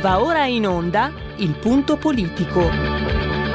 Va ora in onda Il Punto Politico.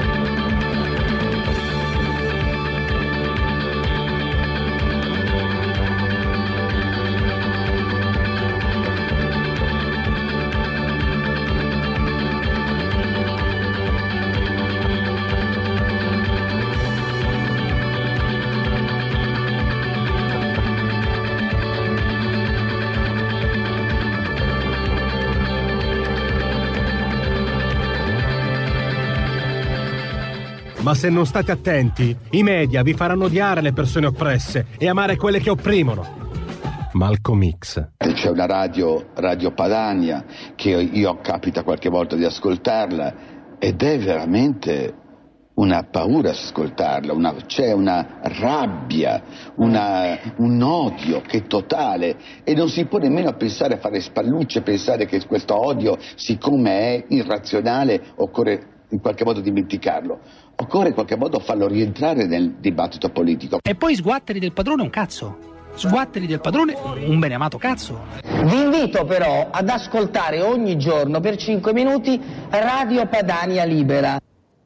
Ma se non state attenti, i media vi faranno odiare le persone oppresse e amare quelle che opprimono. Malcolm X. C'è una Radio Padania che io capita qualche volta di ascoltarla ed è veramente una paura ascoltarla, c'è una rabbia, un odio che è totale e non si può nemmeno pensare a fare spallucce, pensare che questo odio, siccome è irrazionale, occorre in qualche modo dimenticarlo. Occorre in qualche modo farlo rientrare nel dibattito politico. E poi sguatteri del padrone un cazzo. Sguatteri del padrone un beneamato cazzo. Vi invito però ad ascoltare ogni giorno per 5 minuti Radio Padania Libera.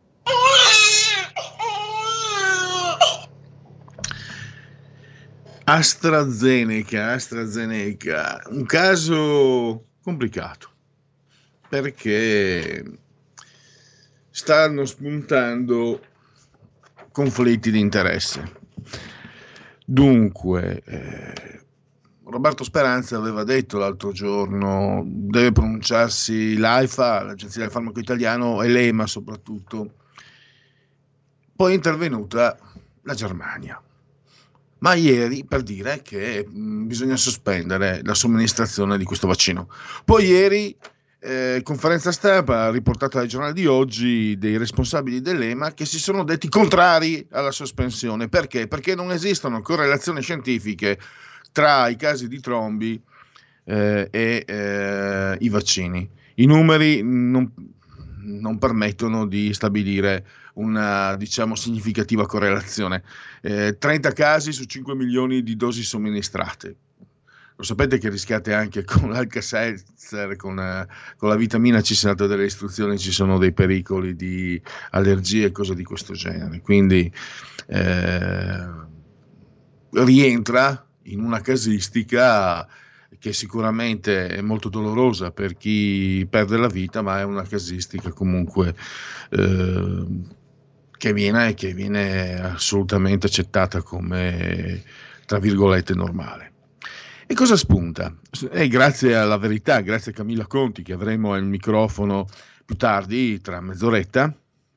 AstraZeneca, un caso complicato perché stanno spuntando conflitti di interesse. Dunque, Roberto Speranza aveva detto l'altro giorno, deve pronunciarsi l'AIFA, l'Agenzia del Farmaco Italiano, e l'EMA soprattutto. Poi è intervenuta la Germania, ma ieri per dire che bisogna sospendere la somministrazione di questo vaccino. Poi ieri conferenza stampa riportata dai giornali di oggi dei responsabili dell'EMA che si sono detti contrari alla sospensione. Perché? Perché non esistono correlazioni scientifiche tra i casi di trombi e i vaccini. I numeri non permettono di stabilire una, diciamo, significativa correlazione. 30 casi su 5 milioni di dosi somministrate. Lo sapete che rischiate anche con l'Alka-Seltzer, con la vitamina C, se andate delle istruzioni ci sono dei pericoli di allergie e cose di questo genere. Quindi rientra in una casistica che sicuramente è molto dolorosa per chi perde la vita, ma è una casistica comunque che viene assolutamente accettata come, tra virgolette, normale. E cosa spunta? E grazie alla Verità, grazie a Camilla Conti, che avremo al microfono più tardi, tra mezz'oretta,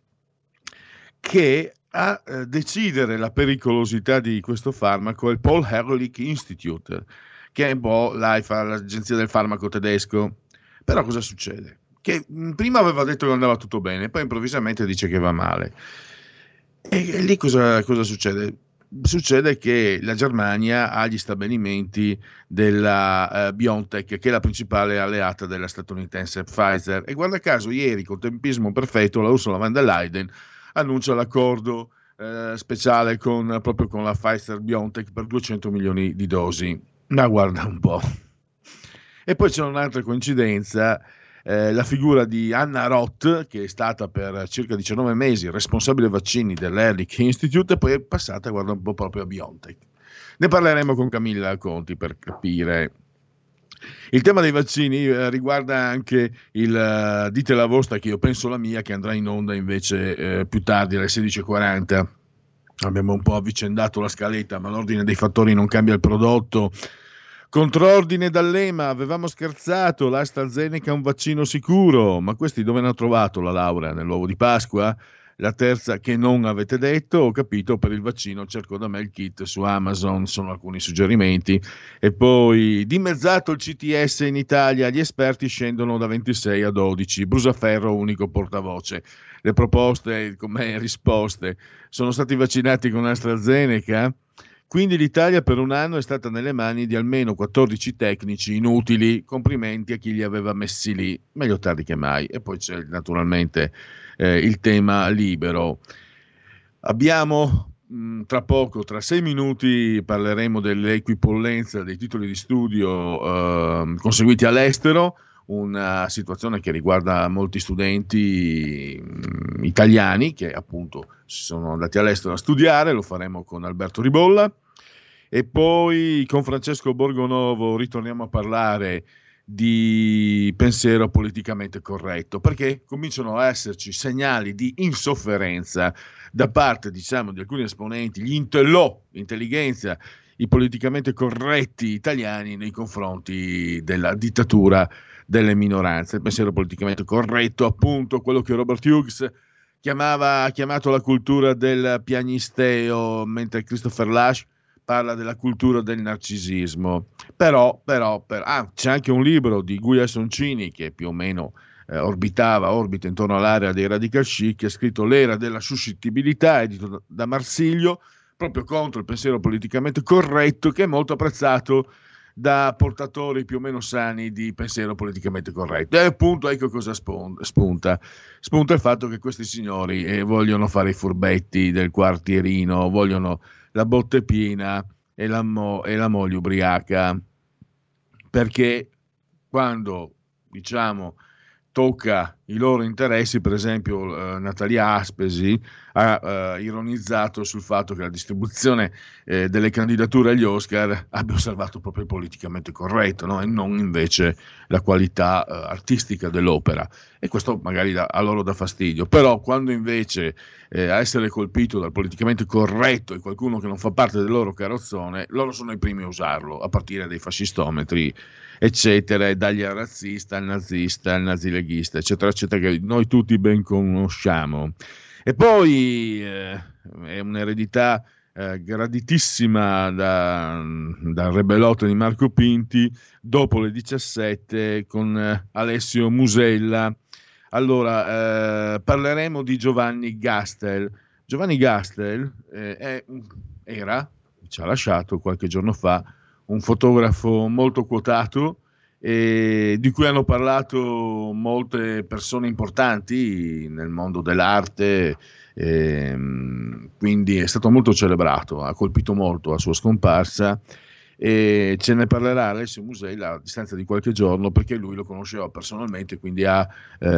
che a decidere la pericolosità di questo farmaco è il Paul Ehrlich Institute, che è un po' l'AIFA, l'Agenzia del Farmaco tedesco. Però cosa succede? Che prima aveva detto che andava tutto bene, poi improvvisamente dice che va male. E lì cosa succede? Succede che la Germania ha gli stabilimenti della BioNTech, che è la principale alleata della statunitense Pfizer, e guarda caso ieri, col tempismo perfetto, la Ursula von der Leyen annuncia l'accordo speciale proprio con la Pfizer BioNTech per 200 milioni di dosi. Ma guarda un po'. E poi c'è un'altra coincidenza. La figura di Anna Roth, che è stata per circa 19 mesi responsabile vaccini dell'Ehrlich Institute, e poi è passata, guarda un po', proprio a BioNTech. Ne parleremo con Camilla Conti per capire. Il tema dei vaccini riguarda anche il Dite la vostra, che io penso la mia, che andrà in onda invece più tardi alle 16:40. Abbiamo un po' avvicendato la scaletta, ma l'ordine dei fattori non cambia il prodotto. Contrordine dall'EMA, avevamo scherzato, l'AstraZeneca è un vaccino sicuro, ma questi dove hanno trovato la laurea? Nell'uovo di Pasqua? La terza che non avete detto, ho capito, per il vaccino cerco da me il kit su Amazon, sono alcuni suggerimenti. E poi dimezzato il CTS in Italia, gli esperti scendono da 26 a 12, Brusaferro unico portavoce. Le proposte come risposte: sono stati vaccinati con AstraZeneca? Quindi l'Italia per un anno è stata nelle mani di almeno 14 tecnici inutili. Complimenti a chi li aveva messi lì, meglio tardi che mai. E poi c'è naturalmente il tema libero. Abbiamo tra poco, tra 6 minuti, parleremo dell'equipollenza dei titoli di studio conseguiti all'estero, una situazione che riguarda molti studenti italiani che appunto sono andati all'estero a studiare. Lo faremo con Alberto Ribolla, e poi con Francesco Borgonovo ritorniamo a parlare di pensiero politicamente corretto, perché cominciano a esserci segnali di insofferenza da parte, diciamo, di alcuni esponenti, l'intelligenza, i politicamente corretti italiani nei confronti della dittatura delle minoranze. Il pensiero politicamente corretto, appunto, quello che Robert Hughes ha chiamato la cultura del piagnisteo, mentre Christopher Lasch parla della cultura del narcisismo. Però c'è anche un libro di Guia Soncini che più o meno orbita intorno all'area dei radical chic, che ha scritto L'era della suscettibilità, edito da Marsilio, proprio contro il pensiero politicamente corretto, che è molto apprezzato da portatori più o meno sani di pensiero politicamente corretto. E appunto ecco cosa spunta il fatto che questi signori vogliono fare i furbetti del quartierino, vogliono la botte piena e la moglie ubriaca, perché quando, diciamo, tocca i loro interessi, per esempio Natalia Aspesi ha ironizzato sul fatto che la distribuzione delle candidature agli Oscar abbia osservato proprio il politicamente corretto, no? E non invece la qualità artistica dell'opera, e questo magari a loro dà fastidio. Però quando invece a essere colpito dal politicamente corretto è qualcuno che non fa parte del loro carrozzone, loro sono i primi a usarlo, a partire dai fascistometri eccetera, e dagli razzista, al nazista, al nazileghista, eccetera eccetera, che noi tutti ben conosciamo. E poi è un'eredità graditissima dal rebelotto di Marco Pinti, dopo le 17 con Alessio Musella. Allora parleremo di Giovanni Gastel. Giovanni Gastel ci ha lasciato qualche giorno fa, un fotografo molto quotato, di cui hanno parlato molte persone importanti nel mondo dell'arte, quindi è stato molto celebrato, ha colpito molto la sua scomparsa, e ce ne parlerà Alessio Musella a distanza di qualche giorno, perché lui lo conosceva personalmente, quindi ha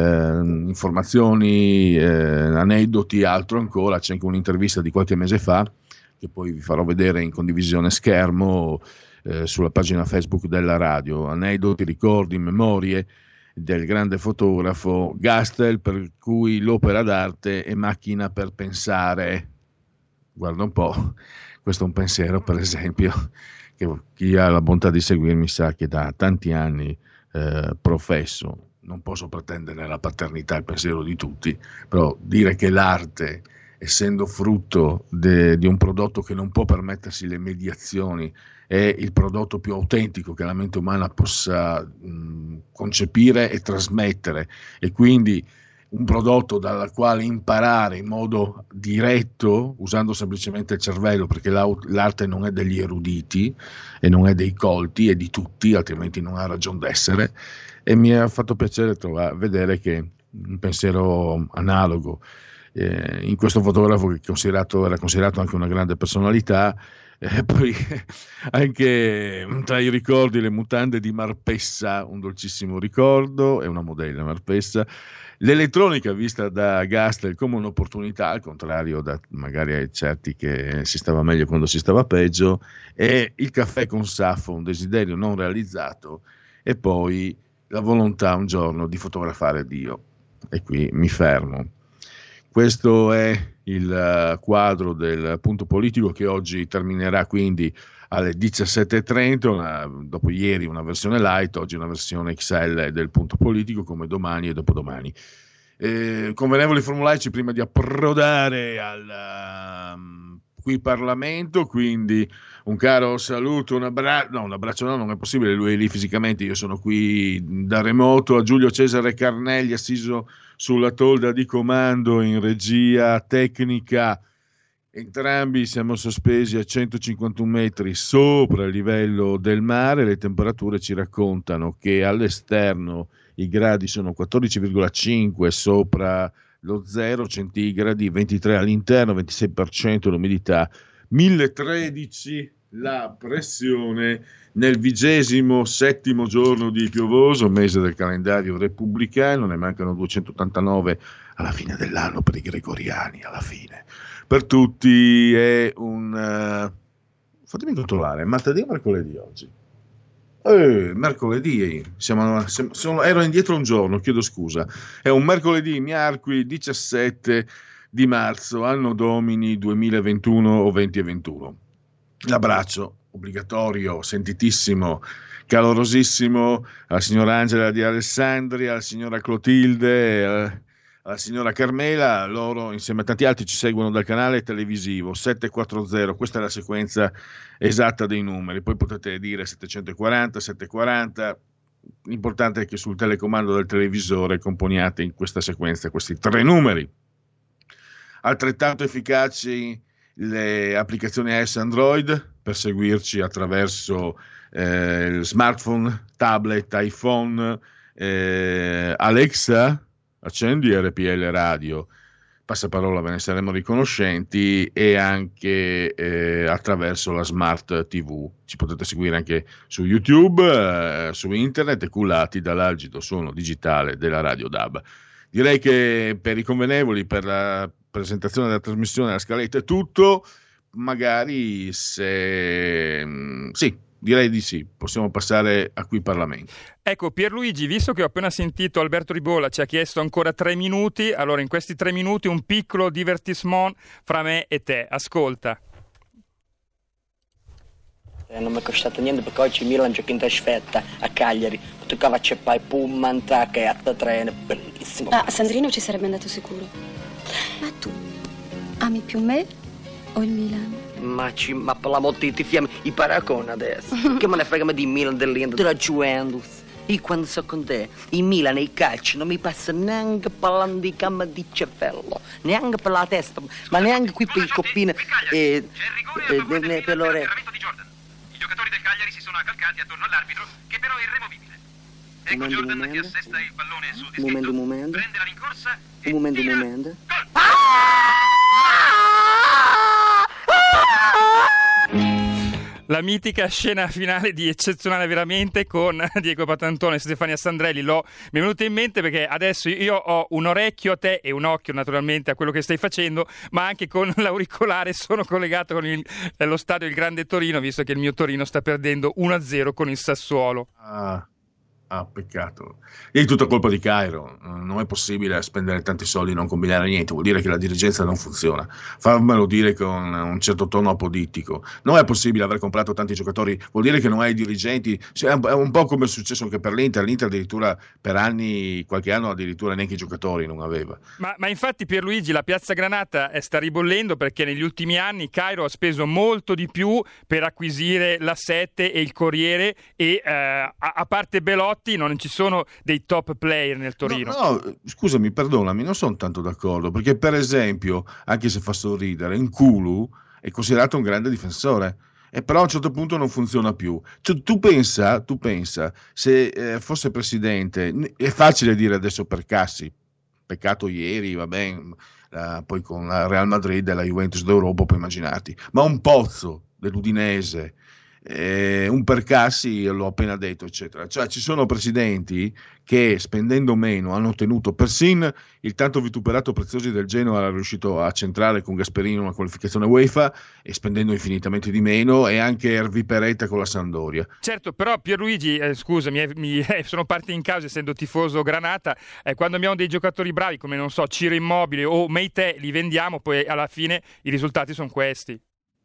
informazioni, aneddoti, altro ancora. C'è anche un'intervista di qualche mese fa che poi vi farò vedere in condivisione schermo sulla pagina Facebook della radio, aneddoti, ricordi, memorie del grande fotografo Gastel, per cui l'opera d'arte è macchina per pensare. Guarda un po', questo è un pensiero, per esempio, che chi ha la bontà di seguirmi sa che da tanti anni professo. Non posso pretendere la paternità e il pensiero di tutti, però dire che l'arte, essendo frutto di un prodotto che non può permettersi le mediazioni, è il prodotto più autentico che la mente umana possa concepire e trasmettere, e quindi un prodotto dal quale imparare in modo diretto, usando semplicemente il cervello, perché l'arte non è degli eruditi e non è dei colti, è di tutti, altrimenti non ha ragion d'essere. E mi ha fatto piacere vedere che un pensiero analogo in questo fotografo, che era considerato anche una grande personalità. Poi anche tra i ricordi le mutande di Marpessa, un dolcissimo ricordo, è una modella Marpessa. L'elettronica vista da Gastel come un'opportunità, al contrario da magari ai certi che si stava meglio quando si stava peggio, e il caffè con Saffo, un desiderio non realizzato, e poi la volontà un giorno di fotografare Dio. E qui mi fermo. Questo è il quadro del punto politico, che oggi terminerà quindi alle 17:30, dopo ieri una versione light, oggi una versione XL del punto politico, come domani e dopodomani. Convenevoli formulaici prima di approdare al qui Parlamento, quindi un caro saluto, un abbraccio no, non è possibile, lui è lì fisicamente, io sono qui da remoto, a Giulio Cesare Carnelli, assiso sulla tolda di comando in regia tecnica. Entrambi siamo sospesi a 151 metri sopra il livello del mare. Le temperature ci raccontano che all'esterno i gradi sono 14,5 sopra lo 0 centigradi, 23 all'interno, 26% l'umidità, 1013 la pressione nel 27° giorno di piovoso mese del calendario repubblicano. Ne mancano 289 alla fine dell'anno per i gregoriani, alla fine. Per tutti è un... fatemi controllare, martedì o mercoledì oggi? Mercoledì, ero indietro un giorno, chiedo scusa. È un mercoledì, miarqui 17 di marzo, anno domini 2021 o 2021. L'abbraccio obbligatorio, sentitissimo, calorosissimo alla signora Angela di Alessandria, alla signora Clotilde, alla signora Carmela. Loro insieme a tanti altri ci seguono dal canale televisivo 740. Questa è la sequenza esatta dei numeri, poi potete dire 740, 740. L'importante è che sul telecomando del televisore componiate in questa sequenza questi 3 numeri. Altrettanto efficaci le applicazioni iOS Android per seguirci attraverso smartphone, tablet, iPhone, Alexa, accendi RPL Radio, passaparola, ve ne saremo riconoscenti, e anche attraverso la Smart TV. Ci potete seguire anche su YouTube, su internet, e cullati dall'algido suono digitale della Radio DAB. Direi che per i convenevoli, per la presentazione della trasmissione, la scaletta è tutto. Magari direi di sì, possiamo passare a qui Parlamento. Ecco, Pierluigi, visto che ho appena sentito Alberto Ribolla ci ha chiesto ancora 3 minuti, allora in questi 3 minuti un piccolo divertissement fra me e te. Ascolta. Non mi è costato niente perché oggi Milan gioca in trasferta a Cagliari. Toccava acceppare pullman, tracca e attreno, bellissimo. Ah, Sandrino ci sarebbe andato sicuro. Ma tu ami più me o il Milan? Ma per l'amor di ti fiammi i paragoni adesso. Che me ne frega di Milan, dell'Inter, della Juventus. Io quando sono con te, il Milan e il calcio non mi passa neanche parlando di camma di cervello, neanche per la testa, ma neanche qui per il coppino e per l'orecchio. I giocatori del Cagliari si sono accalcati attorno all'arbitro, che però è irremovibile. Ecco Jordan che assesta il pallone sul dischetto, prende la rincorsa e momento. La mitica scena finale di Eccezionale Veramente con Diego Patantone e Stefania Sandrelli mi è venuta in mente perché adesso io ho un orecchio a te e un occhio naturalmente a quello che stai facendo, ma anche con l'auricolare sono collegato con lo stadio Il Grande Torino, visto che il mio Torino sta perdendo 1-0 con il Sassuolo. Peccato. E è tutta colpa di Cairo. Non è possibile spendere tanti soldi e non combinare niente. Vuol dire che la dirigenza non funziona. Fammelo dire con un certo tono apodittico. Non è possibile aver comprato tanti giocatori. Vuol dire che non hai dirigenti. È un po' come è successo anche per l'Inter. L'Inter addirittura per anni, qualche anno addirittura neanche i giocatori non aveva. Ma infatti Pierluigi, la Piazza Granata sta ribollendo perché negli ultimi anni Cairo ha speso molto di più per acquisire la 7 e il Corriere e a parte Belotti non ci sono dei top player nel Torino. No, scusami, perdonami, non sono tanto d'accordo, perché per esempio, anche se fa sorridere, N'Kulu è considerato un grande difensore, e però a un certo punto non funziona più. Cioè, tu pensa se fosse presidente, è facile dire adesso per Cassi, peccato ieri, va bene, poi con la Real Madrid e la Juventus d'Europa puoi immaginarti, ma un Pozzo dell'Udinese, un Percassi, l'ho appena detto, eccetera. Cioè ci sono presidenti che spendendo meno hanno ottenuto, persino il tanto vituperato Preziosi del Genoa era riuscito a centrare con Gasperini una qualificazione UEFA, e spendendo infinitamente di meno, e anche Hervé Peretta con la Sampdoria. Certo, però Pierluigi, scusami, sono parte in causa essendo tifoso Granata, quando abbiamo dei giocatori bravi come non so Ciro Immobile o Meite, li vendiamo, poi alla fine i risultati sono questi.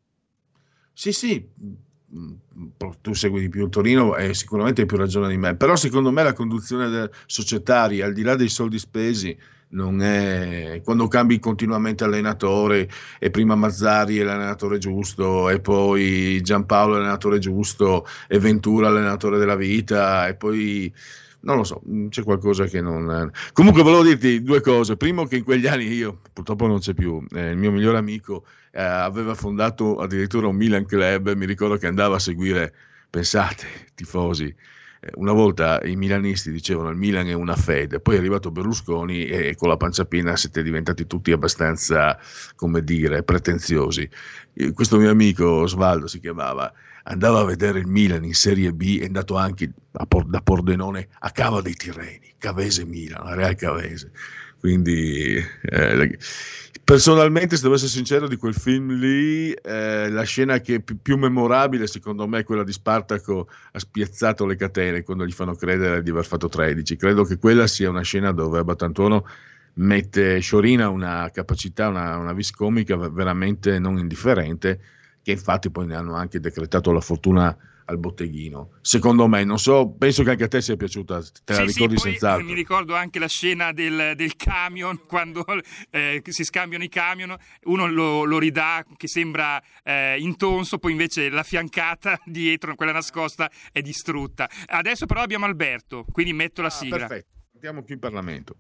Sì, tu segui di più il Torino e sicuramente hai più ragione di me, però secondo me la conduzione societaria, al di là dei soldi spesi, non è, quando cambi continuamente allenatore, e prima Mazzari è l'allenatore giusto, e poi Giampaolo è l'allenatore giusto, e Ventura l'allenatore della vita, e poi non lo so, c'è qualcosa che non... Comunque volevo dirti 2 cose. Primo, che in quegli anni io, purtroppo non c'è più, il mio migliore amico aveva fondato addirittura un Milan Club, mi ricordo che andava a seguire, pensate, tifosi, Una volta i milanisti dicevano il Milan è una fede, poi è arrivato Berlusconi e con la pancia piena siete diventati tutti abbastanza, come dire, pretenziosi. Questo mio amico Osvaldo si chiamava, andava a vedere il Milan in Serie B, è andato anche da Pordenone a Cava dei Tirreni, Cavese Milan, la Real Cavese. Quindi personalmente, se devo essere sincero, di quel film lì la scena che è più memorabile secondo me è quella di Spartaco ha spiazzato le catene quando gli fanno credere di aver fatto 13. Credo che quella sia una scena dove Abbatantuono sciorina una capacità, una vis comica veramente non indifferente, che infatti poi ne hanno anche decretato la fortuna al botteghino. Secondo me, non so, penso che anche a te sia piaciuta, te la ricordi poi senz'altro. Mi ricordo anche la scena del camion, quando si scambiano i camion, uno lo ridà che sembra intonso, poi invece la fiancata dietro, quella nascosta, è distrutta. Adesso però abbiamo Alberto, quindi metto la sigla. Perfetto, andiamo qui in Parlamento.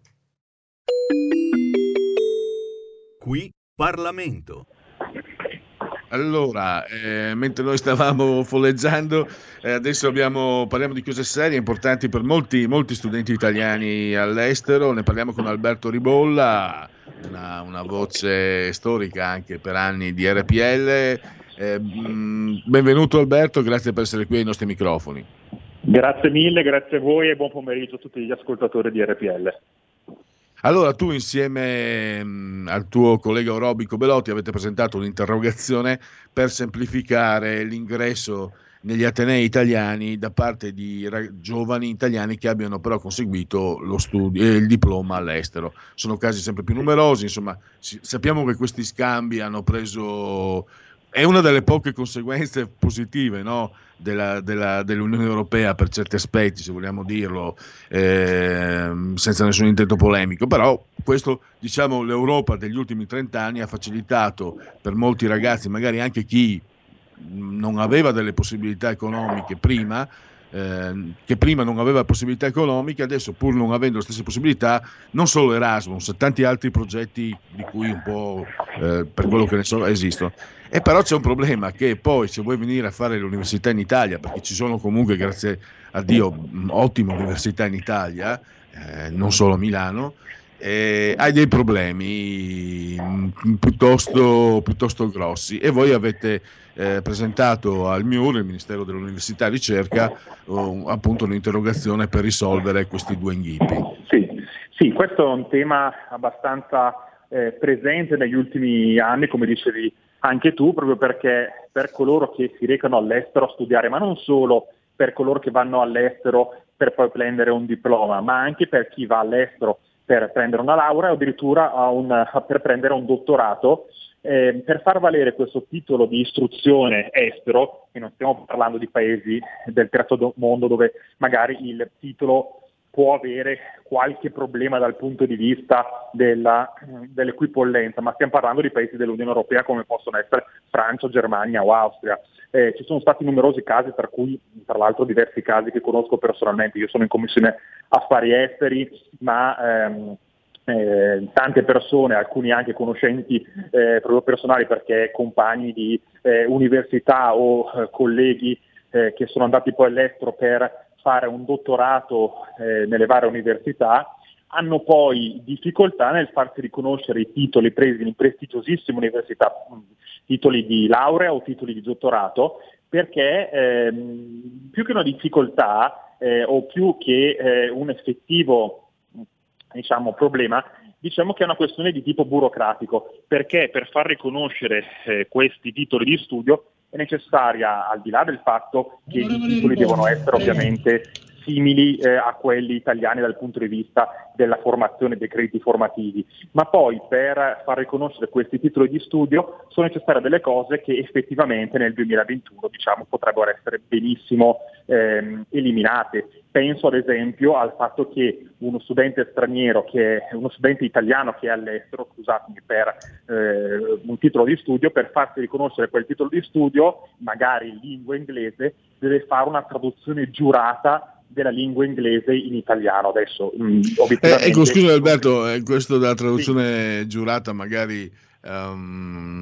Qui Parlamento. Allora, mentre noi stavamo folleggiando, adesso parliamo di cose serie, importanti per molti studenti italiani all'estero. Ne parliamo con Alberto Ribolla, una voce storica anche per anni di RPL. Benvenuto Alberto, grazie per essere qui ai nostri microfoni. Grazie mille, grazie a voi e buon pomeriggio a tutti gli ascoltatori di RPL. Allora, tu insieme al tuo collega Orobico Belotti avete presentato un'interrogazione per semplificare l'ingresso negli atenei italiani da parte di giovani italiani che abbiano però conseguito il diploma all'estero. Sono casi sempre più numerosi, insomma, sappiamo che questi scambi hanno preso... È una delle poche conseguenze positive, no? dell'Unione Europea per certi aspetti, se vogliamo dirlo, senza nessun intento polemico, però questo, diciamo, l'Europa degli ultimi 30 anni ha facilitato per molti ragazzi, magari anche chi non aveva delle possibilità economiche prima, che prima non aveva possibilità economiche, adesso pur non avendo le stesse possibilità, non solo Erasmus, tanti altri progetti di cui un po' per quello che ne so esistono. E però c'è un problema, che poi se vuoi venire a fare l'università in Italia, perché ci sono comunque, grazie a Dio, ottime università in Italia, non solo a Milano, hai dei problemi piuttosto grossi, e voi avete presentato al MIUR, il Ministero dell'Università e Ricerca, appunto un'interrogazione per risolvere questi due inghippi. Sì, questo è un tema abbastanza presente negli ultimi anni, come dicevi anche tu, proprio perché per coloro che si recano all'estero a studiare, ma non solo per coloro che vanno all'estero per poi prendere un diploma, ma anche per chi va all'estero per prendere una laurea o addirittura per prendere un dottorato, per far valere questo titolo di istruzione estero, e non stiamo parlando di paesi del terzo mondo dove magari il titolo può avere qualche problema dal punto di vista dell'equipollenza, ma stiamo parlando di paesi dell'Unione Europea come possono essere Francia, Germania o Austria. Ci sono stati numerosi casi, tra cui tra l'altro diversi casi che conosco personalmente. Io sono in Commissione Affari Esteri, ma tante persone, alcuni anche conoscenti proprio personali, perché compagni di università o colleghi che sono andati poi all'estero per fare un dottorato nelle varie università, hanno poi difficoltà nel farsi riconoscere i titoli presi in prestigiosissime università, titoli di laurea o titoli di dottorato, perché più che una difficoltà o più che un effettivo, diciamo, problema, diciamo che è una questione di tipo burocratico, perché per far riconoscere questi titoli di studio è necessaria, al di là del fatto che i titoli devono essere ovviamente simili a quelli italiani dal punto di vista della formazione, dei crediti formativi, ma poi per far riconoscere questi titoli di studio sono necessarie delle cose che effettivamente nel 2021, diciamo, potrebbero essere benissimo eliminate. Penso ad esempio al fatto che uno studente italiano che è all'estero, scusatemi, per un titolo di studio, per farsi riconoscere quel titolo di studio, magari in lingua inglese, deve fare una traduzione giurata della lingua inglese in italiano. Adesso obiettivamente... Ecco, scusa Alberto, questo della traduzione giurata magari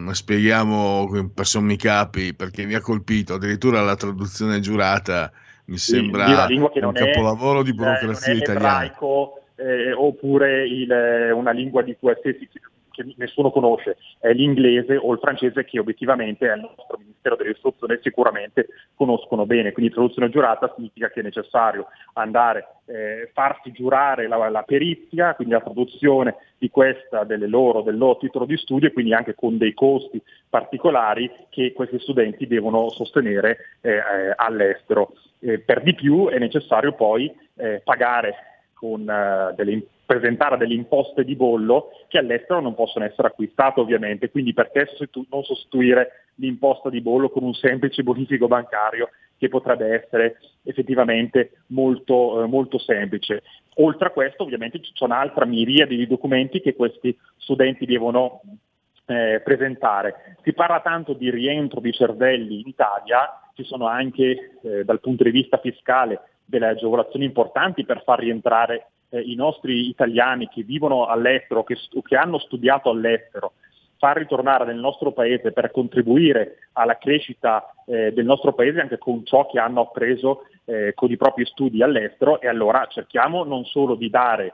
spieghiamo per sommi capi, perché mi ha colpito addirittura la traduzione giurata. Mi sembra la lingua che un capolavoro di burocrazia non è italiana. l'ebraico oppure una lingua di qualsiasi che nessuno conosce, è l'inglese o il francese, che obiettivamente al nostro Ministero dell'Istruzione sicuramente conoscono bene. Quindi traduzione giurata significa che è necessario andare, farsi giurare la perizia, quindi la traduzione di questa del loro titolo di studio, e quindi anche con dei costi particolari che questi studenti devono sostenere all'estero. Per di più è necessario poi pagare con presentare delle imposte di bollo che all'estero non possono essere acquistate ovviamente, quindi perché non sostituire l'imposta di bollo con un semplice bonifico bancario che potrebbe essere effettivamente molto, molto semplice. Oltre a questo ovviamente ci sono un'altra miriade di documenti che questi studenti devono presentare. Si parla tanto di rientro di cervelli in Italia, ci sono anche dal punto di vista fiscale delle agevolazioni importanti per far rientrare i nostri italiani che vivono all'estero, che hanno studiato all'estero, far ritornare nel nostro paese per contribuire alla crescita del nostro paese anche con ciò che hanno appreso con i propri studi all'estero. E allora cerchiamo non solo di dare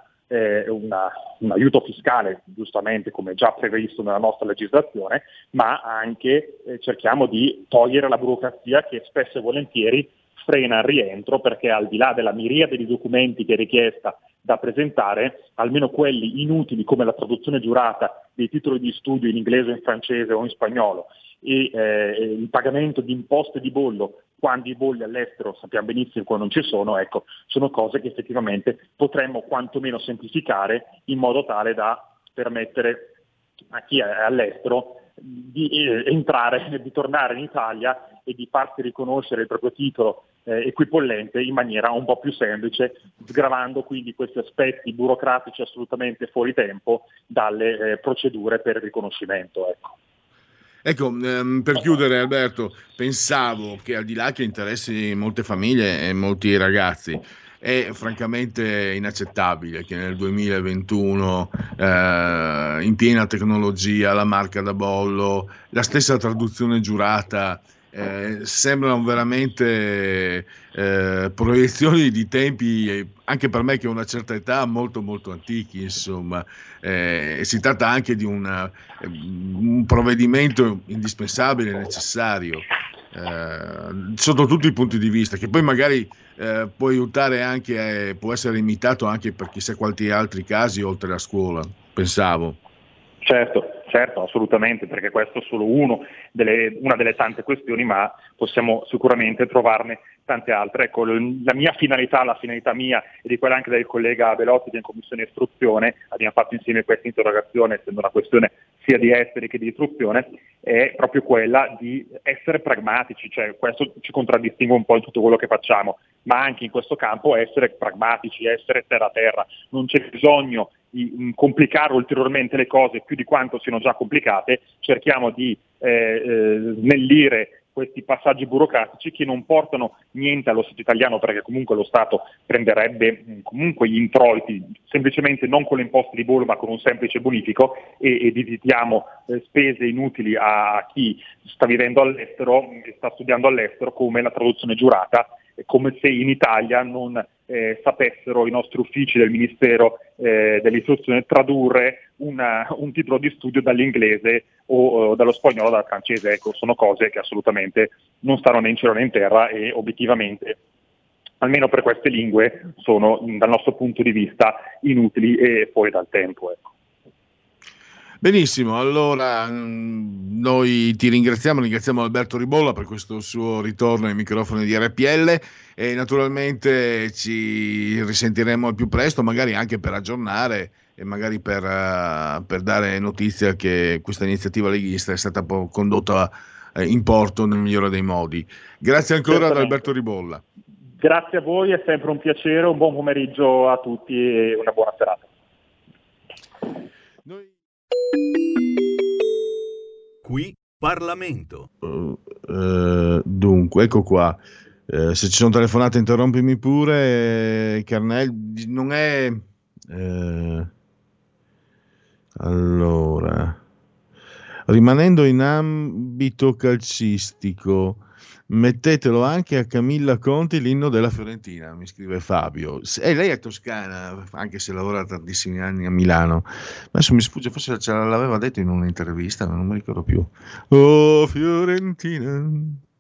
un aiuto fiscale, giustamente come già previsto nella nostra legislazione, ma anche cerchiamo di togliere la burocrazia che spesso e volentieri frena il rientro, perché al di là della miriade di documenti che è richiesta da presentare, almeno quelli inutili come la traduzione giurata dei titoli di studio in inglese, in francese o in spagnolo e il pagamento di imposte di bollo quando i bolli all'estero sappiamo benissimo che non ci sono, ecco, sono cose che effettivamente potremmo quantomeno semplificare in modo tale da permettere a chi è all'estero di entrare, di tornare in Italia e di farsi riconoscere il proprio titolo equipollente in maniera un po' più semplice, sgravando quindi questi aspetti burocratici assolutamente fuori tempo dalle procedure per il riconoscimento. Ecco, per chiudere Alberto, pensavo che al di là che interessi molte famiglie e molti ragazzi, è francamente inaccettabile che nel 2021, in piena tecnologia, la marca da bollo, la stessa traduzione giurata, sembrano veramente proiezioni di tempi, anche per me che ho una certa età, molto molto antichi, insomma. Si tratta anche di un provvedimento indispensabile e necessario sotto tutti i punti di vista, che poi magari può aiutare anche, può essere imitato anche per chissà quanti altri casi oltre la scuola, pensavo. Certo, assolutamente, perché questo è solo una delle tante questioni, ma possiamo sicuramente trovarne tante altre. Ecco, la mia finalità, la finalità mia e di quella anche del collega Belotti che in Commissione Istruzione abbiamo fatto insieme questa interrogazione, essendo una questione sia di esteri che di istruzione, è proprio quella di essere pragmatici, cioè questo ci contraddistingue un po' in tutto quello che facciamo, ma anche in questo campo essere pragmatici, essere terra a terra. Non c'è bisogno di complicare ulteriormente le cose più di quanto siano già complicate, cerchiamo di snellire questi passaggi burocratici che non portano niente allo Stato italiano, perché comunque lo Stato prenderebbe comunque gli introiti, semplicemente non con le imposte di bollo ma con un semplice bonifico, e evitiamo spese inutili a chi sta vivendo all'estero e sta studiando all'estero, come la traduzione giurata, come se in Italia non sapessero i nostri uffici del Ministero dell'Istruzione tradurre un titolo di studio dall'inglese o dallo spagnolo o dal francese. Ecco, sono cose che assolutamente non stanno né in cielo né in terra e obiettivamente, almeno per queste lingue, sono dal nostro punto di vista inutili e fuori dal tempo. Ecco. Benissimo, allora noi ti ringraziamo Alberto Ribolla per questo suo ritorno ai microfoni di RPL e naturalmente ci risentiremo al più presto, magari anche per aggiornare e magari per dare notizia che questa iniziativa leghista è stata condotta in porto nel migliore dei modi. Grazie ancora ad Alberto Ribolla. Grazie a voi, è sempre un piacere, un buon pomeriggio a tutti e una buona serata. Qui Parlamento. Dunque, ecco qua. Se ci sono telefonate interrompimi pure, Carnel. Non è... allora, rimanendo in ambito calcistico, Mettetelo anche a Camilla Conti, l'inno della Fiorentina, mi scrive Fabio. Lei è toscana, anche se lavora tantissimi anni a Milano. Adesso mi sfugge, forse ce l'aveva detto in un'intervista, ma non mi ricordo più. Oh Fiorentina.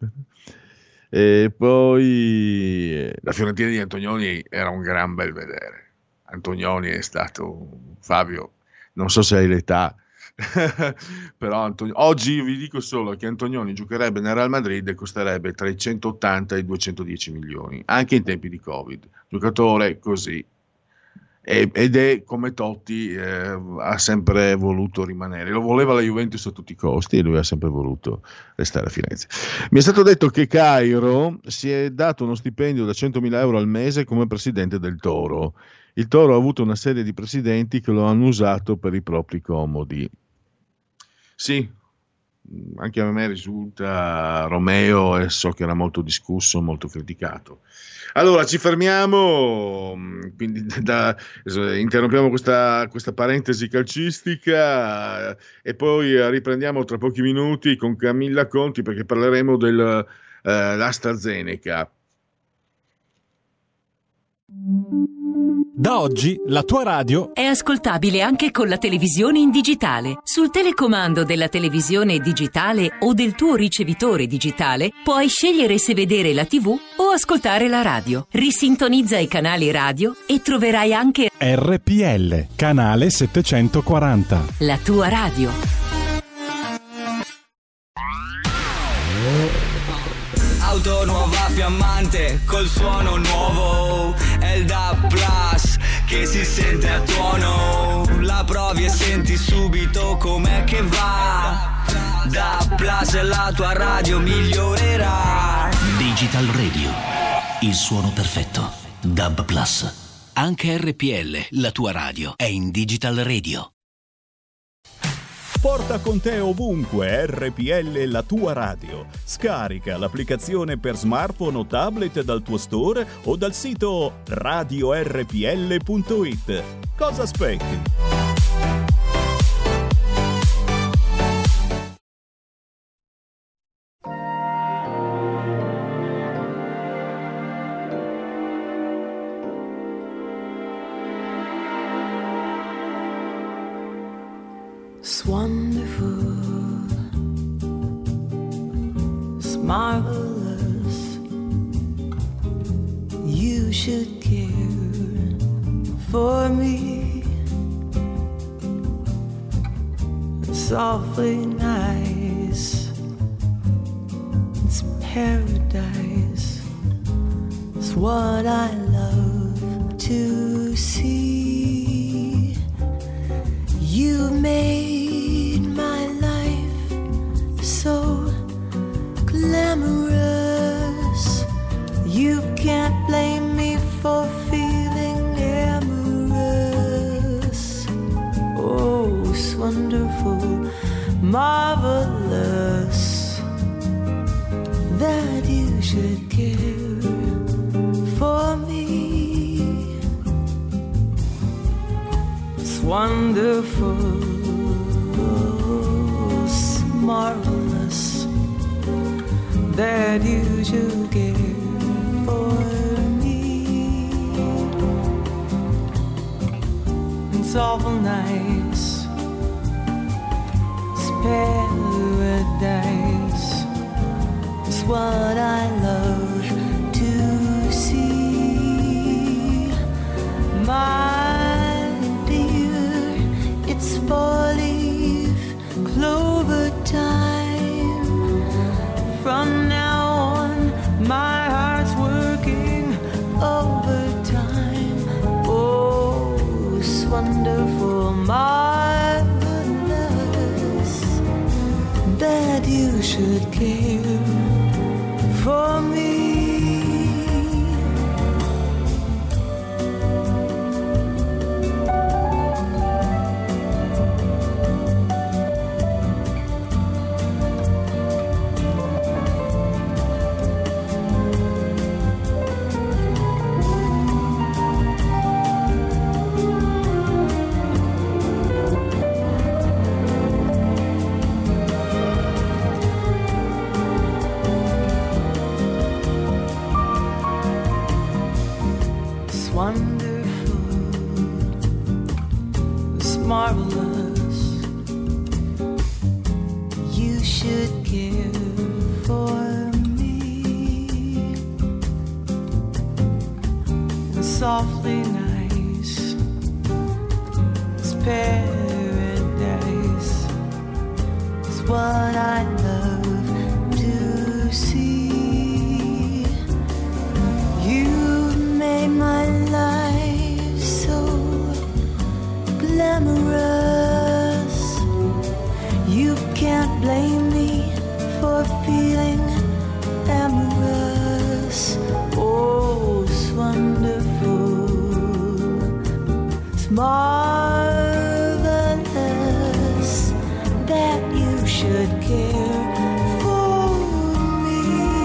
E poi la Fiorentina di Antonioni era un gran bel vedere. Antonioni è stato, Fabio, non so se hai l'età, però oggi vi dico solo che Antonioni giocherebbe nel Real Madrid e costerebbe tra i 180 e i 210 milioni, anche in tempi di Covid. Giocatore così, ed è come Totti, ha sempre voluto rimanere, lo voleva la Juventus a tutti i costi e lui ha sempre voluto restare a Firenze. Mi è stato detto che Cairo si è dato uno stipendio da 100.000 euro al mese come presidente del Toro. Il Toro ha avuto una serie di presidenti che lo hanno usato per i propri comodi. Sì, anche a me risulta Romeo, e so che era molto discusso, molto criticato. Allora ci fermiamo, quindi interrompiamo questa parentesi calcistica e poi riprendiamo tra pochi minuti con Camilla Conti, perché parleremo dell'AstraZeneca. Da oggi la tua radio è ascoltabile anche con la televisione in digitale. Sul telecomando della televisione digitale o del tuo ricevitore digitale puoi scegliere se vedere la TV o ascoltare la radio. Risintonizza i canali radio e troverai anche RPL, canale 740. La tua radio. Auto nuova fiammante col suono nuovo, è il DAB Plus che si sente a tuono, la provi e senti subito com'è che va. DAB Plus è la tua radio migliorerà. Digital Radio, il suono perfetto. DAB Plus, anche RPL, la tua radio è in Digital Radio. Porta con te ovunque RPL, la tua radio. Scarica l'applicazione per smartphone o tablet dal tuo store o dal sito radiorpl.it. Cosa aspetti? It's wonderful, it's marvelous. You should care for me. It's awfully nice. It's paradise. It's what I love to see. You made my life so glamorous. You can't blame me for feeling amorous. Oh, it's wonderful, marvelous that you should care for me. It's wonderful, it's marvelous that you should care for me. It's awful nice, it's paradise. It's what I love to see. My dear, it's 4-leaf clover time. From now on, my heart's working overtime. Oh, it's wonderful, marvelous that you should care for me. marvelous. You should care for me. And softly nice, it's paradise. It's what I love to see. You made my life so glamorous. You can't blame me for feeling amorous. Oh, it's wonderful. It's marvelous that you should care for me.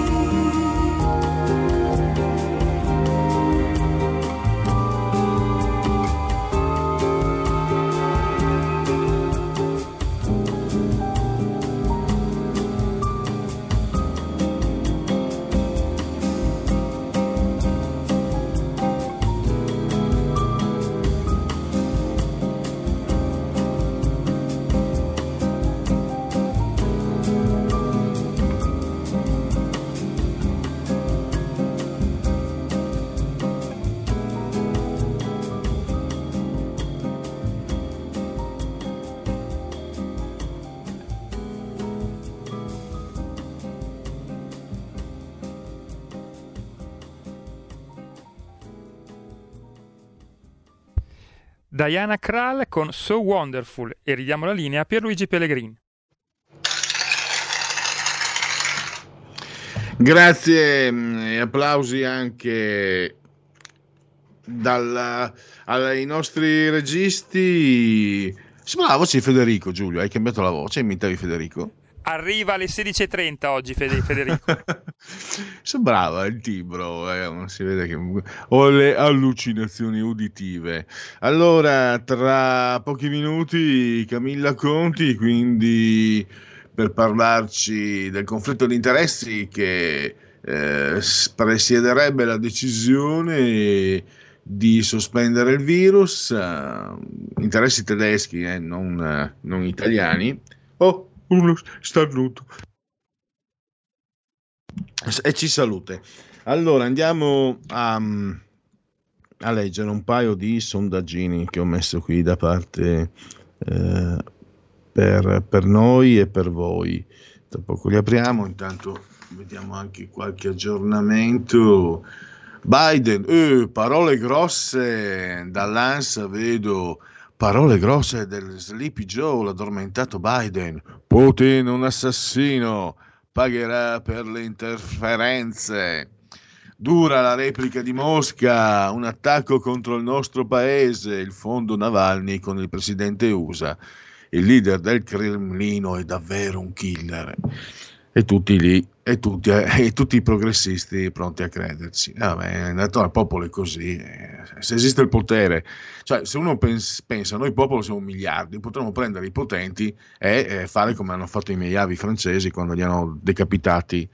Diana Krall con So Wonderful, e ridiamo la linea a Pierluigi Pellegrini. Grazie e applausi anche ai nostri registi. Sembra la voce di Federico. Giulio, hai cambiato la voce, imitavi Federico? Arriva alle 16:30 oggi Federico. Sembrava il timbro, si vede che ho le allucinazioni uditive. Allora, tra pochi minuti Camilla Conti, quindi per parlarci del conflitto di interessi che presiederebbe la decisione di sospendere il virus, interessi tedeschi, non italiani. Oh, uno starnuto. E ci salute. Allora andiamo a leggere un paio di sondaggini che ho messo qui da parte per noi e per voi. Tra poco li apriamo, intanto vediamo anche qualche aggiornamento. Biden, parole grosse dall'ANSA, vedo parole grosse del Sleepy Joe, l'addormentato Biden. Putin un assassino, pagherà per le interferenze. Dura la replica di Mosca, un attacco contro il nostro paese, il fondo Navalny con il presidente USA. Il leader del Cremlino è davvero un killer. E tutti lì, e tutti i progressisti pronti a crederci. È andato al popolo, è così. Se esiste il potere, cioè se uno pensa noi popolo siamo miliardi, potremmo prendere i potenti e fare come hanno fatto i meiavi francesi quando li hanno decapitati,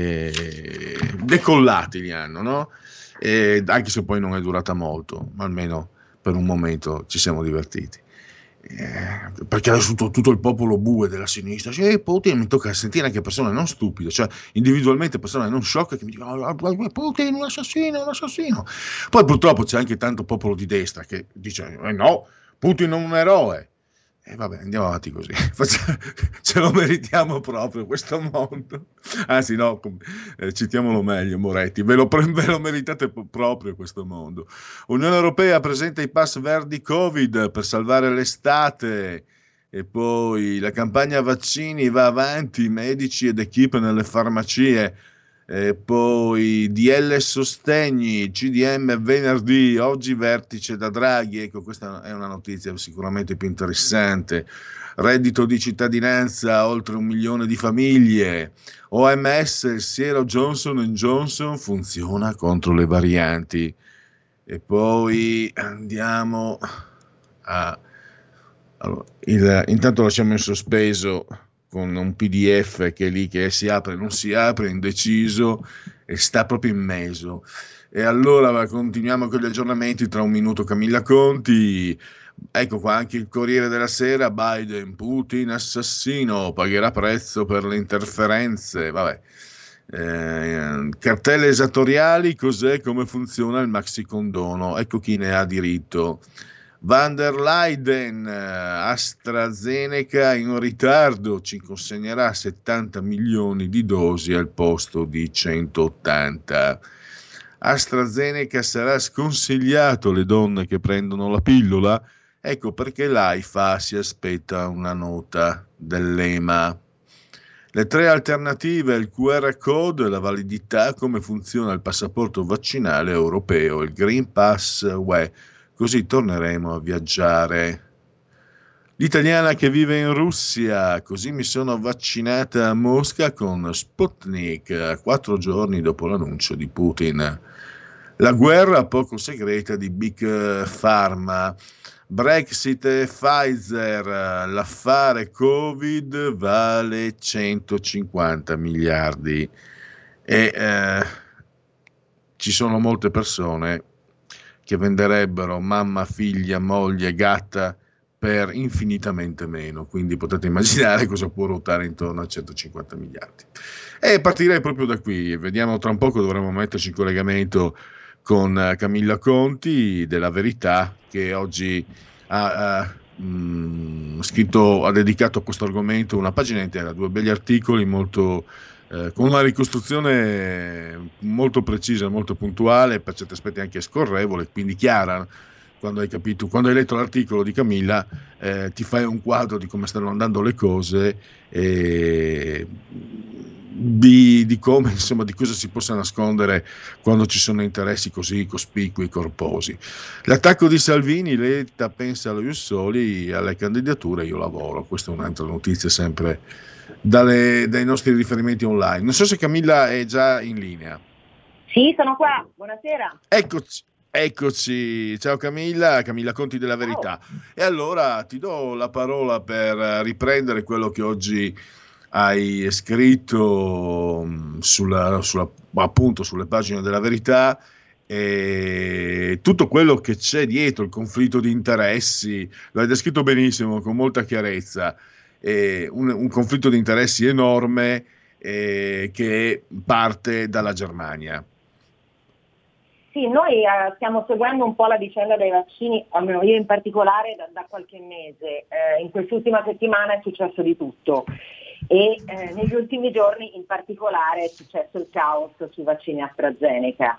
decollati li hanno, no? Anche se poi non è durata molto, ma almeno per un momento ci siamo divertiti. Perché adesso tutto il popolo bue della sinistra, Putin, mi tocca sentire anche persone non stupide, cioè individualmente persone non sciocche che mi dicono Putin un assassino. Poi purtroppo c'è anche tanto popolo di destra che dice no, Putin è un eroe. E vabbè, andiamo avanti così. Ce lo meritiamo proprio questo mondo. Anzi no, citiamolo meglio Moretti, ve lo meritate proprio questo mondo. Unione Europea presenta i pass verdi Covid per salvare l'estate. E poi la campagna vaccini va avanti, medici ed equip nelle farmacie. E poi DL sostegni, CDM venerdì, oggi vertice da Draghi. Ecco, questa è una notizia sicuramente più interessante. Reddito di cittadinanza, oltre 1 milione di famiglie. OMS, il siero Johnson & Johnson funziona contro le varianti. E poi andiamo a... Allora, intanto lasciamo in sospeso con un PDF che è lì che si apre, non si apre, indeciso e sta proprio immeso. E allora continuiamo con gli aggiornamenti, tra un minuto Camilla Conti. Ecco qua anche il Corriere della Sera: Biden, Putin assassino, pagherà prezzo per le interferenze. Vabbè. Cartelle esattoriali, cos'è, come funziona il maxicondono, ecco chi ne ha diritto. Van der Leyen, AstraZeneca in ritardo, ci consegnerà 70 milioni di dosi al posto di 180. AstraZeneca sarà sconsigliato alle donne che prendono la pillola, ecco perché l'AIFA si aspetta una nota dell'EMA. Le 3 alternative: il QR code, la validità, come funziona il passaporto vaccinale europeo, il Green Pass UE, così torneremo a viaggiare. L'italiana che vive in Russia: così mi sono vaccinata a Mosca con Sputnik, 4 giorni dopo l'annuncio di Putin. La guerra poco segreta di Big Pharma. Brexit e Pfizer, l'affare Covid vale 150 miliardi e ci sono molte persone che venderebbero mamma, figlia, moglie, gatta per infinitamente meno, quindi potete immaginare cosa può ruotare intorno a 150 miliardi. E partirei proprio da qui, vediamo tra un poco, dovremo metterci in collegamento con Camilla Conti della Verità, che oggi ha dedicato a questo argomento una pagina intera, 2 belli articoli molto con una ricostruzione molto precisa, molto puntuale, per certi aspetti anche scorrevole, quindi chiara. Quando hai letto l'articolo di Camilla, ti fai un quadro di come stanno andando le cose, di come, insomma, di cosa si possa nascondere quando ci sono interessi così cospicui, corposi. L'attacco di Salvini: Letta pensa allo Ius Soli, alle candidature io lavoro. Questa è un'altra notizia sempre dai nostri riferimenti online. Non so se Camilla è già in linea. Sì, sono qua, buonasera. Eccoci, ciao Camilla Conti della Verità. E allora ti do la parola per riprendere quello che oggi hai scritto appunto sulle pagine della Verità, e tutto quello che c'è dietro, il conflitto di interessi. Lo hai descritto benissimo, con molta chiarezza, un conflitto di interessi enorme che parte dalla Germania. Sì, noi stiamo seguendo un po' la vicenda dei vaccini, almeno io in particolare da qualche mese. In quest'ultima settimana è successo di tutto e negli ultimi giorni in particolare è successo il caos sui vaccini AstraZeneca.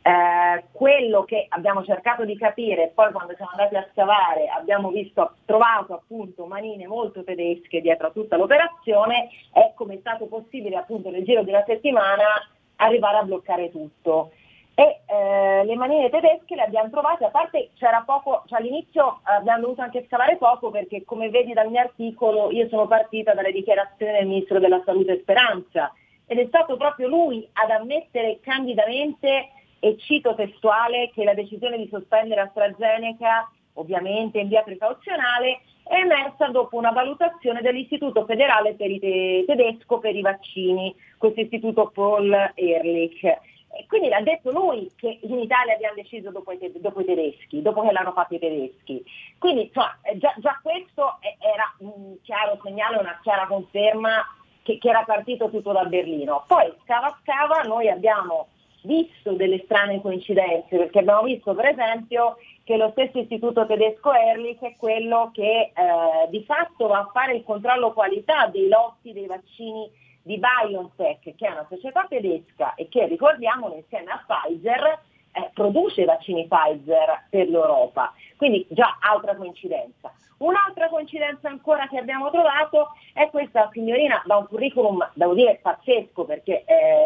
Quello che abbiamo cercato di capire, poi quando siamo andati a scavare abbiamo trovato appunto manine molto tedesche dietro a tutta l'operazione, è come è stato possibile appunto nel giro di una settimana arrivare a bloccare tutto. E le manine tedesche le abbiamo trovate, a parte c'era poco, cioè all'inizio abbiamo dovuto anche scavare poco, perché come vedi dal mio articolo io sono partita dalle dichiarazioni del ministro della Salute Speranza, ed è stato proprio lui ad ammettere candidamente, e cito testuale, che la decisione di sospendere AstraZeneca, ovviamente in via precauzionale, è emersa dopo una valutazione dell'Istituto Federale Tedesco per i Vaccini, questo istituto Paul Ehrlich. E quindi ha detto lui che in Italia abbiamo deciso dopo i tedeschi, dopo che l'hanno fatto i tedeschi. Quindi già questo era un chiaro segnale, una chiara conferma che era partito tutto da Berlino. Poi scava, noi abbiamo visto delle strane coincidenze, perché abbiamo visto per esempio che lo stesso istituto tedesco Ehrlich è quello che di fatto va a fare il controllo qualità dei lotti dei vaccini di BioNTech, che è una società tedesca e che, ricordiamolo, insieme a Pfizer produce i vaccini Pfizer per l'Europa. Quindi già altra coincidenza. Un'altra coincidenza ancora che abbiamo trovato è questa signorina da un curriculum, devo dire, pazzesco, perché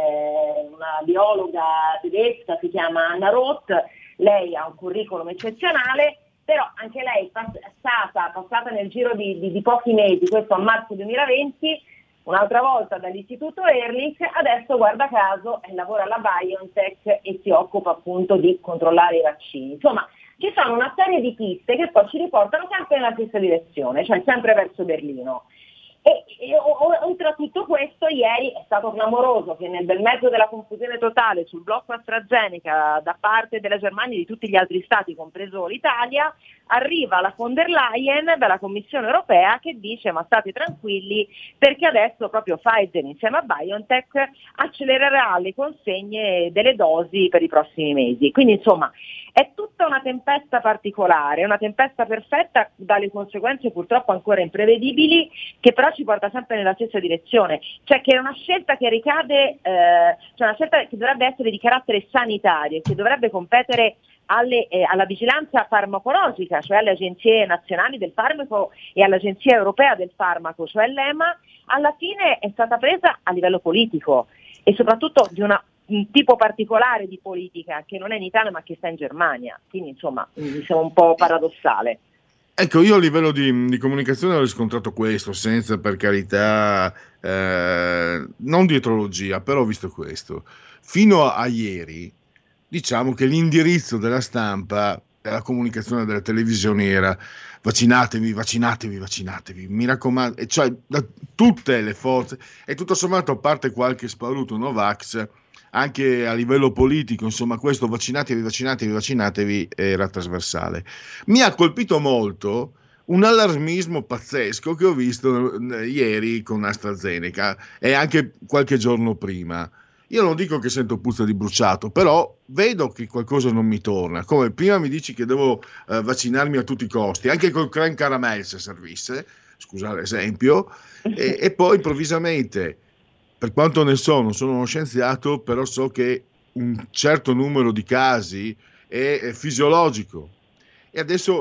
è una biologa tedesca, si chiama Anna Roth. Lei ha un curriculum eccezionale, però anche lei è stata passata nel giro di pochi mesi, questo a marzo 2020, un'altra volta dall'istituto Ehrlich, adesso guarda caso lavora alla BioNTech e si occupa appunto di controllare i vaccini. Insomma, ci sono una serie di piste che poi ci riportano sempre nella stessa direzione, cioè sempre verso Berlino. Oltre a tutto questo, ieri è stato clamoroso che nel bel mezzo della confusione totale sul blocco AstraZeneca da parte della Germania e di tutti gli altri stati, compreso l'Italia, arriva la von der Leyen dalla Commissione europea che dice: ma state tranquilli, perché adesso proprio Pfizer insieme a BioNTech accelererà le consegne delle dosi per i prossimi mesi. Quindi insomma è tutta una tempesta particolare, una tempesta perfetta dalle conseguenze purtroppo ancora imprevedibili, che però ci porta sempre nella stessa direzione, cioè che è una scelta che ricade, cioè una scelta che dovrebbe essere di carattere sanitario, che dovrebbe competere alla vigilanza farmacologica, cioè alle agenzie nazionali del farmaco e all'agenzia europea del farmaco, cioè l'EMA. Alla fine è stata presa a livello politico e soprattutto di un tipo particolare di politica che non è in Italia ma che sta in Germania, quindi insomma mi sembra un po' paradossale. Ecco, io a livello di comunicazione ho riscontrato questo, senza, per carità, non dietrologia, però ho visto questo. Fino a ieri, diciamo che l'indirizzo della stampa, della comunicazione della televisione era: vaccinatevi, vaccinatevi, vaccinatevi, mi raccomando, e cioè da tutte le forze, e tutto sommato, a parte qualche sparuto Novax, anche a livello politico, insomma, questo vaccinatevi, vaccinatevi, vaccinatevi era trasversale. Mi ha colpito molto un allarmismo pazzesco che ho visto ieri con AstraZeneca e anche qualche giorno prima. Io non dico che sento puzza di bruciato, però vedo che qualcosa non mi torna. Come prima mi dici che devo vaccinarmi a tutti i costi, anche col crème caramel se servisse, scusa l'esempio, e poi improvvisamente, per quanto ne so, non sono uno scienziato, però so che un certo numero di casi è fisiologico. E adesso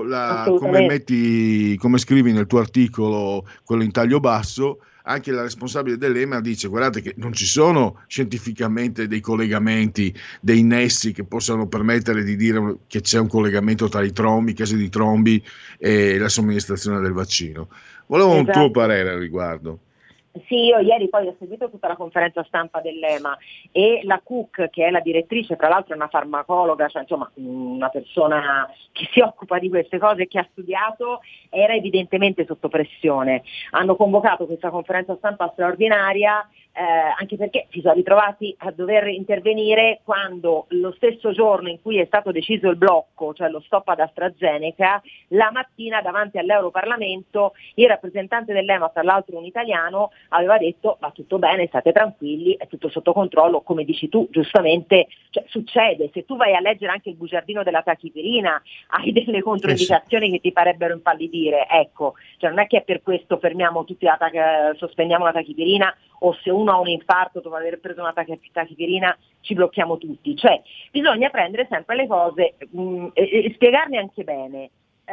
come scrivi nel tuo articolo, quello in taglio basso, anche la responsabile dell'EMA dice: guardate che non ci sono scientificamente dei collegamenti, dei nessi che possano permettere di dire che c'è un collegamento tra i trombi, i casi di trombi e la somministrazione del vaccino. Volevo un tuo parere al riguardo. Sì, io ieri poi ho seguito tutta la conferenza stampa dell'EMA e la Cook, che è la direttrice, tra l'altro è una farmacologa, cioè insomma una persona che si occupa di queste cose e che ha studiato, era evidentemente sotto pressione. Hanno convocato questa conferenza stampa straordinaria anche perché si sono ritrovati a dover intervenire quando lo stesso giorno in cui è stato deciso il blocco, cioè lo stop ad AstraZeneca, la mattina davanti all'Europarlamento il rappresentante dell'EMA, tra l'altro un italiano, aveva detto: va tutto bene, state tranquilli, è tutto sotto controllo. Come dici tu giustamente, cioè, succede, se tu vai a leggere anche il bugiardino della tachipirina hai delle controindicazioni che ti farebbero impallidire, ecco, cioè non è che per questo fermiamo tutti sospendiamo la tachipirina, o se uno ha un infarto dopo aver preso una tachipirina ci blocchiamo tutti, cioè bisogna prendere sempre le cose e spiegarne anche bene.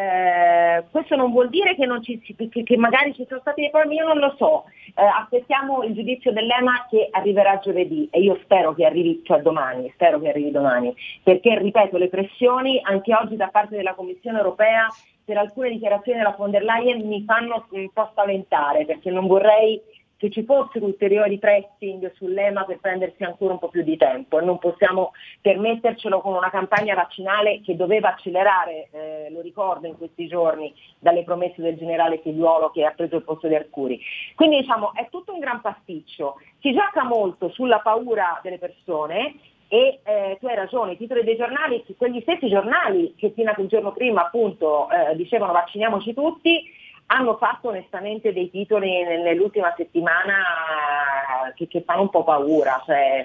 Questo non vuol dire che che magari ci sono stati dei problemi, io non lo so, aspettiamo il giudizio dell'EMA che arriverà giovedì e io spero che arrivi, domani, perché ripeto, le pressioni anche oggi da parte della Commissione europea per alcune dichiarazioni della von der Leyen mi fanno un po' spaventare, perché non vorrei che ci fossero ulteriori pressing sull'EMA per prendersi ancora un po' più di tempo, e non possiamo permettercelo con una campagna vaccinale che doveva accelerare, lo ricordo in questi giorni, dalle promesse del generale Figliuolo che ha preso il posto di Arcuri. Quindi diciamo è tutto un gran pasticcio, si gioca molto sulla paura delle persone. E tu hai ragione, i titoli dei giornali, quegli stessi giornali che fino a quel giorno prima appunto dicevano vacciniamoci tutti, hanno fatto onestamente dei titoli nell'ultima settimana che fanno un po' paura, cioè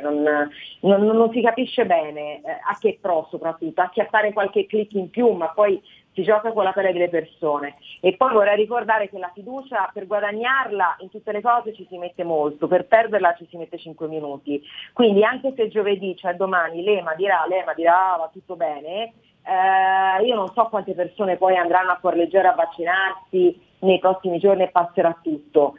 non si capisce bene a che pro, soprattutto a fare qualche click in più, ma poi si gioca con la pelle delle persone. E poi vorrei ricordare che la fiducia, per guadagnarla in tutte le cose ci si mette molto, per perderla ci si mette 5 minuti. Quindi anche se giovedì, cioè domani, l'EMA dirà va tutto bene, io non so quante persone poi andranno a cuor leggero a vaccinarsi nei prossimi giorni e passerà tutto.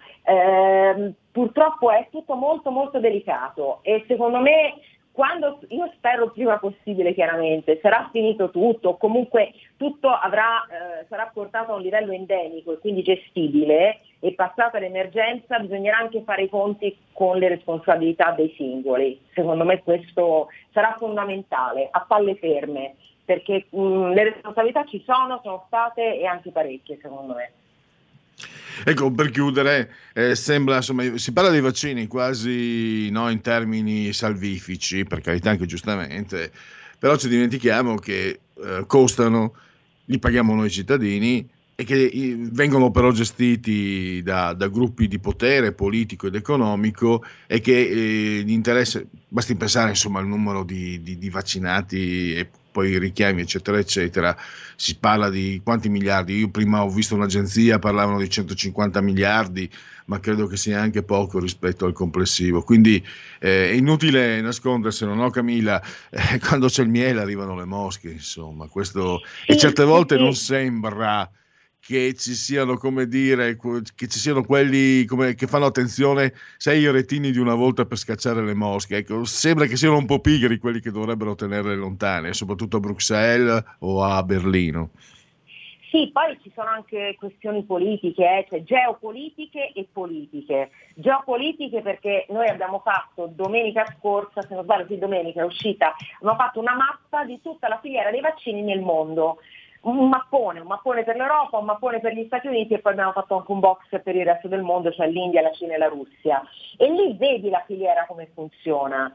Purtroppo è tutto molto molto delicato e secondo me, quando, io spero il prima possibile chiaramente, sarà finito tutto, comunque tutto sarà portato a un livello endemico e quindi gestibile, e passata l'emergenza bisognerà anche fare i conti con le responsabilità dei singoli. Secondo me questo sarà fondamentale, a palle ferme, perché le responsabilità ci sono state e anche parecchie secondo me. Ecco, per chiudere, sembra, insomma, si parla dei vaccini quasi no, in termini salvifici, per carità anche giustamente, però ci dimentichiamo che costano, li paghiamo noi cittadini e che vengono però gestiti da gruppi di potere politico ed economico e che gli interessa, basti pensare insomma al numero di vaccinati e poi i richiami eccetera eccetera, si parla di quanti miliardi. Io prima ho visto un'agenzia, parlavano di 150 miliardi, ma credo che sia anche poco rispetto al complessivo, quindi è inutile nasconderselo, no Camilla? Quando c'è il miele arrivano le mosche, insomma, questo, e certe volte non sembra che ci siano, come dire, che ci siano quelli che fanno attenzione, sai, i retini di una volta per scacciare le mosche. Ecco, sembra che siano un po' pigri quelli che dovrebbero tenerle lontane, soprattutto a Bruxelles o a Berlino. Sì, poi ci sono anche questioni politiche, cioè geopolitiche e politiche. Geopolitiche perché noi abbiamo fatto domenica scorsa, se non sbaglio sì, domenica è uscita, abbiamo fatto una mappa di tutta la filiera dei vaccini nel mondo. Un mappone per l'Europa, un mappone per gli Stati Uniti e poi abbiamo fatto anche un box per il resto del mondo, cioè l'India, la Cina e la Russia. E lì vedi la filiera come funziona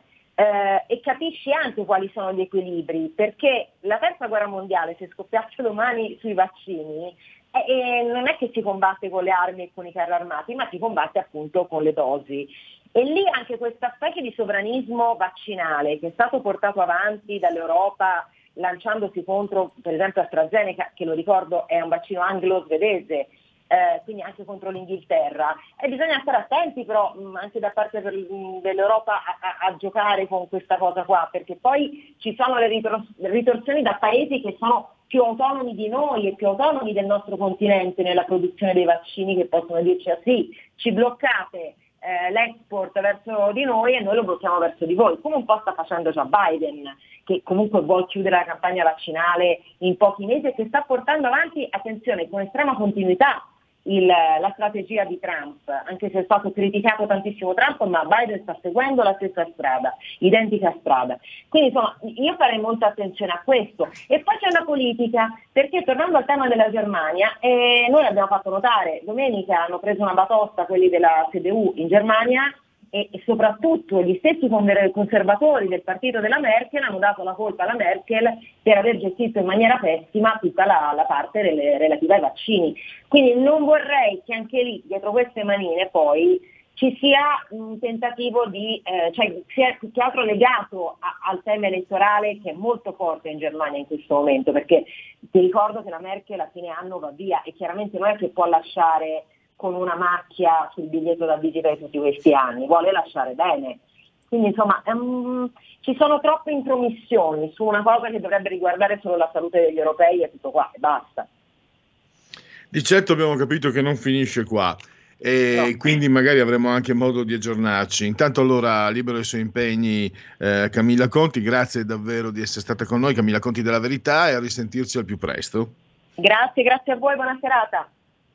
e capisci anche quali sono gli equilibri, perché la terza guerra mondiale, se scoppiasse domani sui vaccini, non è che si combatte con le armi e con i carri armati, ma si combatte appunto con le dosi. E lì anche questa specie di sovranismo vaccinale che è stato portato avanti dall'Europa lanciandosi contro per esempio AstraZeneca, che lo ricordo è un vaccino anglo-svedese, quindi anche contro l'Inghilterra, e bisogna stare attenti però anche da parte dell'Europa a giocare con questa cosa qua, perché poi ci sono le ritorsioni da paesi che sono più autonomi di noi e più autonomi del nostro continente nella produzione dei vaccini, che possono dirci sì, ci bloccate l'export verso di noi e noi lo blocchiamo verso di voi, come un po' sta facendo già Biden, che comunque vuole chiudere la campagna vaccinale in pochi mesi e che sta portando avanti, attenzione, con estrema continuità la strategia di Trump, anche se è stato criticato tantissimo Trump, ma Biden sta seguendo la stessa strada, identica strada. Quindi insomma io farei molta attenzione a questo. E poi c'è una politica, perché tornando al tema della Germania, noi abbiamo fatto notare, domenica hanno preso una batosta quelli della CDU in Germania e soprattutto gli stessi conservatori del partito della Merkel hanno dato la colpa alla Merkel per aver gestito in maniera pessima tutta la parte relativa ai vaccini. Quindi non vorrei che anche lì, dietro queste manine, poi ci sia un tentativo di, cioè sia più che altro legato al tema elettorale che è molto forte in Germania in questo momento, perché ti ricordo che la Merkel a fine anno va via e chiaramente non è che può lasciare con una macchia sul biglietto da visita di tutti questi anni, vuole lasciare bene. Quindi insomma ci sono troppe intromissioni su una cosa che dovrebbe riguardare solo la salute degli europei e tutto qua, e basta. Di certo abbiamo capito che non finisce qua e no. Quindi magari avremo anche modo di aggiornarci. Intanto allora libero i suoi impegni Camilla Conti, grazie davvero di essere stata con noi, Camilla Conti della Verità, e a risentirci al più presto. Grazie a voi, buona serata.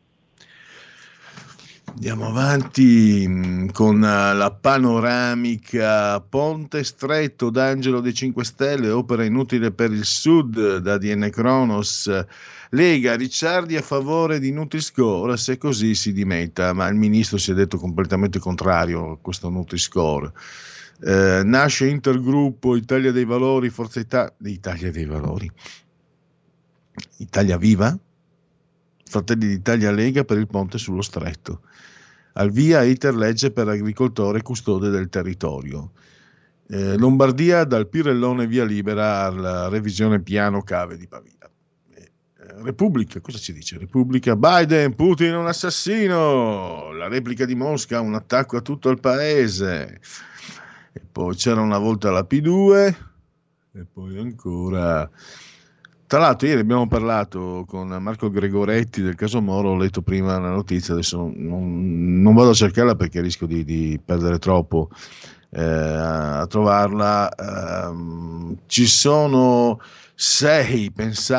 Andiamo avanti con la panoramica. Ponte stretto d'Angelo dei 5 Stelle, opera inutile per il Sud, da DN Cronos. Lega, Ricciardi a favore di Nutri-Score, se così si dimetta, ma il ministro si è detto completamente contrario a questo Nutri-Score. Nasce intergruppo Italia dei Valori, Forza Italia dei Valori, Italia Viva, Fratelli d'Italia, Lega per il ponte sullo stretto. Al via iter legge per agricoltore custode del territorio. Lombardia, dal Pirellone via libera alla revisione piano cave di Pavia. Repubblica, cosa ci dice? Repubblica, Biden, Putin è un assassino, la replica di Mosca, un attacco a tutto il paese. E poi c'era una volta la P2 e poi ancora... Tra l'altro ieri abbiamo parlato con Marco Gregoretti del caso Moro, ho letto prima la notizia, adesso non vado a cercarla perché rischio di perdere troppo a trovarla. Ci sono 6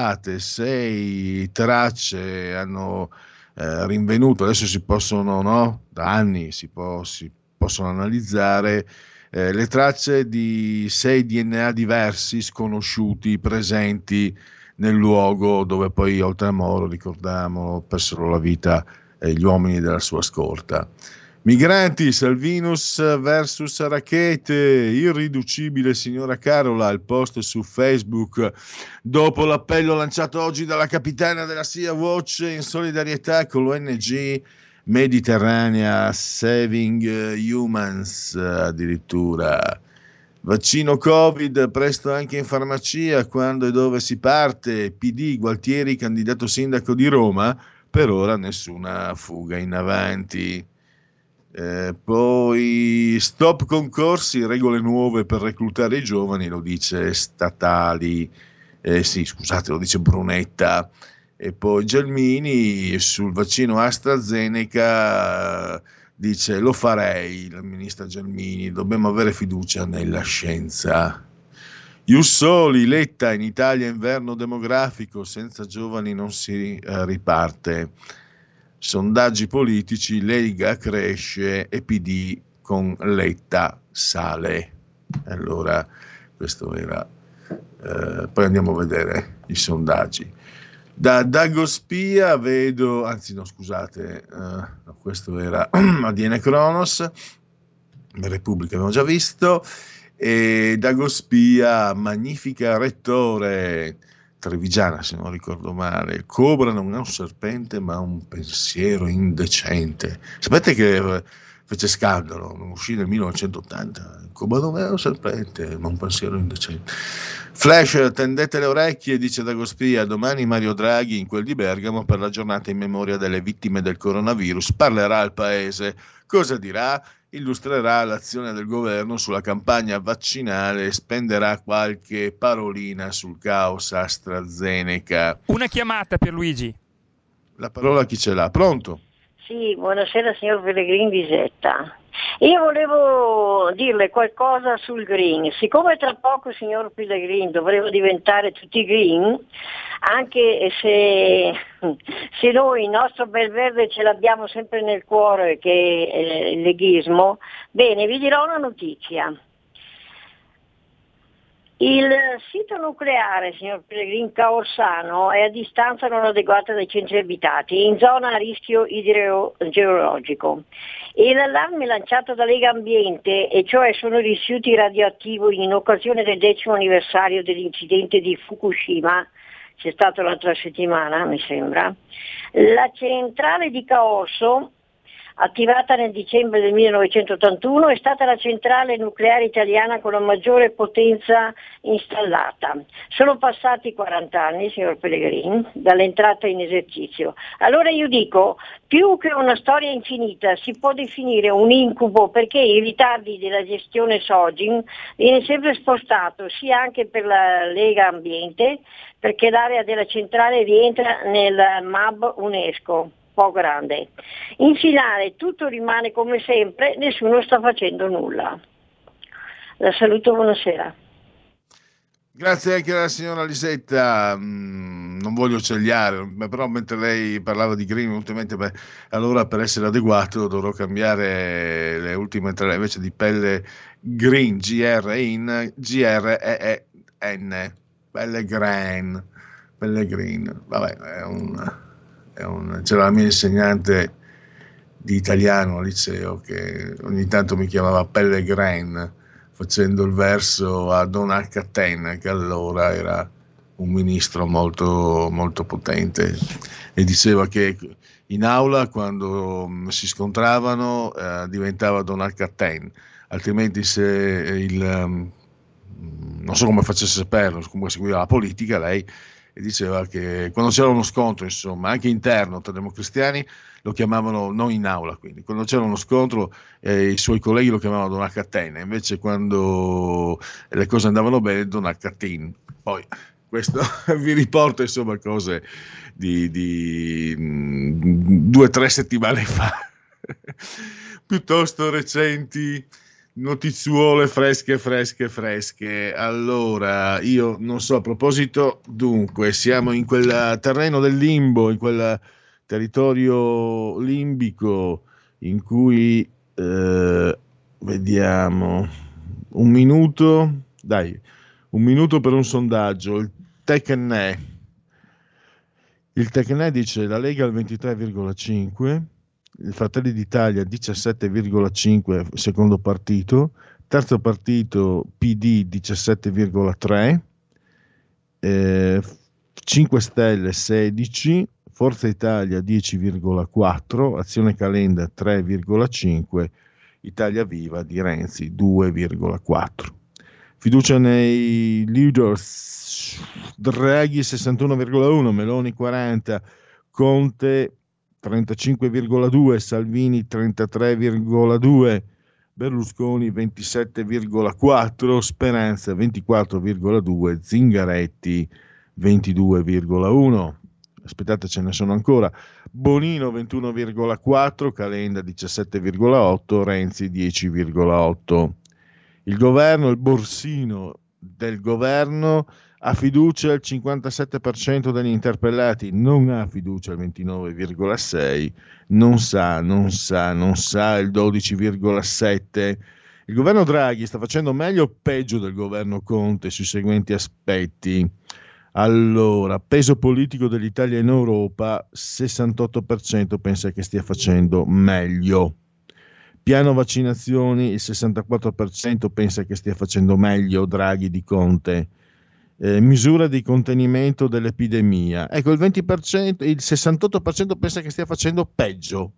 tracce hanno rinvenuto, adesso si possono, no? Da anni si possono analizzare le tracce di 6 DNA diversi, sconosciuti, presenti nel luogo dove poi oltre a Moro, ricordiamo, persero la vita gli uomini della sua scorta. Migranti, Salvinus versus Rachete, irriducibile signora Carola, il post su Facebook dopo l'appello lanciato oggi dalla capitana della Sea Watch in solidarietà con l'ONG Mediterranea Saving Humans, addirittura. Vaccino Covid presto anche in farmacia, quando e dove si parte. PD, Gualtieri candidato sindaco di Roma, per ora nessuna fuga in avanti. Poi stop concorsi, regole nuove per reclutare i giovani, lo dice Statali, sì scusate, lo dice Brunetta. E poi Gelmini sul vaccino AstraZeneca dice lo farei, la ministra Gelmini, dobbiamo avere fiducia nella scienza. Jussoli, Letta, in Italia inverno demografico, senza giovani non si riparte. Sondaggi politici, Lega cresce e PD con Letta sale. Allora, questo era, poi andiamo a vedere i sondaggi. Da Dagospia vedo, anzi no scusate, questo era ADN Cronos, Repubblica abbiamo già visto, e Dagospia, magnifica Rettore, trevigiana se non ricordo male, il Cobra non è un serpente ma un pensiero indecente. Sapete che fece scandalo, uscì nel 1980, il Cobra non è un serpente ma un pensiero indecente. Flash, tendete le orecchie, dice Dagospia, domani Mario Draghi in quel di Bergamo per la giornata in memoria delle vittime del coronavirus parlerà al paese. Cosa dirà? Illustrerà l'azione del governo sulla campagna vaccinale e spenderà qualche parolina sul caos AstraZeneca. Una chiamata per Luigi. La parola chi ce l'ha? Pronto? Sì, buonasera signor Pellegrini di Zetta. Io volevo dirle qualcosa sul green. Siccome tra poco, signor Pellegrini, dovremo diventare tutti green, anche se noi il nostro bel verde ce l'abbiamo sempre nel cuore, che è il leghismo, bene, vi dirò una notizia. Il sito nucleare, signor Pellegrini, Caorsano è a distanza non adeguata dai centri abitati, in zona a rischio idrogeologico. E l'allarme lanciato da Lega Ambiente, e cioè sono rifiuti radioattivi in occasione del 10° anniversario dell'incidente di Fukushima, c'è stato l'altra settimana, mi sembra, la centrale di Caorso, attivata nel dicembre del 1981, è stata la centrale nucleare italiana con la maggiore potenza installata. Sono passati 40 anni, signor Pellegrini, dall'entrata in esercizio. Allora io dico, più che una storia infinita, si può definire un incubo, perché i ritardi della gestione Sogin viene sempre spostato, sia anche per la Lega Ambiente, perché l'area della centrale rientra nel MAB UNESCO. Grande. In finale tutto rimane come sempre, nessuno sta facendo nulla. La saluto, buonasera. Grazie anche alla signora Lisetta. Non voglio cegliare, però mentre lei parlava di green, ultimamente, allora per essere adeguato dovrò cambiare le ultime tre, invece di pelle green, GRN, Pellegrin. Vabbè, c'era la mia insegnante di italiano al liceo che ogni tanto mi chiamava Pellegrin, facendo il verso a Don Alcaten, che allora era un ministro molto, molto potente, e diceva che in aula quando si scontravano diventava Don Alcaten, altrimenti se non so come facesse saperlo, comunque seguiva la politica lei, e diceva che quando c'era uno scontro, insomma, anche interno tra democristiani, lo chiamavano, non in aula, quindi quando c'era uno scontro i suoi colleghi lo chiamavano Don Alcatena, invece quando le cose andavano bene Don Alcatin. Poi questo vi riporto insomma cose di 2 o 3 settimane fa, piuttosto recenti. Notizuole fresche. Allora, io non so, a proposito, dunque, siamo in quel terreno del limbo, in quel territorio limbico in cui vediamo un minuto per un sondaggio. Il Il Tecnè dice la Lega al 23,5%, il Fratelli d'Italia 17,5% secondo partito, terzo partito PD 17,3%, 5 Stelle 16%, Forza Italia 10,4%, Azione Calenda 3,5%, Italia Viva di Renzi 2,4%. Fiducia nei leaders: Draghi 61,1%, Meloni 40%, Conte 35,2%, Salvini 33,2%, Berlusconi 27,4%, Speranza 24,2%, Zingaretti 22,1%. Aspettate, ce ne sono ancora. Bonino 21,4%, Calenda 17,8%, Renzi 10,8%. Il governo, il borsino del governo, ha fiducia il 57% degli interpellati, non ha fiducia il 29,6%, non sa il 12,7%. Il governo Draghi sta facendo meglio o peggio del governo Conte sui seguenti aspetti? Allora, peso politico dell'Italia in Europa, 68% pensa che stia facendo meglio. Piano vaccinazioni, il 64% pensa che stia facendo meglio Draghi di Conte. Misura di contenimento dell'epidemia. Ecco, il 20%, il 68% pensa che stia facendo peggio.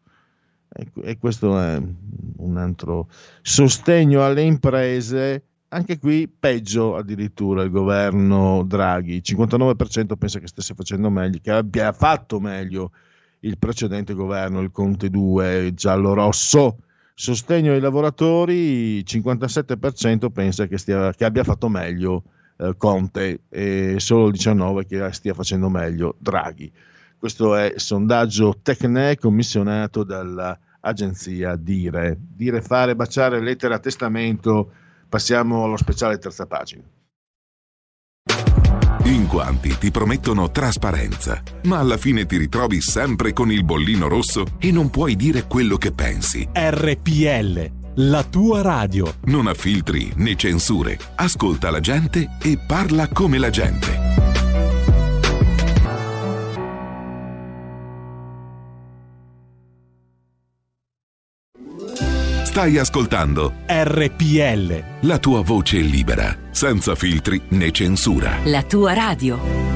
E questo è un altro. Sostegno alle imprese, anche qui peggio addirittura il governo Draghi. Il 59% pensa che stesse facendo meglio, che abbia fatto meglio il precedente governo, il Conte 2 giallo-rosso. Sostegno ai lavoratori, il 57% pensa che abbia fatto meglio Conte, e solo il 19% che stia facendo meglio Draghi. Questo è il sondaggio Tecnè commissionato dall'agenzia Dire. Dire, fare, baciare, lettera, testamento. Passiamo allo speciale terza pagina. In quanti ti promettono trasparenza, ma alla fine ti ritrovi sempre con il bollino rosso e non puoi dire quello che pensi. RPL, la tua radio. Non ha filtri né censure. Ascolta la gente e parla come la gente. Stai ascoltando RPL, la tua voce libera, senza filtri né censura. La tua radio.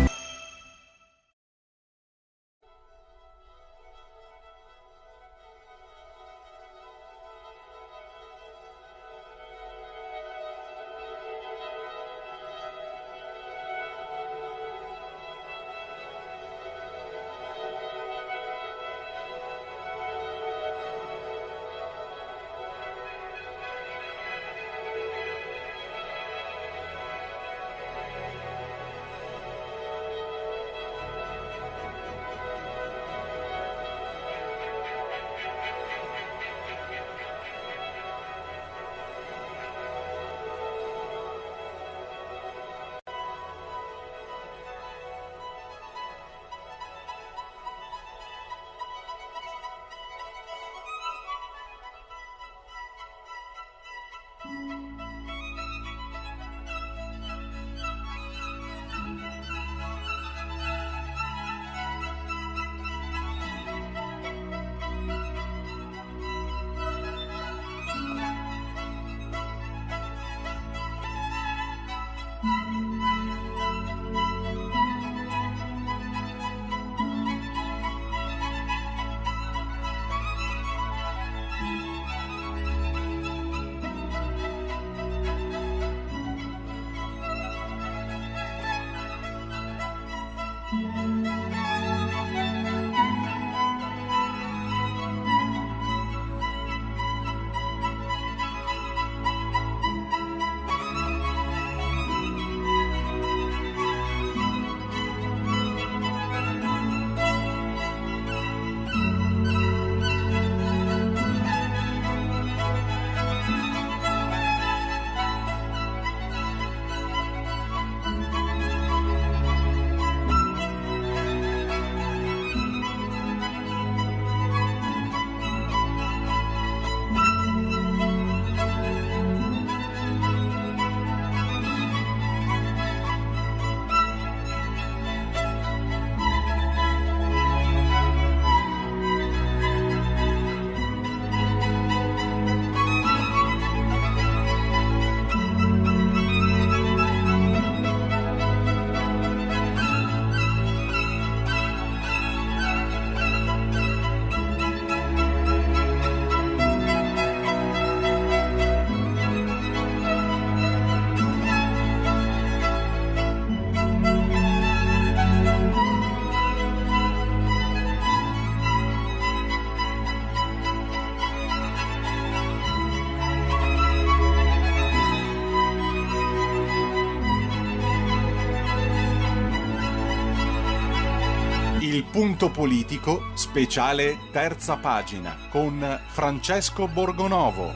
Punto politico, speciale terza pagina, con Francesco Borgonovo.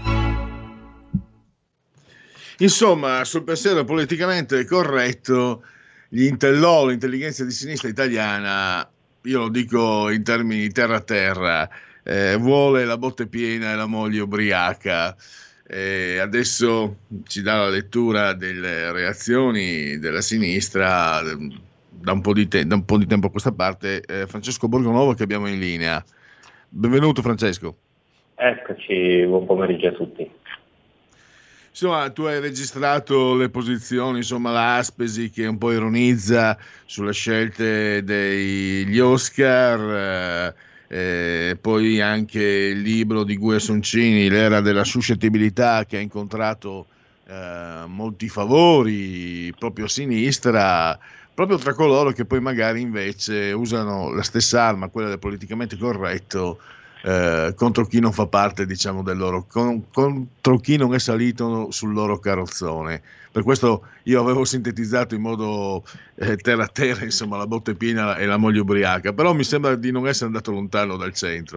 Insomma, sul pensiero politicamente corretto, l'intelligenza di sinistra italiana, io lo dico in termini terra-terra, vuole la botte piena e la moglie ubriaca. Adesso ci dà la lettura delle reazioni della sinistra da un po' di tempo a questa parte, Francesco Borgonovo, che abbiamo in linea. Benvenuto Francesco. Eccoci, buon pomeriggio a tutti. Insomma, tu hai registrato le posizioni, insomma, la Aspesi che un po' ironizza sulle scelte degli Oscar, poi anche il libro di Guia Soncini, L'era della suscettibilità, che ha incontrato molti favori proprio a sinistra, proprio tra coloro che poi magari invece usano la stessa arma, quella del politicamente corretto, contro chi non fa parte, diciamo, del loro, contro chi non è salito sul loro carrozzone. Per questo io avevo sintetizzato in modo terra a terra, insomma, la botte piena e la moglie ubriaca, però mi sembra di non essere andato lontano dal centro.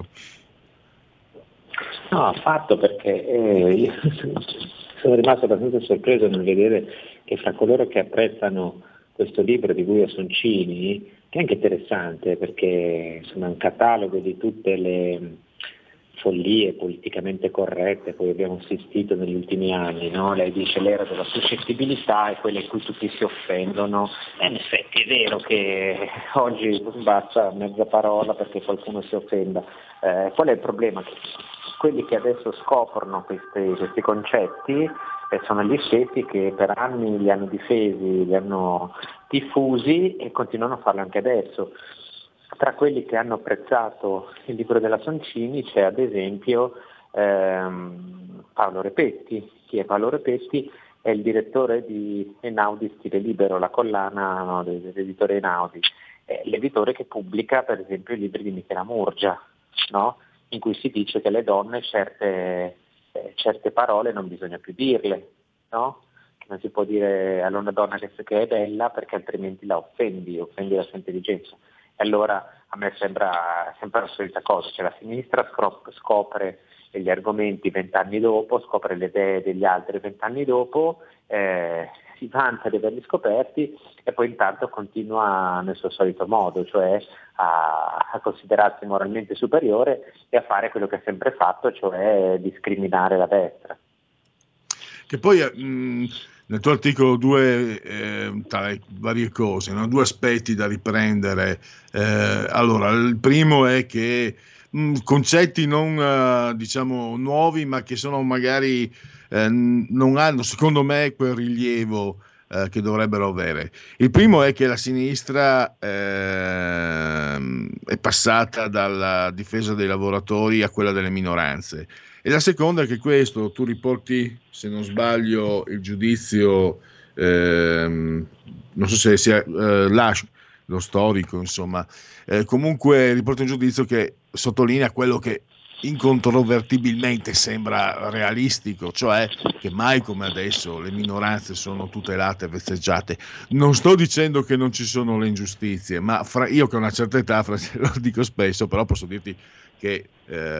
No, affatto, perché io sono rimasto abbastanza sorpreso nel vedere che fra coloro che apprezzano questo libro di Guia Soncini, che è anche interessante perché insomma, è un catalogo di tutte le follie politicamente corrette, poi abbiamo assistito negli ultimi anni, no? Lei dice l'era della suscettibilità e quella in cui tutti si offendono, e in effetti è vero che oggi basta mezza parola perché qualcuno si offenda. Qual è il problema? Che quelli che adesso scoprono questi concetti sono gli stessi che per anni li hanno difesi, li hanno diffusi e continuano a farlo anche adesso. Tra quelli che hanno apprezzato il libro della Soncini c'è ad esempio Paolo Repetti. Chi è Paolo Repetti? È il direttore di Einaudi Stile Libero, la collana dell'editore Einaudi, l'editore che pubblica per esempio i libri di Michela Murgia, no? In cui si dice che le donne certe parole non bisogna più dirle, no? Che non si può dire a una donna che è bella perché altrimenti la offendi la sua intelligenza. E allora a me sembra sempre la solita cosa, cioè la sinistra scopre gli argomenti 20 anni dopo, scopre le idee degli altri 20 anni dopo, si vanta di averli scoperti e poi intanto continua nel suo solito modo, cioè a considerarsi moralmente superiore e a fare quello che ha sempre fatto, cioè discriminare la destra. Che poi nel tuo articolo tra le varie cose, no? Due aspetti da riprendere. Allora, il primo è che concetti non diciamo nuovi, ma che sono magari non hanno, secondo me, quel rilievo che dovrebbero avere. Il primo è che la sinistra è passata dalla difesa dei lavoratori a quella delle minoranze, e la seconda è che questo, tu riporti, se non sbaglio, il giudizio, non so se sia lo storico, insomma, comunque riporta un giudizio che sottolinea quello che incontrovertibilmente sembra realistico, cioè che mai come adesso le minoranze sono tutelate e vezzeggiate. Non sto dicendo che non ci sono le ingiustizie, ma io che ho una certa età, lo dico spesso, però posso dirti che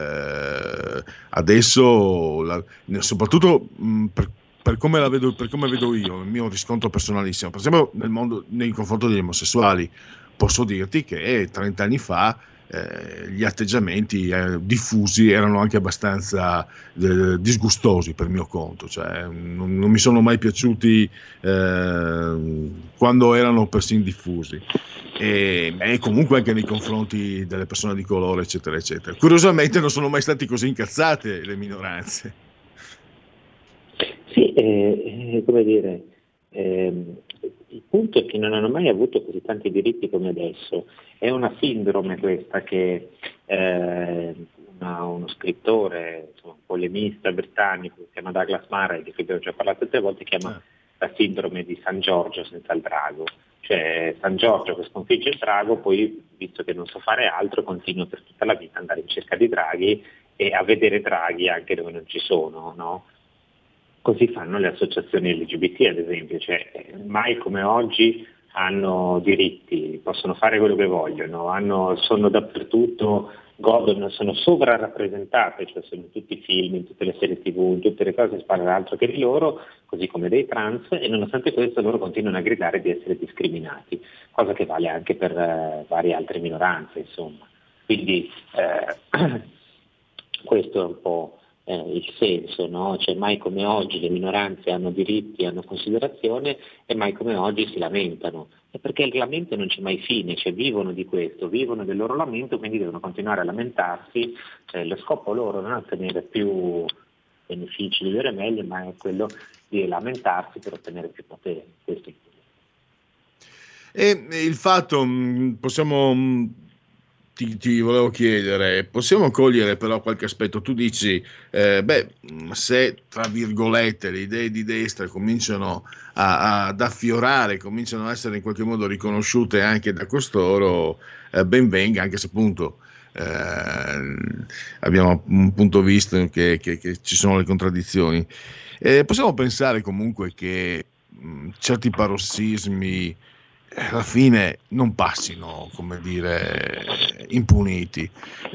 adesso, soprattutto per come la vedo, per come vedo io, il mio riscontro personalissimo, per esempio nel mondo, nei confronti degli omosessuali, posso dirti che 30 anni fa gli atteggiamenti diffusi erano anche abbastanza disgustosi per mio conto, cioè non mi sono mai piaciuti quando erano persino diffusi, e comunque anche nei confronti delle persone di colore, eccetera eccetera. Curiosamente non sono mai stati così incazzate le minoranze. Sì, come dire, il punto è che non hanno mai avuto così tanti diritti come adesso. È una sindrome questa che uno scrittore, insomma, un polemista britannico che si chiama Douglas Murray, di cui abbiamo già parlato 3 volte, chiama la sindrome di San Giorgio senza il drago. Cioè San Giorgio che sconfigge il drago, poi, visto che non so fare altro, continua per tutta la vita ad andare in cerca di draghi e a vedere draghi anche dove non ci sono, no? Così fanno le associazioni LGBT, ad esempio, cioè mai come oggi hanno diritti, possono fare quello che vogliono, sono dappertutto, godono, sono sovrarappresentate, cioè sono in tutti i film, in tutte le serie TV, in tutte le cose si parla altro che di loro, così come dei trans, e nonostante questo loro continuano a gridare di essere discriminati, cosa che vale anche per varie altre minoranze, insomma. Quindi questo è un po' il senso, no? Cioè mai come oggi le minoranze hanno diritti, hanno considerazione, e mai come oggi si lamentano. E perché il lamento non c'è mai fine, cioè vivono di questo, vivono del loro lamento, quindi devono continuare a lamentarsi. Lo scopo loro non è ottenere più benefici, vivere meglio, ma è quello di lamentarsi per ottenere più potere. Questo è il problema. E il fatto, ti volevo chiedere, possiamo cogliere però qualche aspetto? Tu dici, se tra virgolette le idee di destra cominciano ad affiorare, cominciano a essere in qualche modo riconosciute anche da costoro, ben venga, anche se appunto abbiamo un punto visto che ci sono le contraddizioni. Possiamo pensare comunque che certi parossismi alla fine non passino, come dire, impuniti.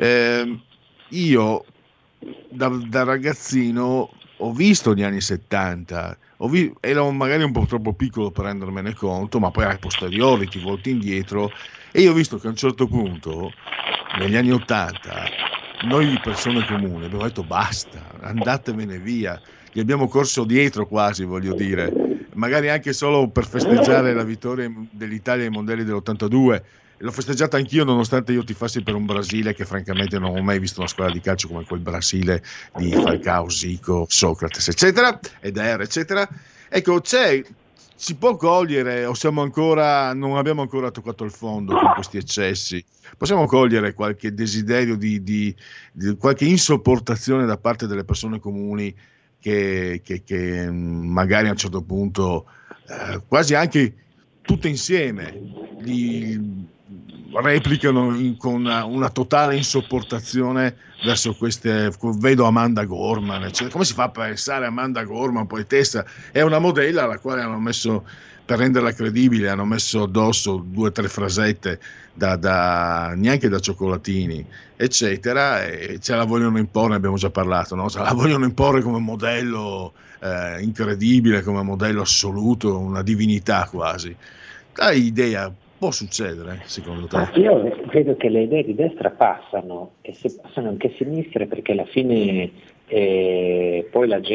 Io da ragazzino ho visto gli anni 70, ero magari un po' troppo piccolo per rendermene conto, ma poi a posteriori ti volti indietro e io ho visto che a un certo punto, negli anni 80, noi persone comuni abbiamo detto basta, andatevene via, gli abbiamo corso dietro quasi, voglio dire, magari anche solo per festeggiare la vittoria dell'Italia ai mondiali dell'82. L'ho festeggiata anch'io, nonostante io tifassi per un Brasile che francamente non ho mai visto una squadra di calcio come quel Brasile di Falcao, Zico, Socrates, eccetera, ed eccetera. Ecco, si può cogliere, o non abbiamo ancora toccato il fondo con questi eccessi, possiamo cogliere qualche desiderio di qualche insopportazione da parte delle persone comuni che magari a un certo punto quasi anche tutte insieme li replicano con una totale insopportazione verso queste. Vedo Amanda Gorman, cioè, come si fa a pensare a Amanda Gorman, poetessa? È una modella alla quale hanno messo, per renderla credibile, hanno messo addosso 2 o 3 frasette neanche da cioccolatini, eccetera, e ce la vogliono imporre, abbiamo già parlato, no? Ce la vogliono imporre come modello incredibile, come modello assoluto, una divinità quasi. Hai idea? Può succedere, secondo te? Io vedo che le idee di destra passano, e se passano anche a sinistra, perché alla fine poi la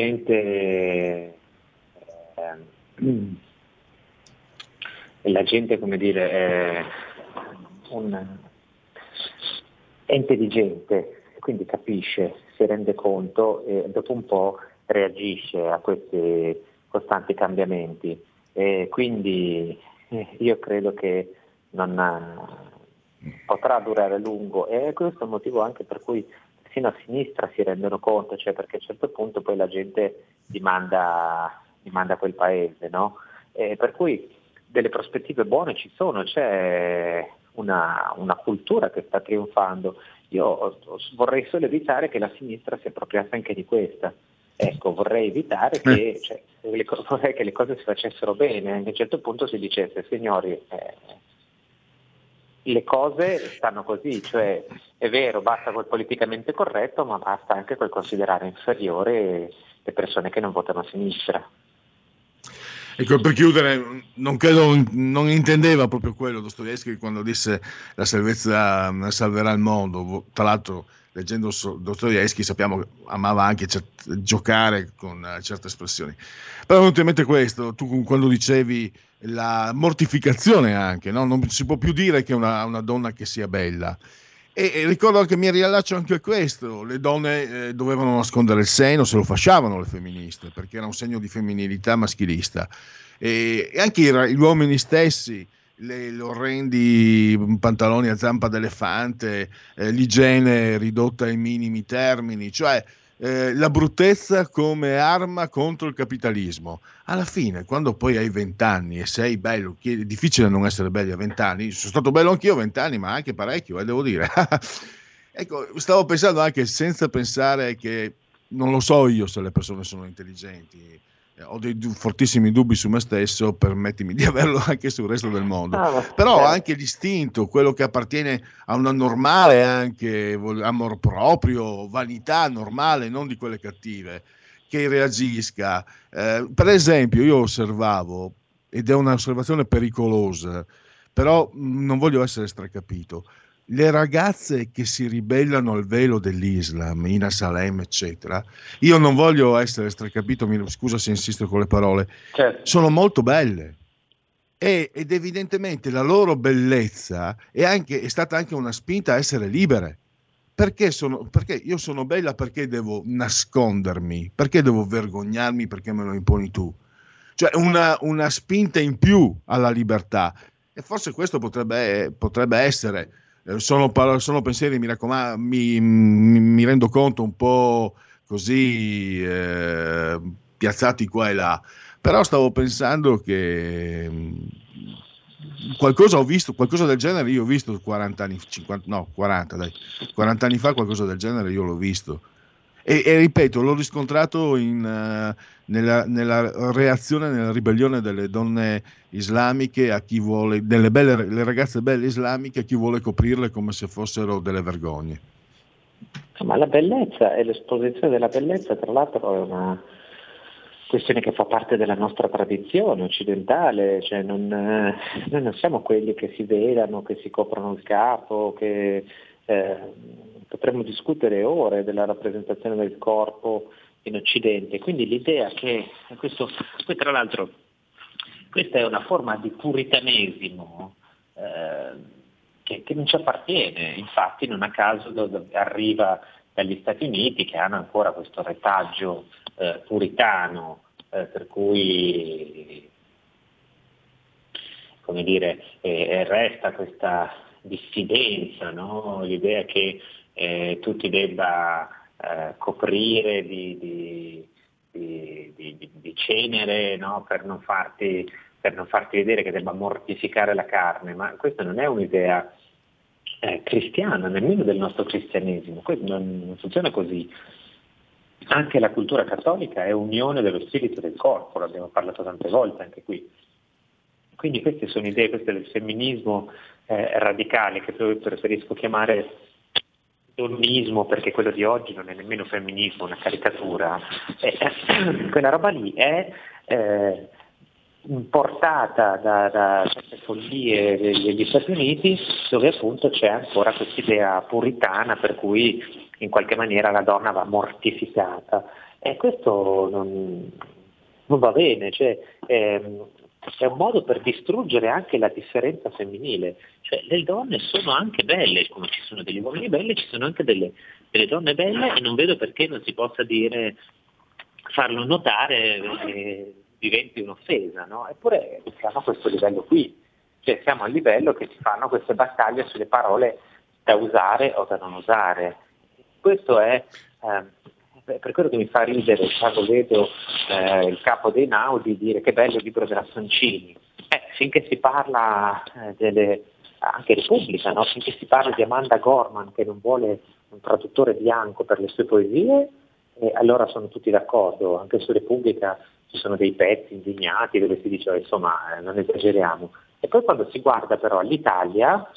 gente, come dire, è intelligente, quindi capisce, si rende conto e dopo un po' reagisce a questi costanti cambiamenti. E quindi io credo che non potrà durare a lungo, e questo è il motivo anche per cui fino a sinistra si rendono conto, cioè perché a un certo punto poi la gente dimanda quel paese, no? Per cui delle prospettive buone ci sono, c'è una cultura che sta trionfando. Io vorrei solo evitare che la sinistra si appropriasse anche di questa. Ecco, vorrei evitare che, vorrei che le cose si facessero bene, a un certo punto si dicesse, signori, le cose stanno così, cioè è vero, basta quel politicamente corretto, ma basta anche quel considerare inferiore le persone che non votano a sinistra. Ecco, per chiudere, non intendeva proprio quello Dostoevskij quando disse la salvezza salverà il mondo. Tra l'altro, leggendo Dostoevskij sappiamo che amava anche giocare con certe espressioni. Però è venuto in mente questo, tu quando dicevi la mortificazione anche, no? Non si può più dire che una donna che sia bella. E ricordo che mi riallaccio anche a questo, le donne dovevano nascondere il seno, se lo facevano le femministe, perché era un segno di femminilità maschilista. E anche gli uomini stessi, gli orrendi pantaloni a zampa d'elefante, l'igiene ridotta ai minimi termini, cioè la bruttezza come arma contro il capitalismo. Alla fine, quando poi hai 20 anni e sei bello, è difficile non essere belli a 20 anni, sono stato bello anch'io a 20 anni, ma anche parecchio, devo dire. Ecco, stavo pensando anche, senza pensare che, non lo so io se le persone sono intelligenti, ho dei fortissimi dubbi su me stesso, permettimi di averlo anche sul resto del mondo. Però certo. anche l'istinto, quello che appartiene a una normale anche amor proprio, vanità normale, non di quelle cattive, che reagisca. Per esempio, io osservavo, ed è un'osservazione pericolosa, però non voglio essere stracapito, le ragazze che si ribellano al velo dell'Islam, Ina Salem, eccetera, io non voglio essere stracapito, mi scusa se insisto con le parole, certo. sono molto belle ed evidentemente la loro bellezza è stata anche una spinta a essere libere. Perché io sono bella, perché devo nascondermi, perché devo vergognarmi, perché me lo imponi tu? Cioè una spinta in più alla libertà, e forse questo potrebbe essere. Sono pensieri, mi raccomando, mi rendo conto un po' così piazzati qua e là, però stavo pensando che qualcosa del genere io ho visto 40 anni fa, qualcosa del genere io l'ho visto. E ripeto, l'ho riscontrato nella reazione, nella ribellione delle donne islamiche a chi vuole, le ragazze belle islamiche, a chi vuole coprirle come se fossero delle vergogne. Ma la bellezza e l'esposizione della bellezza, tra l'altro, è una questione che fa parte della nostra tradizione occidentale, cioè noi non siamo quelli che si velano, che si coprono il capo, che potremmo discutere ore della rappresentazione del corpo in Occidente, quindi l'idea che poi tra l'altro questa è una forma di puritanesimo che non ci appartiene, infatti non a caso arriva dagli Stati Uniti, che hanno ancora questo retaggio puritano, per cui come dire resta questa diffidenza, no? L'idea che tu ti debba coprire di cenere, no? per non farti vedere, che debba mortificare la carne, ma questa non è un'idea cristiana, nemmeno del nostro cristianesimo, non funziona così. Anche la cultura cattolica è unione dello spirito e del corpo, l'abbiamo parlato tante volte anche qui. Quindi queste sono idee, questo è il femminismo radicale, che preferisco chiamare donnismo, perché quello di oggi non è nemmeno femminismo, è una caricatura. Quella roba lì è importata da queste follie degli Stati Uniti, dove appunto c'è ancora quest'idea puritana per cui in qualche maniera la donna va mortificata, e questo non va bene, cioè è un modo per distruggere anche la differenza femminile, cioè le donne sono anche belle, come ci sono degli uomini belli, ci sono anche delle donne belle, e non vedo perché non si possa farlo notare, diventi un'offesa, no? Eppure siamo a questo livello qui, cioè siamo al livello che si fanno queste battaglie sulle parole da usare o da non usare. Questo è per quello che mi fa ridere quando vedo il capo dei Naudi dire che bello il libro della Soncini. Finché si parla anche Repubblica, no? Finché si parla di Amanda Gorman che non vuole un traduttore bianco per le sue poesie, allora sono tutti d'accordo. Anche su Repubblica ci sono dei pezzi indignati dove si dice insomma non esageriamo. E poi quando si guarda però all'Italia,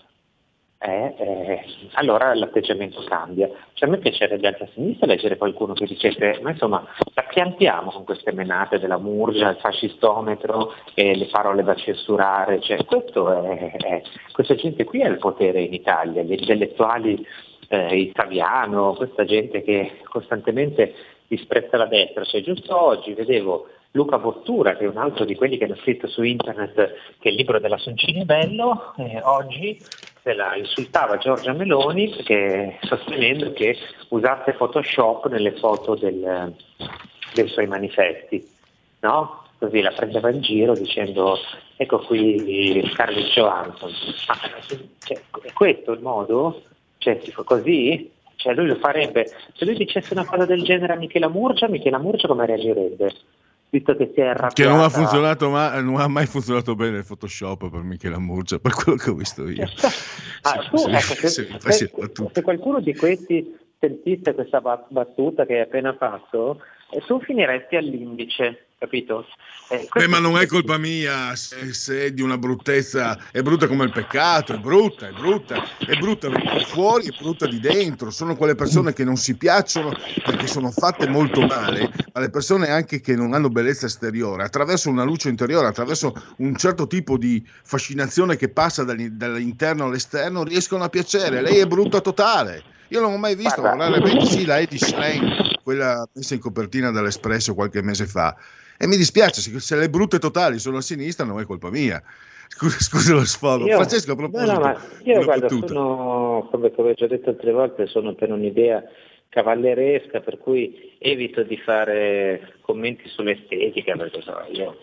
allora l'atteggiamento cambia. Cioè a me piacerebbe anche a sinistra leggere qualcuno che dicesse ma insomma la piantiamo con queste menate della Murgia, il fascistometro e le parole da censurare, cioè questa gente qui ha il potere in Italia, gli intellettuali, il Saviano, questa gente che costantemente disprezza la destra. Cioè giusto oggi vedevo Luca Bottura, che è un altro di quelli che hanno scritto su internet che il libro della Soncini è bello, oggi se la insultava Giorgia Meloni perché sostenendo che usasse Photoshop nelle foto dei suoi manifesti, no? Così la prendeva in giro dicendo ecco qui Scarlett Johansson. È questo il modo? Cioè così? Cioè lui lo farebbe, se lui dicesse una cosa del genere a Michela Murgia come reagirebbe? Visto che si è arrabbiata. Che non ha funzionato non ha mai funzionato bene il Photoshop per Michela Murgia, per quello che ho visto io. Se qualcuno di questi sentisse questa battuta che hai appena fatto, tu finiresti all'indice, capito? Ma non è colpa mia se è di una bruttezza, è brutta come il peccato, è brutta fuori, è brutta di dentro. Sono quelle persone che non si piacciono perché sono fatte molto male, ma le persone anche che non hanno bellezza esteriore, attraverso una luce interiore, attraverso un certo tipo di fascinazione che passa dall'interno all'esterno, riescono a piacere. Lei è brutta totale. Io non ho mai visto lavorare bene, sì, la Eddie Schlein, quella messa in copertina dall'Espresso qualche mese fa. E mi dispiace, se le brutte totali sono a sinistra non è colpa mia. Scusa lo sfogo. Francesco, a proposito. Io guarda, sono, come ho già detto altre volte, sono per un'idea cavalleresca, per cui evito di fare commenti sull'estetica, perché io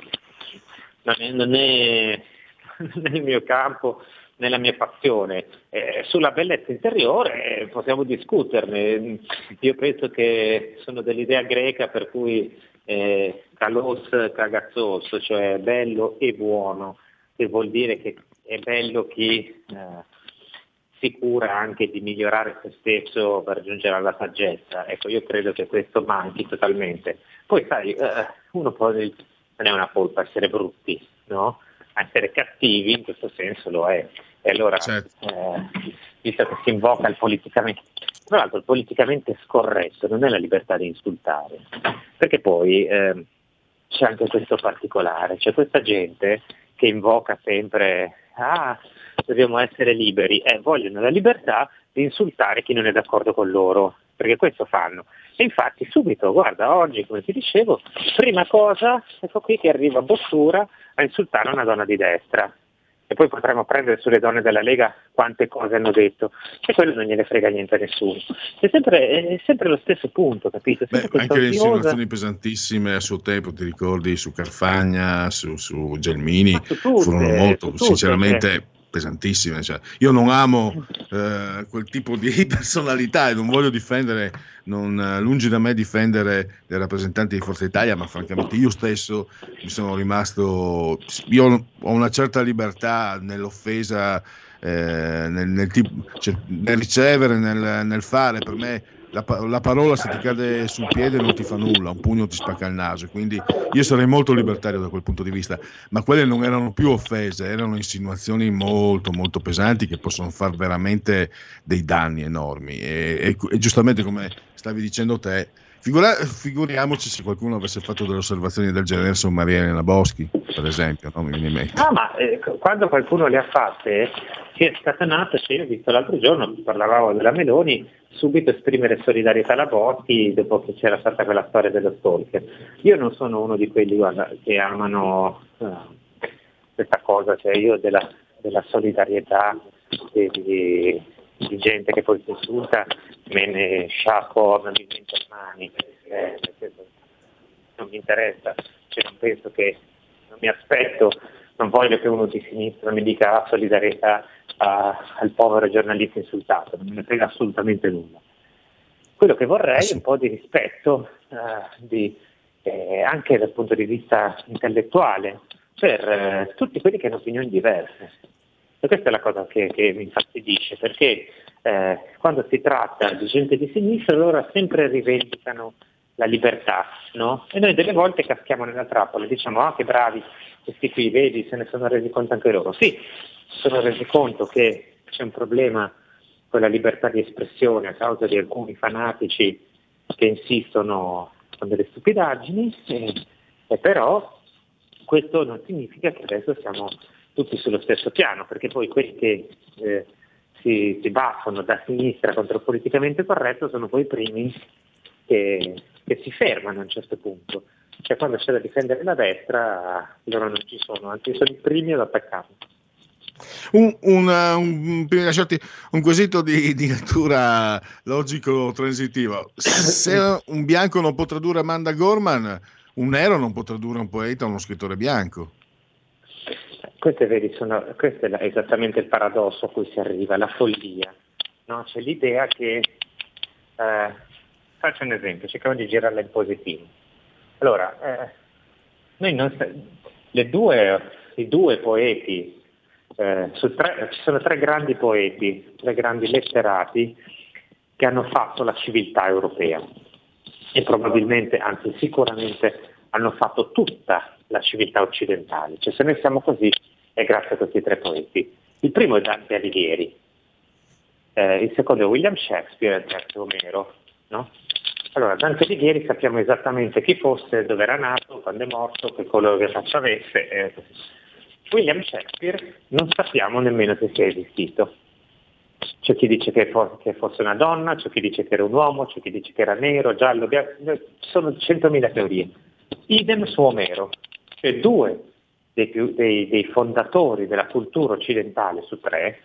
non è il mio campo, nella mia passione. Sulla bellezza interiore possiamo discuterne. Io penso che sono dell'idea greca per cui kalos kagazzos, cioè bello e buono, che vuol dire che è bello chi si cura anche di migliorare se stesso per giungere alla saggezza. Ecco, io credo che questo manchi totalmente. Poi sai, uno poi non è una colpa essere brutti, no? Essere cattivi in questo senso lo è. E allora, visto che si invoca il politicamente, tra l'altro il politicamente scorretto non è la libertà di insultare, perché poi c'è anche questo particolare, c'è questa gente che invoca sempre dobbiamo essere liberi, vogliono la libertà di insultare chi non è d'accordo con loro, perché questo fanno. E infatti subito, guarda, oggi come ti dicevo, prima cosa, ecco qui che arriva Bottura a insultare una donna di destra. E poi potremmo prendere sulle donne della Lega quante cose hanno detto, e quello non gliene frega niente a nessuno. È sempre lo stesso punto, capito? Anche le insinuazioni pesantissime a suo tempo, ti ricordi, su Carfagna, su Gelmini, furono molto, sinceramente, pesantissime. Cioè, io non amo quel tipo di personalità e non voglio difendere, lungi da me difendere le rappresentanti di Forza Italia, ma francamente io stesso mi sono rimasto, io ho una certa libertà nell'offesa, nel ricevere, nel fare. Per me la parola, se ti cade sul piede, non ti fa nulla, un pugno ti spacca il naso, quindi io sarei molto libertario da quel punto di vista. Ma quelle non erano più offese, erano insinuazioni molto molto pesanti che possono far veramente dei danni enormi, e giustamente, come stavi dicendo te, figuriamoci se qualcuno avesse fatto delle osservazioni del genere su Maria Elena Boschi, per esempio, no? Mi viene in mente. Ma quando qualcuno le ha fatte si è scatanato. Io ho visto l'altro giorno, parlavamo della Meloni, subito esprimere solidarietà alla Boschi dopo che c'era stata quella storia dello stalker. Io non sono uno di quelli, guarda, che amano questa cosa, cioè io della solidarietà di gente che poi si insulta me ne sciacquo, non mi metto le mani, non mi interessa, cioè non penso che, non mi aspetto, non voglio che uno di sinistra mi dica solidarietà al povero giornalista insultato, non me ne frega assolutamente nulla. Quello che vorrei è un po' di rispetto anche dal punto di vista intellettuale per tutti quelli che hanno opinioni diverse. E questa è la cosa che mi infastidisce, perché quando si tratta di gente di sinistra loro sempre rivendicano la libertà, no? E noi delle volte caschiamo nella trappola e diciamo che bravi questi qui, vedi, se ne sono resi conto anche loro. Sì, si sono resi conto che c'è un problema con la libertà di espressione a causa di alcuni fanatici che insistono con delle stupidaggini, e però questo non significa che adesso siamo tutti sullo stesso piano, perché poi quelli che si baffano da sinistra contro il politicamente corretto sono poi i primi che si fermano a un certo punto. Cioè quando c'è da difendere la destra loro non ci sono, anzi sono i primi ad attaccarlo. Prima di lasciarti un quesito di natura logico-transitiva. Se un bianco non può tradurre Amanda Gorman, un nero non può tradurre un poeta o uno scrittore bianco. Questo è esattamente il paradosso a cui si arriva, la follia, no? C'è l'idea che, faccio un esempio, cerchiamo di girarla in positivo. Allora, noi i due poeti, ci sono tre grandi poeti, tre grandi letterati che hanno fatto la civiltà europea e probabilmente, anzi sicuramente, hanno fatto tutta la civiltà occidentale. Cioè, se noi siamo così è grazie a questi 3 poeti. Il primo è Dante Alighieri, il secondo è William Shakespeare e il terzo Omero, no? Allora, Dante Alighieri sappiamo esattamente chi fosse, dove era nato, quando è morto, che colore che faccia avesse. William Shakespeare non sappiamo nemmeno se sia esistito. C'è chi dice che fosse una donna, c'è chi dice che era un uomo, c'è chi dice che era nero, giallo, bianco, sono 100.000 teorie. Idem su Omero, cioè 2 dei fondatori della cultura occidentale su 3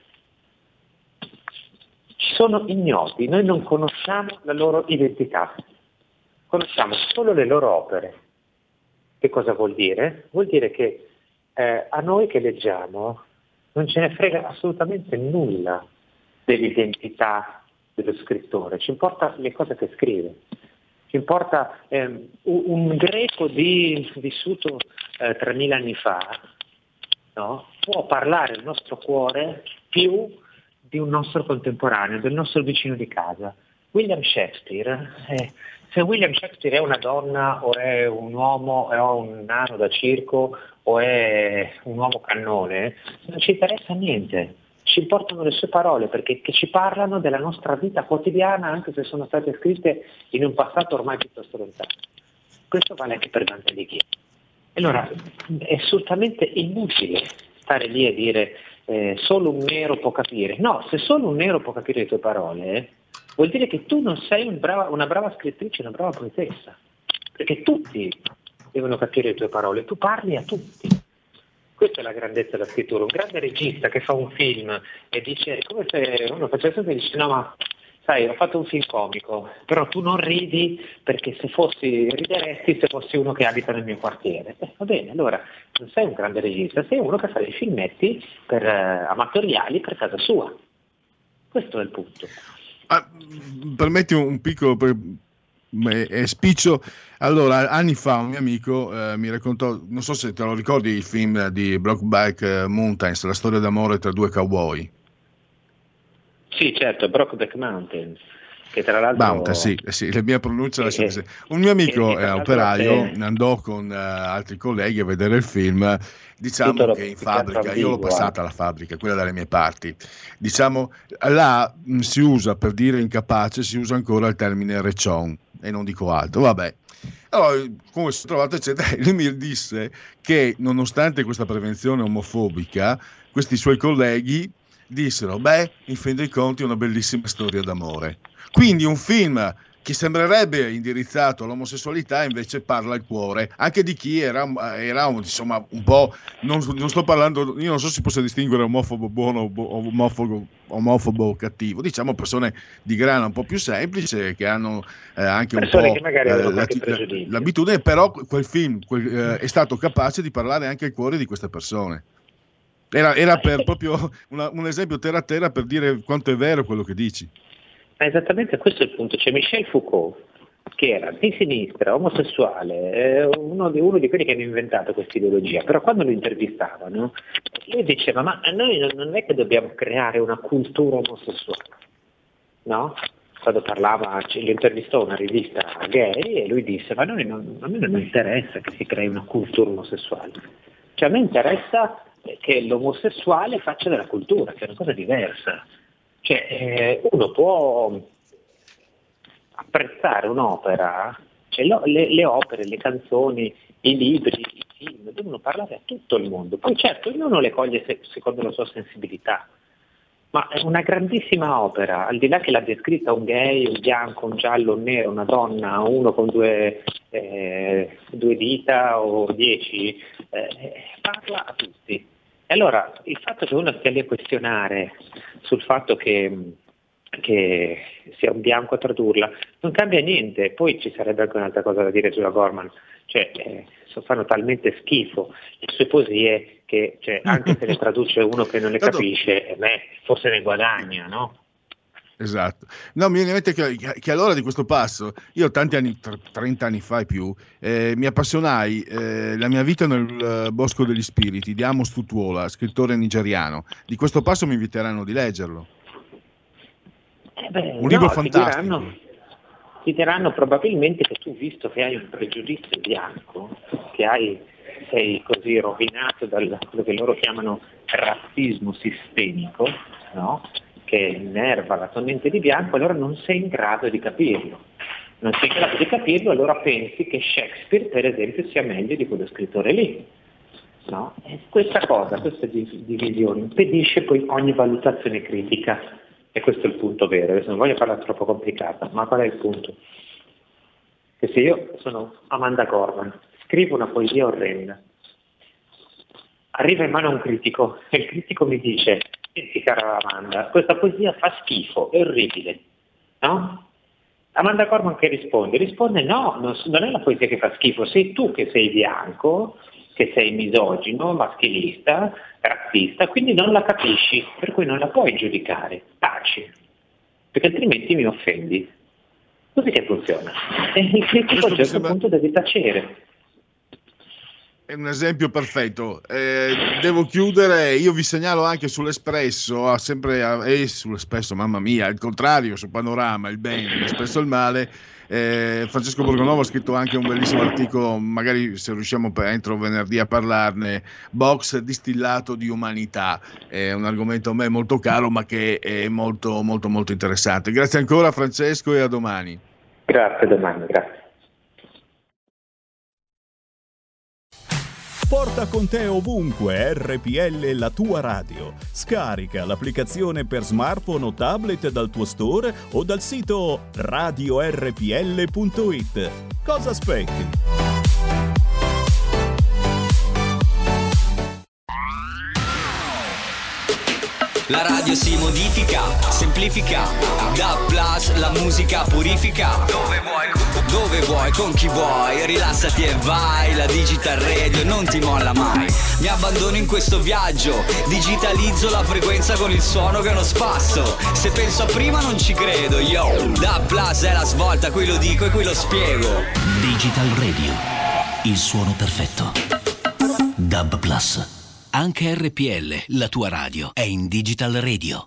sono ignoti, noi non conosciamo la loro identità, conosciamo solo le loro opere. Che cosa vuol dire? Vuol dire che a noi che leggiamo non ce ne frega assolutamente nulla dell'identità dello scrittore, ci importa le cose che scrive. Ci importa un greco vissuto 3000 anni fa, no? Può parlare il nostro cuore più di un nostro contemporaneo, del nostro vicino di casa. William Shakespeare, se William Shakespeare è una donna o è un uomo, o un nano da circo o è un uomo cannone, non ci interessa niente. Ci importano le sue parole perché che ci parlano della nostra vita quotidiana, anche se sono state scritte in un passato ormai piuttosto lontano. Questo vale anche per Dante Alighieri. Allora è assolutamente inutile stare lì e dire solo un nero può capire. No, se solo un nero può capire le tue parole, vuol dire che tu non sei una brava scrittrice, una brava poetessa, perché tutti devono capire le tue parole, tu parli a tutti. Questa è la grandezza della scrittura. Un grande regista che fa un film e dice, come se uno facesse e dice, no ma sai, ho fatto un film comico, però tu non ridi perché rideresti se fossi uno che abita nel mio quartiere. Va bene, allora non sei un grande regista, sei uno che fa dei filmetti amatoriali per casa sua. Questo è il punto. Permetti un piccolo spiccio. Allora, anni fa un mio amico mi raccontò, non so se te lo ricordi, il film di Brokeback Mountains, la storia d'amore tra 2 cowboy. Sì, certo, Brokeback Mountain, che tra l'altro... Mountain, sì, la mia pronuncia un mio amico è operaio, andò con altri colleghi a vedere il film, diciamo che in fabbrica, io l'ho passata la fabbrica, quella dalle mie parti, diciamo, là si usa, per dire incapace, si usa ancora il termine recion, e non dico altro, vabbè. Allora, come si è trovato, eccetera, lui mi disse che nonostante questa prevenzione omofobica, questi suoi colleghi dissero, in fin dei conti è una bellissima storia d'amore. Quindi un film che sembrerebbe indirizzato all'omosessualità invece parla al cuore, anche di chi era insomma un po', non sto parlando, io non so se si possa distinguere omofobo buono o omofobo cattivo, diciamo persone di grana un po' più semplice che hanno anche un po' che magari l'abitudine, però quel film è stato capace di parlare anche al cuore di queste persone. Era per proprio un esempio terra per dire quanto è vero quello che dici. Esattamente, questo è il punto. C'è Michel Foucault, che era di sinistra, omosessuale, uno di quelli che hanno inventato questa ideologia, però quando lo intervistavano lui diceva, ma noi non è che dobbiamo creare una cultura omosessuale, no? Quando parlava, lo intervistò una rivista gay e lui disse, ma a me non interessa che si crei una cultura omosessuale, cioè a me interessa che l'omosessuale faccia della cultura, che è una cosa diversa. Cioè, uno può apprezzare un'opera, cioè le opere, le canzoni, i libri, i film, devono parlare a tutto il mondo. Poi certo, ognuno le coglie secondo la sua sensibilità, ma è una grandissima opera, al di là che l'abbia scritta un gay, un bianco, un giallo, un nero, una donna, uno con due dita o 10, parla a tutti. E allora il fatto che uno stia lì a questionare sul fatto che sia un bianco a tradurla non cambia niente. Poi ci sarebbe anche un'altra cosa da dire sulla Gorman, cioè fanno talmente schifo le sue poesie che anche se le traduce uno che non le capisce, forse ne guadagna, no? Esatto. No, mi viene in mente che all'ora di questo passo, io tanti anni, 30 anni fa e più, mi appassionai La mia vita nel bosco degli spiriti di Amos Tutuola, scrittore nigeriano. Di questo passo mi inviteranno di leggerlo. Un libro fantastico. ti diranno probabilmente che tu, visto che hai un pregiudizio bianco, sei così rovinato dal quello che loro chiamano razzismo sistemico, no? Che innerva la tua mente di bianco, allora non sei in grado di capirlo. Non sei in grado di capirlo, allora pensi che Shakespeare, per esempio, sia meglio di quello scrittore lì. No? E questa divisione impedisce poi ogni valutazione critica. E questo è il punto vero. Adesso non voglio farla troppo complicata, ma qual è il punto? Che se io sono Amanda Gorman, scrivo una poesia orrenda, arriva in mano un critico e il critico mi dice: senti cara Amanda, questa poesia fa schifo, è orribile, no? Amanda Gorman che risponde? Risponde no, non è la poesia che fa schifo, sei tu che sei bianco, che sei misogino, maschilista, razzista, quindi non la capisci, per cui non la puoi giudicare, taci, perché altrimenti mi offendi. Così che funziona. E il critico a un certo punto deve tacere. È un esempio perfetto. Devo chiudere. Io vi segnalo anche sull'Espresso, sull'Espresso, mamma mia, il contrario, su Panorama, il bene, l'Espresso il male. Francesco Borgonovo ha scritto anche un bellissimo articolo, magari se riusciamo entro venerdì a parlarne, box distillato di umanità. È un argomento a me molto caro, ma che è molto molto molto interessante. Grazie ancora Francesco e a domani. Grazie, domani, grazie. Porta con te ovunque RPL la tua radio. Scarica l'applicazione per smartphone o tablet dal tuo store o dal sito radiorpl.it. Cosa aspetti? La radio si modifica, semplifica, da plus la musica purifica. Dove vuoi, con chi vuoi, rilassati e vai. La Digital Radio non ti molla mai. Mi abbandono in questo viaggio, digitalizzo la frequenza con il suono che è uno spasso. Se penso a prima non ci credo, yo. Da plus è la svolta, qui lo dico e qui lo spiego. Digital Radio, il suono perfetto. DAB Plus. Anche RPL, la tua radio, è in Digital Radio.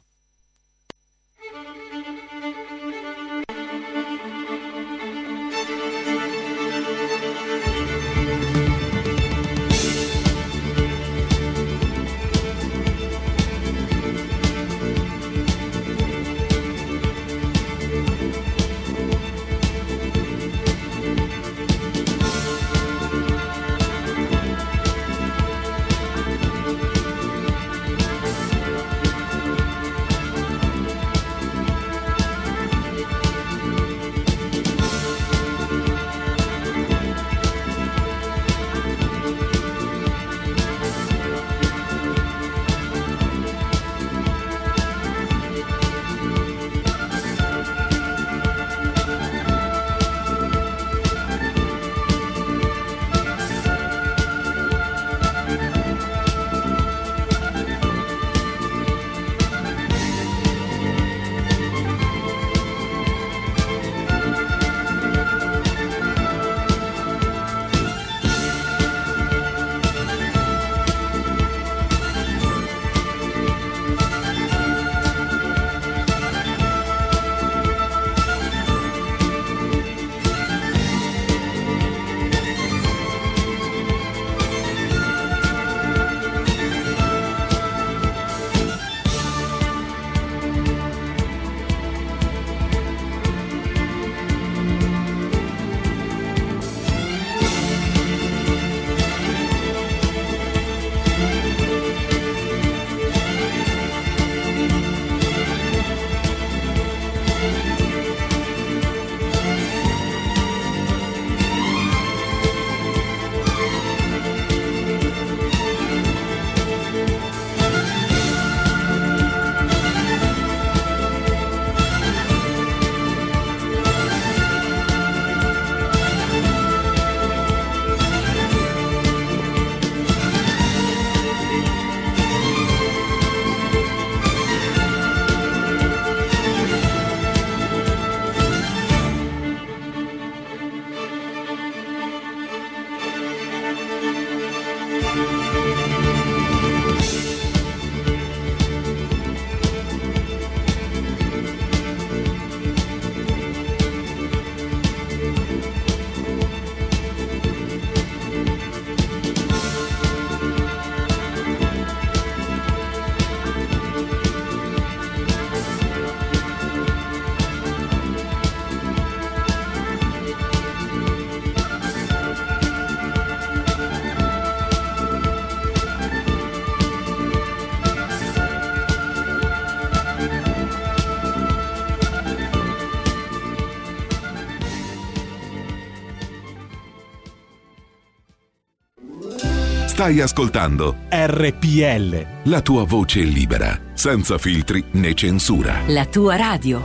Stai ascoltando RPL. La tua voce libera, senza filtri né censura. La tua radio.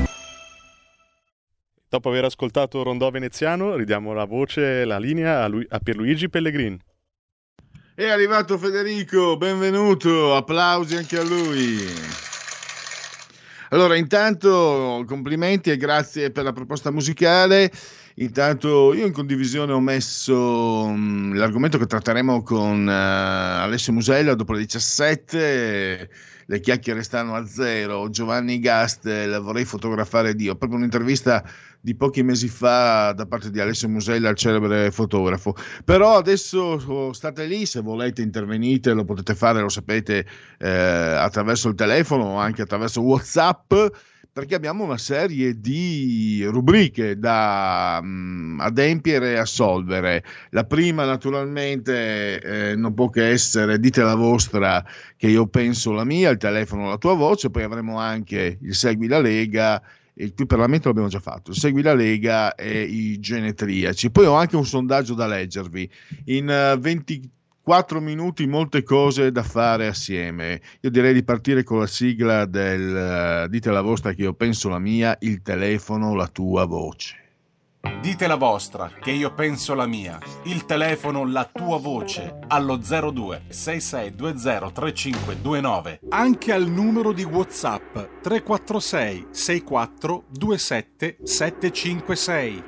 Dopo aver ascoltato Rondò Veneziano, ridiamo la voce, la linea a Pierluigi Pellegrin. È arrivato Federico, benvenuto, applausi anche a lui. Allora, intanto complimenti e grazie per la proposta musicale. Intanto io in condivisione ho messo l'argomento che tratteremo con Alessio Musella dopo le 17. Le chiacchiere stanno a zero. Giovanni Gastel, vorrei fotografare Dio. Proprio un'intervista di pochi mesi fa da parte di Alessio Musella, il celebre fotografo. Però adesso state lì, se volete intervenite, lo potete fare, lo sapete, attraverso il telefono o anche attraverso WhatsApp, perché abbiamo una serie di rubriche da adempiere e assolvere. La prima naturalmente non può che essere Dite la vostra che io penso la mia, il telefono la tua voce, poi avremo anche il Segui la Lega, il cui Parlamento l'abbiamo già fatto, il Segui la Lega e i genetriaci. Poi ho anche un sondaggio da leggervi. In 24 minuti molte cose da fare assieme. Io direi di partire con la sigla del Dite la vostra che io penso la mia, il telefono la tua voce. Dite la vostra, che io penso la mia. Il telefono, la tua voce, allo 02 6620 3529. Anche al numero di WhatsApp 346 64 27 756.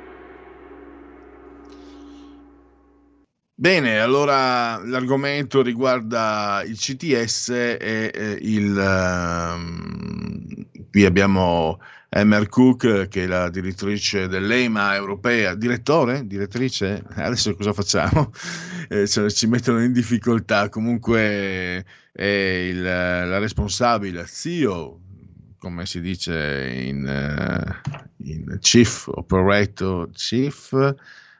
Bene, allora l'argomento riguarda il CTS e qui abbiamo Emer Cook, che è la direttrice dell'EMA europea. Direttrice? Adesso cosa facciamo? Ci mettono in difficoltà. Comunque è la responsabile, CEO, come si dice in Chief Operator, Chief,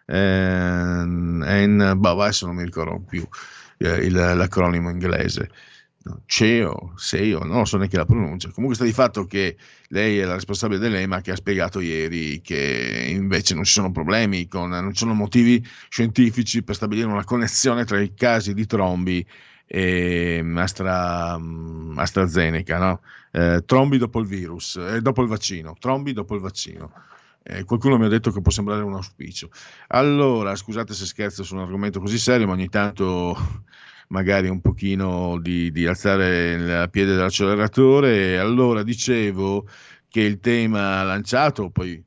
adesso non mi ricordo più l'acronimo inglese. CEO, non so neanche la pronuncia. Comunque sta di fatto che lei è la responsabile dell'EMA, che ha spiegato ieri che invece non ci sono problemi, non ci sono motivi scientifici per stabilire una connessione tra i casi di trombi e AstraZeneca, no? Trombi dopo il virus, dopo il vaccino, trombi dopo il vaccino. Qualcuno mi ha detto che può sembrare un auspicio. Allora, scusate se scherzo su un argomento così serio, ma ogni tanto magari un pochino di alzare il piede dall'acceleratore. Allora, dicevo che il tema lanciato, poi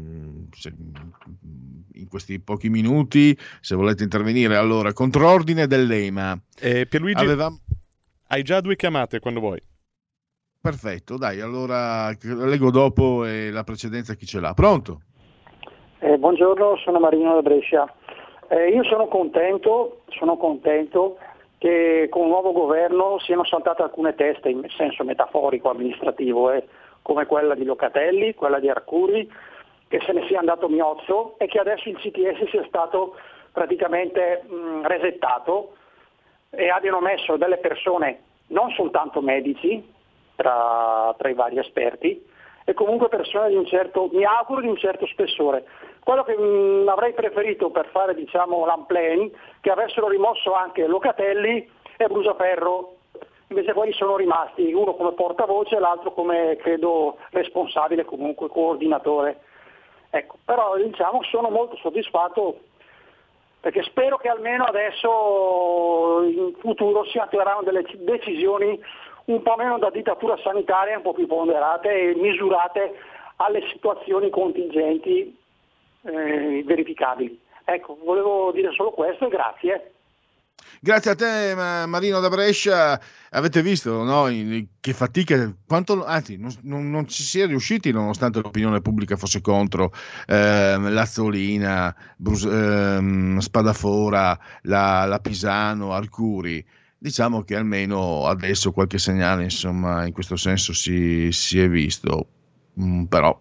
in questi pochi minuti, se volete intervenire, allora, controordine dell'EMA. Pierluigi, hai già 2 chiamate quando vuoi. Perfetto, dai, allora leggo dopo la precedenza chi ce l'ha. Pronto? Buongiorno, sono Marino da Brescia. Io sono contento che con un nuovo governo siano saltate alcune teste, in senso metaforico, amministrativo, come quella di Locatelli, quella di Arcuri, che se ne sia andato Miozzo e che adesso il CTS sia stato praticamente resettato e abbiano messo delle persone, non soltanto medici, tra i vari esperti, e comunque persone di un certo, mi auguro, di un certo spessore. Quello che avrei preferito per fare, diciamo, l'unplan, che avessero rimosso anche Locatelli e Brusaferro, invece quelli sono rimasti, uno come portavoce e l'altro come, credo, responsabile, comunque coordinatore. Ecco, però diciamo sono molto soddisfatto, perché spero che almeno adesso in futuro si attueranno delle decisioni un po' meno da dittatura sanitaria, un po' più ponderate e misurate alle situazioni contingenti verificabili. Ecco, volevo dire solo questo e grazie. Grazie a te Marino da Brescia. Avete visto, no? Che fatica, non ci si è riusciti nonostante l'opinione pubblica fosse contro. Lazzolina, Spadafora, la Pisano, Arcuri. Diciamo che almeno adesso qualche segnale, insomma, in questo senso si è visto, però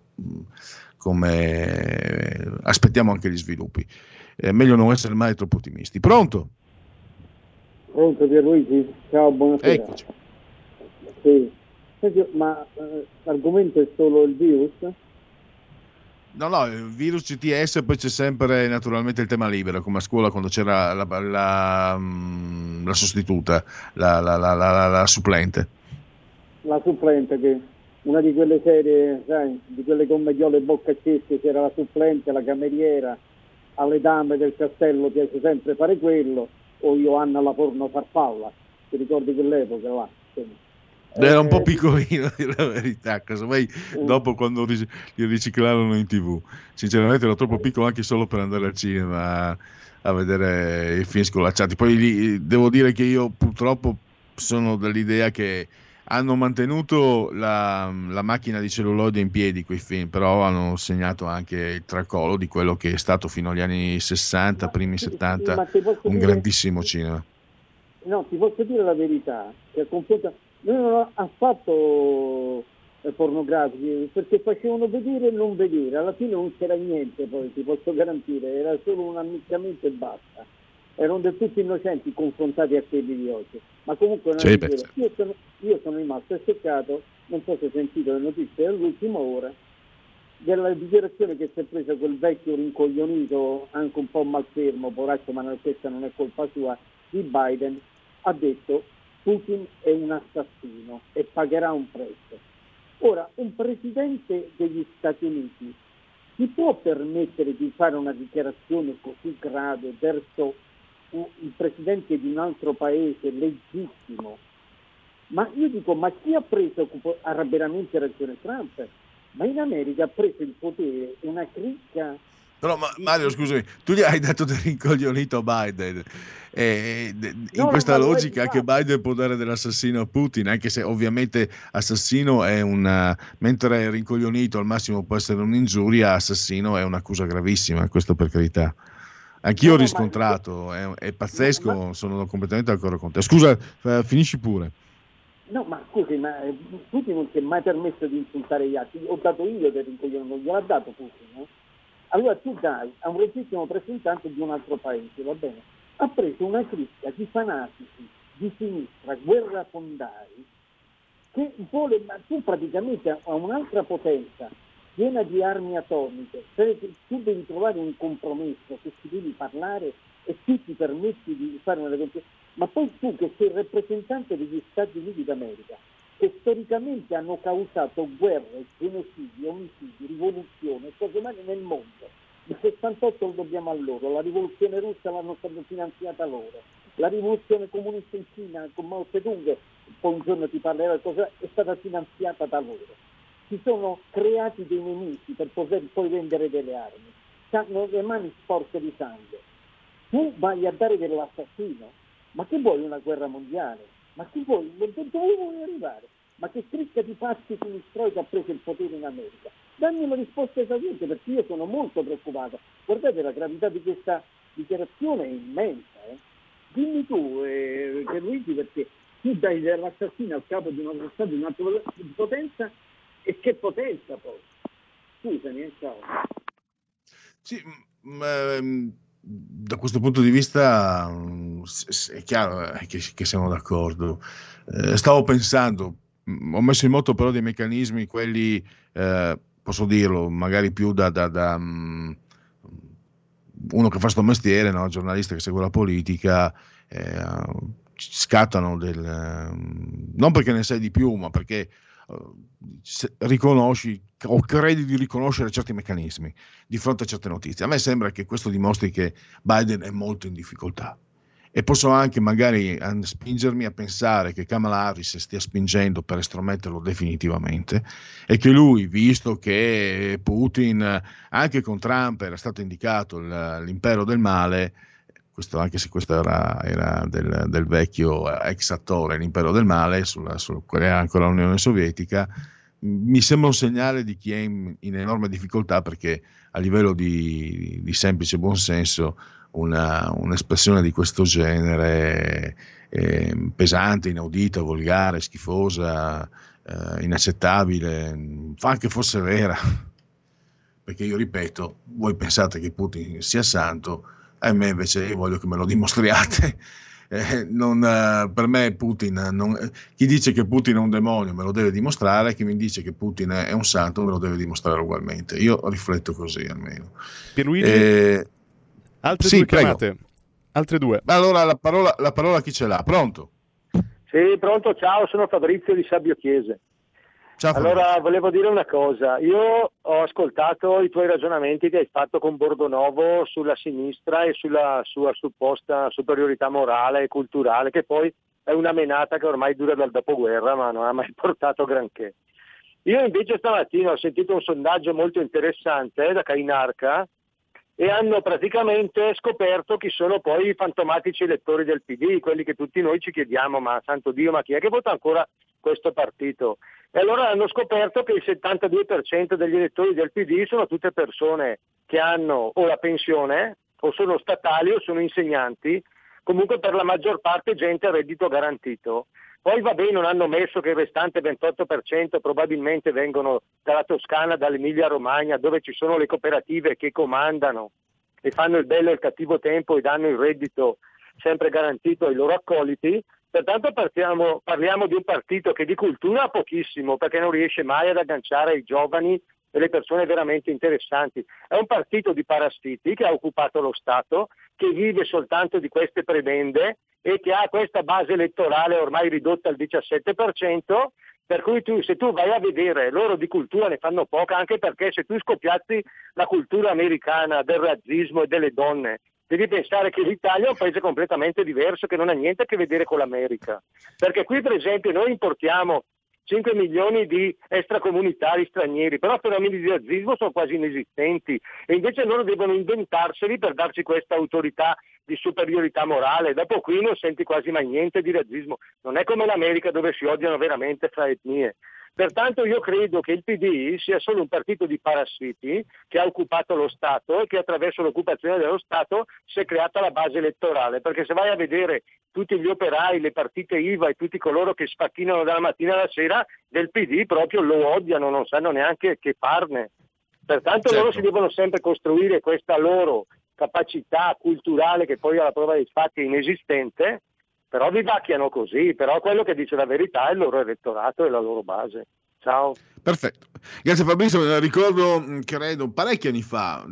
come aspettiamo anche gli sviluppi. Meglio non essere mai troppo ottimisti. Pronto? Pronto Pierluigi? Ciao, buonasera. Eccoci. Sì. Ma l'argomento è solo il virus? No, il virus CTS, poi c'è sempre naturalmente il tema libero, come a scuola quando c'era la sostituta, la supplente. La supplente, che una di quelle serie, sai, di quelle commediole boccaccette, c'era la supplente, la cameriera, alle dame del castello piace sempre fare quello, o Ioanna la porno farfalla, ti ricordi quell'epoca là? Era un po' piccolino, a dire la verità, casomai dopo quando li riciclarono in TV. Sinceramente ero troppo piccolo anche solo per andare al cinema a vedere i film scolacciati. Poi devo dire che io purtroppo sono dell'idea che hanno mantenuto la macchina di celluloide in piedi quei film, però hanno segnato anche il tracollo di quello che è stato fino agli anni 60, primi 70, un grandissimo cinema. No, ti posso dire la verità, che a confronto non ha fatto pornografici, perché facevano vedere e non vedere, alla fine non c'era niente, poi ti posso garantire, era solo un ammiccamento e basta. Erano del tutto innocenti confrontati a quelli di oggi. Ma comunque io sono rimasto seccato, non so se hai sentito le notizie dell'ultima ora, della dichiarazione che si è presa quel vecchio rincoglionito, anche un po' malfermo, poraccio, ma questa non è colpa sua, di Biden. Ha detto: Putin è un assassino e pagherà un prezzo. Ora, un presidente degli Stati Uniti si può permettere di fare una dichiarazione così grave verso il presidente di un altro paese legittimo? Ma io dico, ma chi ha veramente ragione Trump? Ma in America ha preso il potere una cricca. Però Mario, scusami, tu gli hai dato del rincoglionito a Biden. In questa logica che Biden può dare dell'assassino a Putin, anche se ovviamente assassino è mentre rincoglionito al massimo può essere un'ingiuria, assassino è un'accusa gravissima, questo per carità. Anch'io ho riscontrato, è pazzesco, sono completamente d'accordo con te. Scusa, finisci pure. No, ma scusi, ma Putin non si è mai permesso di insultare gli altri. Ho dato io del rincoglionito, non gliel'ha dato Putin, no? Allora tu dai a un legittimo rappresentante di un altro paese, va bene? Ha preso una cricca di fanatici di sinistra, guerrafondai, che vuole, ma tu praticamente a un'altra potenza piena di armi atomiche, tu devi trovare un compromesso, che ci devi parlare e tu ti permetti di fare una negoziazione. Ma poi tu che sei il rappresentante degli Stati Uniti d'America, che storicamente hanno causato guerre, genocidi, omicidi, rivoluzione, cose varie nel mondo. Il 68 lo dobbiamo a loro, la rivoluzione russa l'hanno stata finanziata loro, la rivoluzione comunista in Cina con Mao Zedong, poi un giorno ti parlerò, è stata finanziata da loro. Si sono creati dei nemici per poter poi vendere delle armi, hanno le mani sporche di sangue. Tu vai a dare dell'assassino, ma che vuoi una guerra mondiale? Ma che vuoi? Dove vuoi arrivare? Ma che cricca di pazzi sinistroi che ha preso il potere in America? Dammi una risposta esauriente, perché io sono molto preoccupato. Guardate, la gravità di questa dichiarazione è immensa. Dimmi tu, Luigi, perché tu dai dell'assassino al capo di uno Stato di un'altra potenza, e che potenza poi? Scusami, ciao. Sì, da questo punto di vista è chiaro che siamo d'accordo. Stavo pensando, ho messo in moto però dei meccanismi, quelli posso dirlo, magari più da uno che fa sto mestiere, no? Giornalista che segue la politica, scattano non perché ne sai di più, ma perché riconosci o credi di riconoscere certi meccanismi di fronte a certe notizie. A me sembra che questo dimostri che Biden è molto in difficoltà, e posso anche magari spingermi a pensare che Kamala Harris stia spingendo per estrometterlo definitivamente, e che lui, visto che Putin anche con Trump era stato indicato l'impero del male, questo, anche se questo era del vecchio ex attore, l'impero del male, quella era ancora l'Unione Sovietica, mi sembra un segnale di chi è in enorme difficoltà, perché a livello di semplice buonsenso un'espressione di questo genere pesante, inaudita, volgare, schifosa, inaccettabile, fa anche fosse vera, perché io ripeto, voi pensate che Putin sia santo, a me invece io voglio che me lo dimostriate. per me Putin, chi dice che Putin è un demonio me lo deve dimostrare, chi mi dice che Putin è un santo me lo deve dimostrare ugualmente. Io rifletto così almeno. Pierluigi, altre due chiamate. Altre due. Allora la parola chi ce l'ha? Pronto? Sì, pronto, ciao, sono Fabrizio di Sabbio Chiese. Ciao, allora, volevo dire una cosa. Io ho ascoltato i tuoi ragionamenti che hai fatto con Borgonovo sulla sinistra e sulla sua supposta superiorità morale e culturale, che poi è una menata che ormai dura dal dopoguerra, ma non ha mai portato granché. Io invece stamattina ho sentito un sondaggio molto interessante da Cainarca e hanno praticamente scoperto chi sono poi i fantomatici elettori del PD, quelli che tutti noi ci chiediamo, ma santo Dio, ma chi è che vota ancora questo partito? E allora hanno scoperto che il 72% degli elettori del PD sono tutte persone che hanno o la pensione, o sono statali, o sono insegnanti, comunque per la maggior parte gente a reddito garantito. Poi va bene, non hanno messo che il restante 28% probabilmente vengono dalla Toscana, dall'Emilia Romagna, dove ci sono le cooperative che comandano e fanno il bello e il cattivo tempo e danno il reddito sempre garantito ai loro accoliti. Pertanto parliamo di un partito che di cultura ha pochissimo, perché non riesce mai ad agganciare i giovani e le persone veramente interessanti. È un partito di parassiti che ha occupato lo Stato, che vive soltanto di queste prebende e che ha questa base elettorale ormai ridotta al 17%, per cui se tu vai a vedere, loro di cultura ne fanno poca, anche perché se tu scoppiazzi la cultura americana del razzismo e delle donne, devi pensare che l'Italia è un paese completamente diverso, che non ha niente a che vedere con l'America. Perché qui, per esempio, noi importiamo 5 milioni di extracomunitari stranieri, però fenomeni di razzismo sono quasi inesistenti e invece loro devono inventarseli per darci questa autorità di superiorità morale. Dopo qui non senti quasi mai niente di razzismo. Non è come l'America dove si odiano veramente fra etnie. Pertanto io credo che il PD sia solo un partito di parassiti che ha occupato lo Stato e che attraverso l'occupazione dello Stato si è creata la base elettorale, perché se vai a vedere tutti gli operai, le partite IVA e tutti coloro che spacchinano dalla mattina alla sera del PD proprio lo odiano, non sanno neanche che farne. Pertanto loro si devono sempre costruire questa loro capacità culturale che poi alla prova dei fatti è inesistente. Però vivacchiano così, però quello che dice la verità è il loro elettorato e la loro base. Ciao. Perfetto. Grazie Fabrizio, ricordo, credo, parecchi anni fa,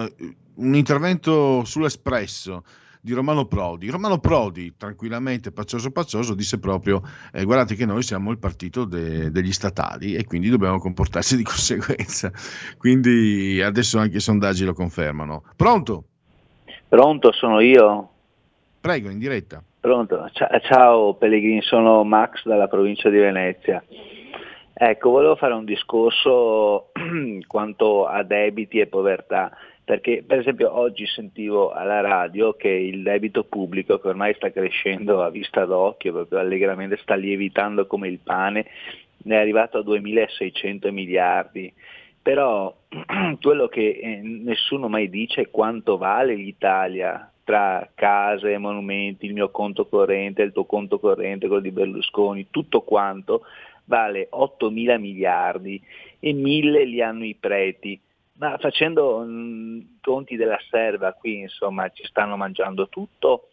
un intervento sull'Espresso di Romano Prodi. Romano Prodi, tranquillamente, paccioso, disse proprio, guardate che noi siamo il partito degli statali e quindi dobbiamo comportarsi di conseguenza. Quindi adesso anche i sondaggi lo confermano. Pronto? Pronto, sono io. Prego, in diretta. Pronto, ciao Pellegrini, sono Max dalla provincia di Venezia. Ecco, volevo fare un discorso quanto a debiti e povertà, perché per esempio oggi sentivo alla radio che il debito pubblico, che ormai sta crescendo a vista d'occhio, proprio allegramente sta lievitando come il pane, è arrivato a 2.600 miliardi. Però quello che nessuno mai dice è quanto vale l'Italia, tra case, monumenti, il mio conto corrente, il tuo conto corrente, quello di Berlusconi, tutto quanto vale 8.000 miliardi e 1.000 li hanno i preti. Ma facendo conti della serva qui, insomma, ci stanno mangiando tutto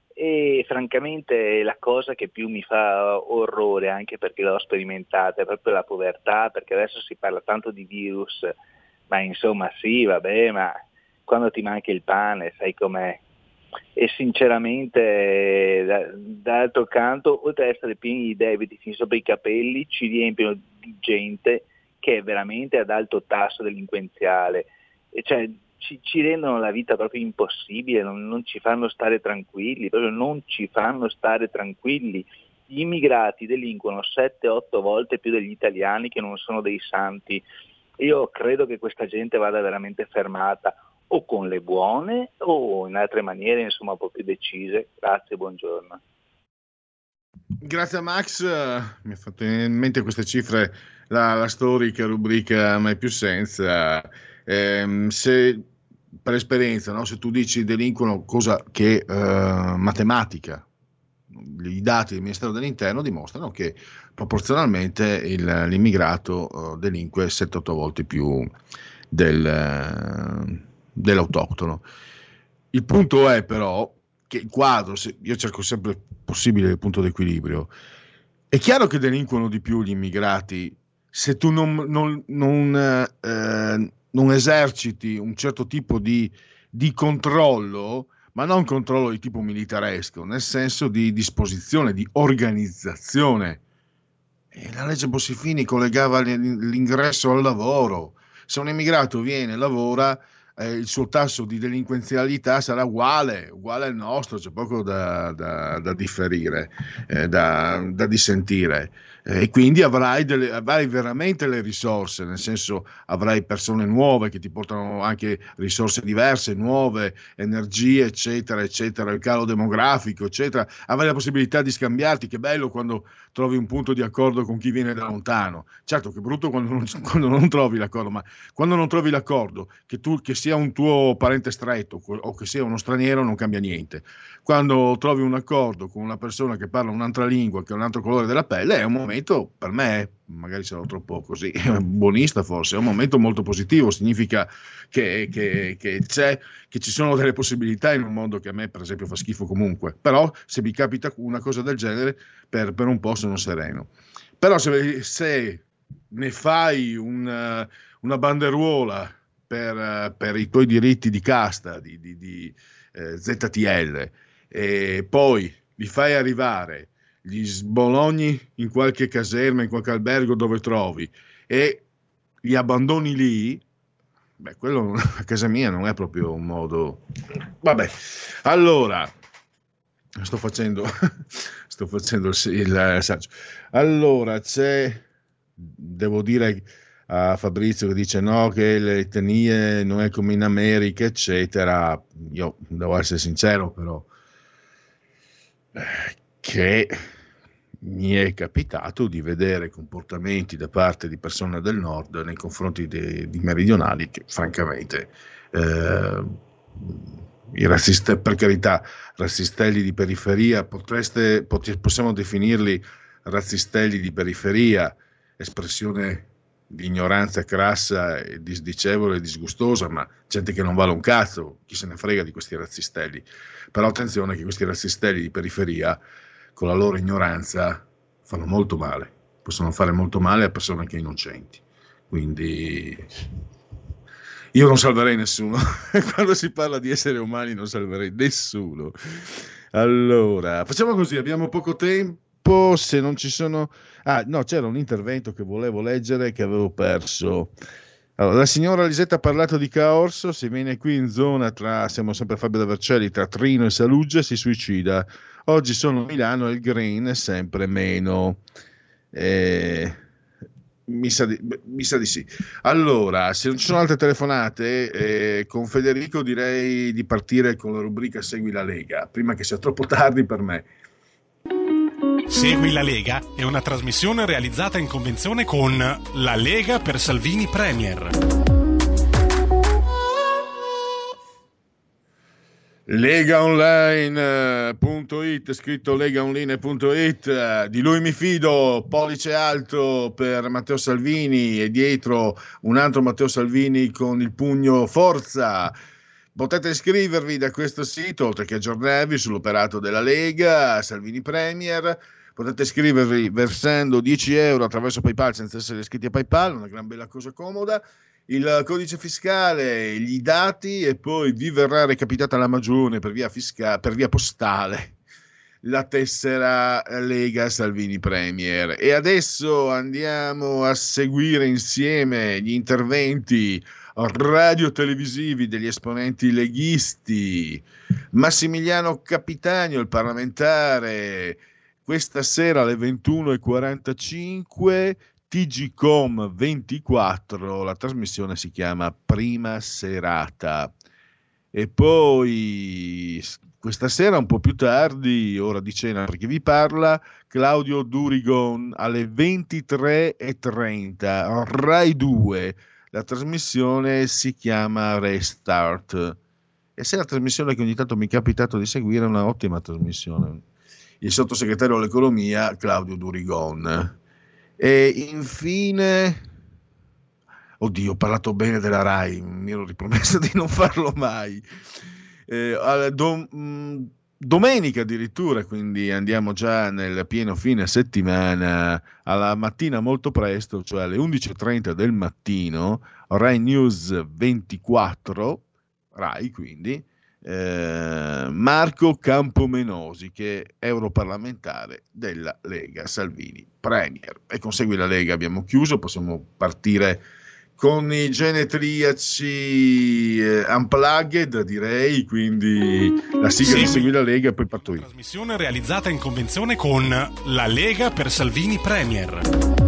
e francamente la cosa che più mi fa orrore, anche perché l'ho sperimentata, è proprio la povertà, perché adesso si parla tanto di virus, ma insomma sì, vabbè, ma quando ti manca il pane, sai com'è? E sinceramente d'altro canto, oltre ad essere pieni di debiti fin sopra i capelli, ci riempiono di gente che è veramente ad alto tasso delinquenziale, e cioè ci rendono la vita proprio impossibile, non ci fanno stare tranquilli, proprio non ci fanno stare tranquilli. Gli immigrati delinquono 7-8 volte più degli italiani, che non sono dei santi. Io credo che questa gente vada veramente fermata, o con le buone o in altre maniere, insomma, un po' più decise. Grazie, buongiorno. Grazie a Max, mi ha fatto in mente queste cifre la storica rubrica Mai più senza. Se per esperienza, no? Se tu dici delinquono, cosa che matematica, i dati del Ministero dell'Interno dimostrano che proporzionalmente l'immigrato delinque 7-8 volte più dell'autoctono. Il punto è però che il quadro, io cerco sempre possibile il punto d'equilibrio. È chiaro che delinquono di più gli immigrati se tu non eserciti un certo tipo di controllo, ma non controllo di tipo militaresco, nel senso di disposizione, di organizzazione. E la legge Bossi-Fini collegava l'ingresso al lavoro. Se un immigrato viene e lavora, il suo tasso di delinquenzialità sarà uguale al nostro, c'è poco da differire, da dissentire. E quindi avrai veramente le risorse, nel senso avrai persone nuove che ti portano anche risorse diverse, nuove, energie, eccetera, eccetera, il calo demografico, eccetera. Avrai la possibilità di scambiarti, che bello quando trovi un punto di accordo con chi viene da lontano. Certo che è brutto quando non trovi l'accordo, ma quando non trovi l'accordo, che sia un tuo parente stretto o che sia uno straniero, non cambia niente. Quando trovi un accordo con una persona che parla un'altra lingua, che ha un altro colore della pelle, è un momento, per me, magari sarò troppo così buonista forse, è un momento molto positivo, significa che ci sono delle possibilità in un mondo che a me per esempio fa schifo comunque, però se mi capita una cosa del genere per un po' sono sereno. Però se ne fai una banderuola per i tuoi diritti di casta, di ZTL, e poi li fai arrivare, li sbologni in qualche caserma, in qualche albergo dove trovi e li abbandoni lì, beh, quello a casa mia non è proprio un modo. Vabbè, allora sto facendo il saggio. Allora devo dire a Fabrizio che dice no, che le etnie non è come in America, eccetera. Io devo essere sincero, però, che mi è capitato di vedere comportamenti da parte di persone del nord nei confronti di meridionali che francamente i razzisti, per carità, razzistelli di periferia, possiamo definirli razzistelli di periferia, espressione di ignoranza crassa e disdicevole e disgustosa, ma gente che non vale un cazzo, chi se ne frega di questi razzistelli. Però attenzione che questi razzistelli di periferia, con la loro ignoranza, fanno molto male, possono fare molto male a persone anche innocenti. Quindi io non salverei nessuno. Quando si parla di esseri umani non salverei nessuno. Allora, facciamo così, abbiamo poco tempo, se non ci sono... Ah, no, c'era un intervento che volevo leggere che avevo perso. Allora, la signora Lisetta ha parlato di Caorso, se viene qui in zona siamo sempre Fabio da Vercelli, tra Trino e Saluggia si suicida. Oggi sono a Milano e il green è sempre meno. Mi sa di sì. Allora, se non ci sono altre telefonate, con Federico direi di partire con la rubrica Segui la Lega, prima che sia troppo tardi per me. Segui la Lega è una trasmissione realizzata in convenzione con La Lega per Salvini Premier. Legaonline.it, scritto legaonline.it, di lui mi fido, pollice alto per Matteo Salvini e dietro un altro Matteo Salvini con il pugno forza. Potete iscrivervi da questo sito, oltre che aggiornarvi sull'operato della Lega, Salvini Premier. Potete iscrivervi versando 10 euro attraverso PayPal senza essere iscritti a PayPal, una gran bella cosa comoda. Il codice fiscale, gli dati e poi vi verrà recapitata la magione per via postale la tessera Lega Salvini Premier. E adesso andiamo a seguire insieme gli interventi radio-televisivi degli esponenti leghisti. Massimiliano Capitagno, il parlamentare, questa sera alle 21:45, TGcom 24, la trasmissione si chiama Prima Serata. E poi questa sera un po' più tardi, ora di cena perché vi parla, Claudio Durigon alle 23:30, Rai 2. La trasmissione si chiama Restart. E se la trasmissione che ogni tanto mi è capitato di seguire è una ottima trasmissione. Il sottosegretario all'economia Claudio Durigon. E infine, oddio, ho parlato bene della Rai, mi ero ripromesso di non farlo mai. domenica addirittura, quindi andiamo già nel pieno fine settimana, alla mattina molto presto, cioè alle 11:30 del mattino, Rai News 24, Rai quindi, Marco Campomenosi, che è europarlamentare della Lega Salvini Premier. E con Segui la Lega abbiamo chiuso, possiamo partire con i genetriaci unplugged, direi, quindi la sigla di Segui la Lega e poi parto io. Trasmissione realizzata in convenzione con la Lega per Salvini Premier.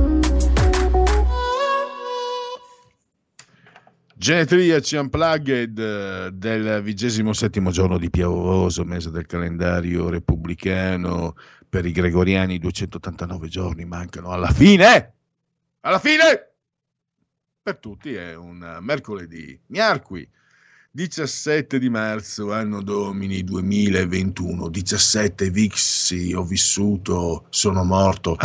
Genetriaci unplugged del 27° giorno di piovoso mese del calendario repubblicano. Per i gregoriani 289 giorni mancano alla fine! Per tutti è un mercoledì, miarqui, 17 di marzo, anno domini 2021, 17 vixi, ho vissuto, sono morto.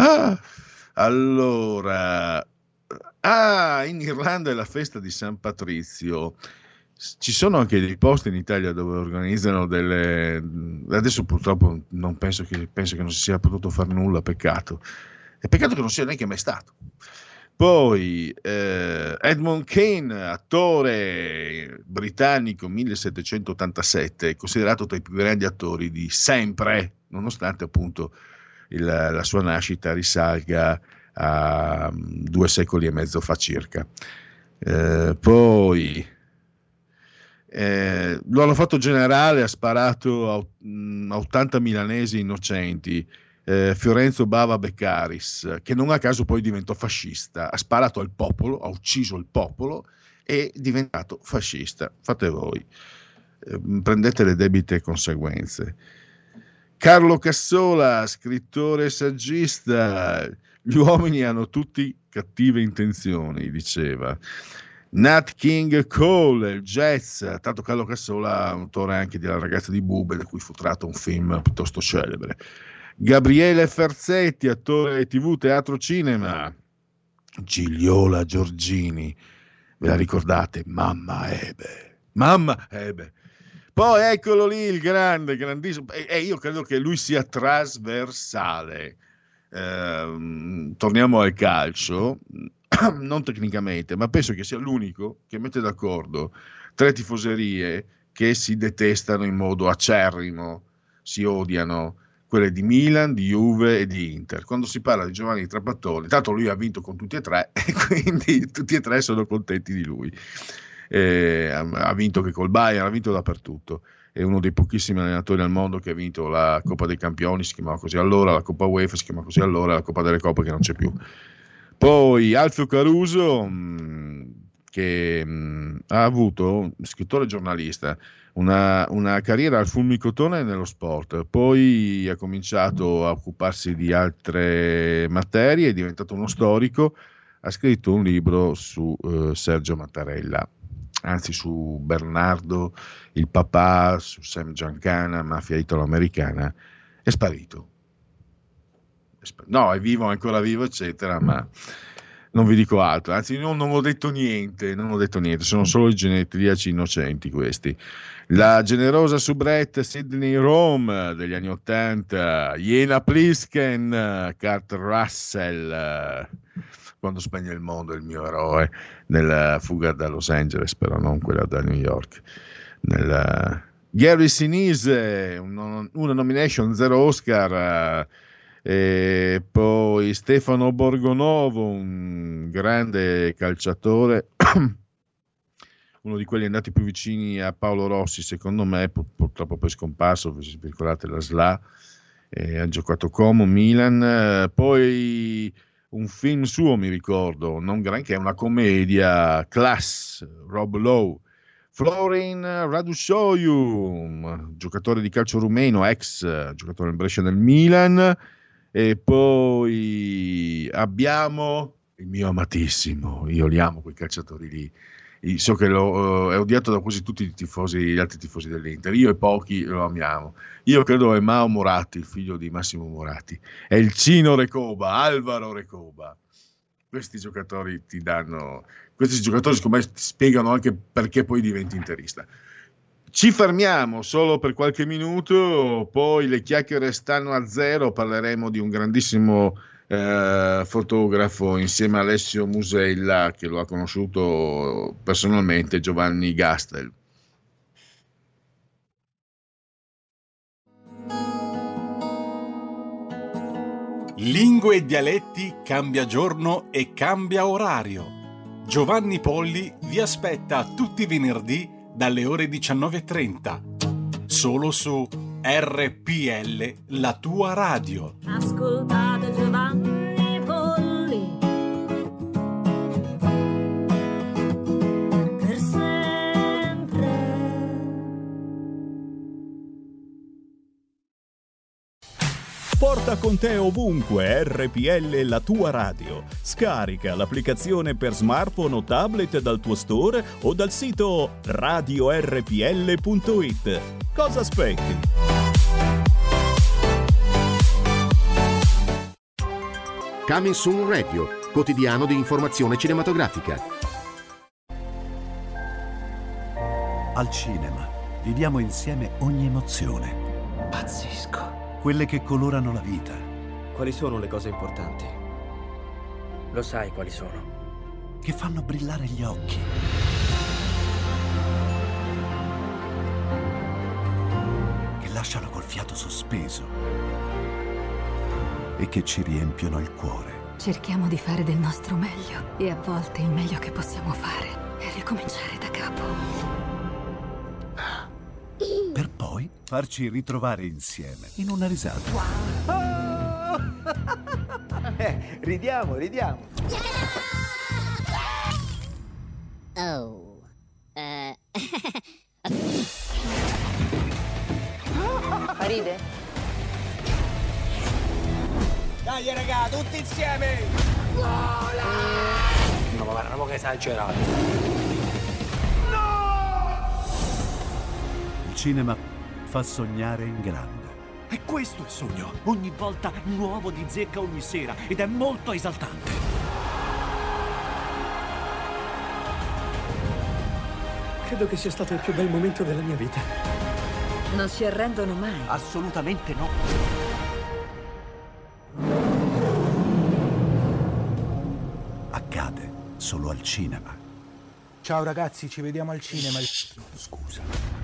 Allora, in Irlanda è la festa di San Patrizio. Ci sono anche dei posti in Italia dove organizzano delle... Adesso purtroppo non penso che non si sia potuto fare nulla, peccato. È peccato che non sia neanche mai stato. Poi Edmund Kean, attore britannico 1787, considerato tra i più grandi attori di sempre, nonostante appunto la sua nascita risalga a 2 secoli e mezzo fa circa. Poi lo hanno fatto generale, ha sparato a 80 milanesi innocenti. Fiorenzo Bava Beccaris, che non a caso poi diventò fascista, ha sparato al popolo, ha ucciso il popolo e è diventato fascista. Fate voi, prendete le debite conseguenze. Carlo Cassola, scrittore e saggista, gli uomini hanno tutti cattive intenzioni, diceva. Nat King Cole, il jazz, tanto Carlo Cassola, autore anche della Ragazza di Bube, da cui fu tratto un film piuttosto celebre. Gabriele Ferzetti, attore TV, teatro, cinema. Gigliola Giorgini, ve la ricordate? Mamma Ebe. Poi eccolo lì il grandissimo, e io credo che lui sia trasversale. Torniamo al calcio, non tecnicamente, ma penso che sia l'unico che mette d'accordo 3 tifoserie che si detestano in modo acerrimo, si odiano, quelle di Milan, di Juve e di Inter. Quando si parla di Giovanni Trapattoni, tanto lui ha vinto con tutti e 3 e quindi tutti e 3 sono contenti di lui. Ha vinto che col Bayern, ha vinto dappertutto. È uno dei pochissimi allenatori al mondo che ha vinto la Coppa dei Campioni, si chiamava così allora, la Coppa UEFA si chiama così allora, la Coppa delle Coppe che non c'è più. Poi Alfio Caruso, che ha avuto, scrittore e giornalista, una carriera al fulmicotone nello sport, poi ha cominciato a occuparsi di altre materie, è diventato uno storico, ha scritto un libro su Sergio Mattarella, anzi su Bernardo, il papà, su Sam Giancana, mafia italo-americana. È sparito. No, è vivo, è ancora vivo, eccetera, ma non vi dico altro, anzi non ho detto niente, sono solo i genetriaci innocenti questi. La generosa soubrette Sydney Rome degli anni 80, Jena Plisken, Kurt Russell, Quando spegne il mondo, il mio eroe, nella fuga da Los Angeles, però non quella da New York, Gary Sinise, una nomination, 0 Oscar. E poi Stefano Borgonovo, un grande calciatore, uno di quelli andati più vicini a Paolo Rossi secondo me, purtroppo poi scomparso, vi ricordate la SLA, ha giocato Como, Milan. Poi un film suo mi ricordo, non granché, una commedia, Class, Rob Lowe. Florin Radushoiu, giocatore di calcio rumeno, ex giocatore in Brescia del Milan. E poi abbiamo il mio amatissimo, io li amo quei calciatori lì, so che è odiato da quasi tutti gli altri tifosi dell'Inter, io e pochi lo amiamo. Io credo è Mao Moratti, il figlio di Massimo Moratti, è il Cino Recoba, Alvaro Recoba. Questi giocatori secondo me ti spiegano anche perché poi diventi interista. Ci fermiamo solo per qualche minuto, poi le chiacchiere stanno a zero, parleremo di un grandissimo fotografo insieme a Alessio Musella, che lo ha conosciuto personalmente, Giovanni Gastel. Lingue e dialetti cambia giorno e cambia orario. Giovanni Polli vi aspetta tutti i venerdì dalle ore 19:30, solo su RPL, la tua radio. Ascoltate Giovanni Polli per sempre. Porta con te ovunque RPL, la tua radio. Scarica l'applicazione per smartphone o tablet dal tuo store o dal sito radiorpl.it. Cosa aspetti? Coming Soon Radio, quotidiano di informazione cinematografica. Al cinema viviamo insieme ogni emozione. Pazzesco. Quelle che colorano la vita. Quali sono le cose importanti? Lo sai quali sono? Che fanno brillare gli occhi. Che lasciano col fiato sospeso. E che ci riempiono il cuore. Cerchiamo di fare del nostro meglio e a volte il meglio che possiamo fare è ricominciare da capo. Per poi farci ritrovare insieme in una risata. Ridiamo. Oh. Ride? Dai raga, tutti insieme! Vola! No, ma guarda, che esagerato. Il cinema fa sognare in grande. E questo è il sogno. Ogni volta nuovo di zecca ogni sera. Ed è molto esaltante. Credo che sia stato il più bel momento della mia vita. Non si arrendono mai. Assolutamente no. Accade solo al cinema. Ciao ragazzi, ci vediamo al cinema. Scusa.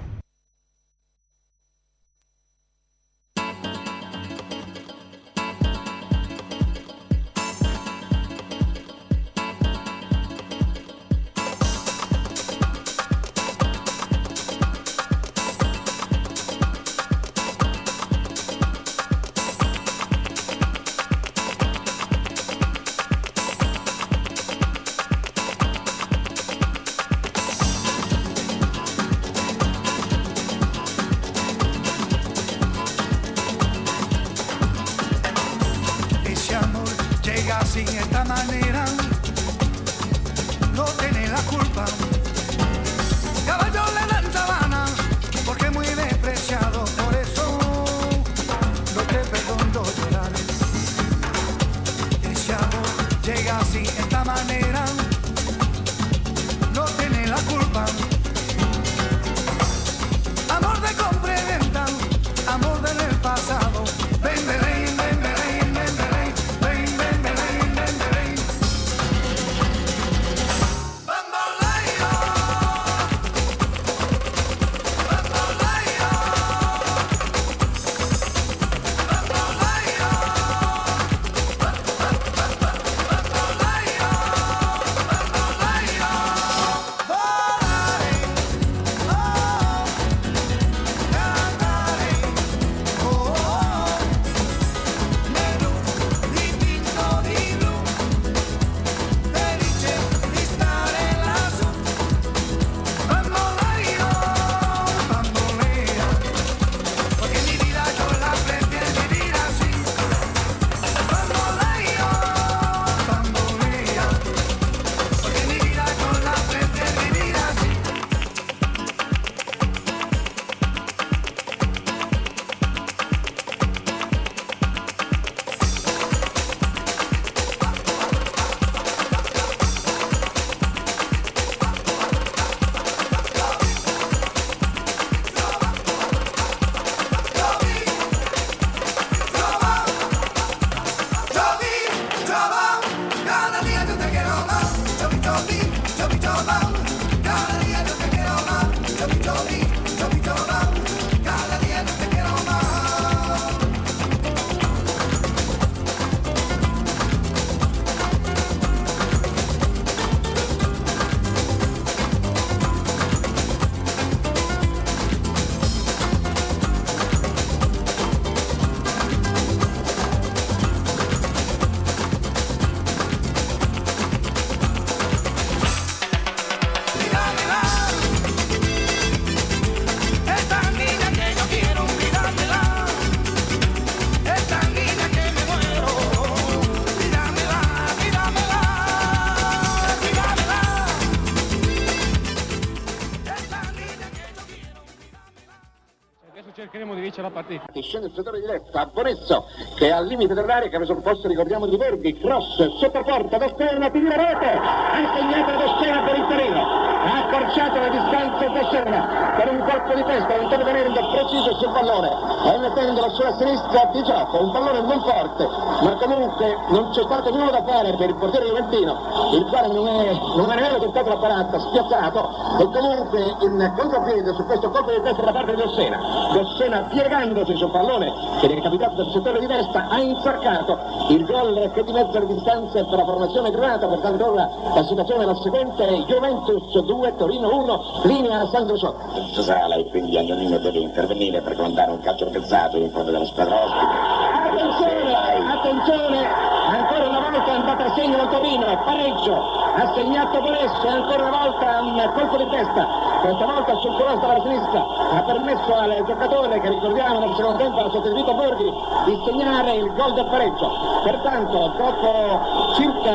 cercheremo di vincere la partita. Scende il settore di destra, Bonesso, che è al limite dell'area, che ha preso un posto, ricordiamo, di Borghi, cross, sotto porta, Dossena, tira rete, ha segnato Dossena per il Torino, ha accorciato le distanze Dossena, per un colpo di testa, intervenendo preciso sul pallone, e mettendolo sulla sinistra di gioco, un pallone non forte, ma comunque non c'è stato nulla da fare per il portiere juventino, il quale non ha nemmeno tentato la parata, spiazzato, e comunque in contropiede su questo colpo di testa da parte di Dossena piegandosi sul pallone che è capitato dal settore di destra ha inzaccato il gol che dimezza le distanze per la formazione granata. Pertanto ora la situazione è la seguente: Juventus 2, Torino 1, linea Sandro Sotti. Sala e quindi Agnolino deve intervenire per comandare un calcio pezzato in fondo della squadra ospite. Attenzione, ancora una volta è andata a segno il Torino, pareggio, ha segnato Bonesso e ancora una volta un colpo di testa, questa volta sul cross dalla sinistra, ha permesso al giocatore, che ricordiamo nel secondo tempo ha sostituito Borghi, di segnare il gol del pareggio. Pertanto dopo circa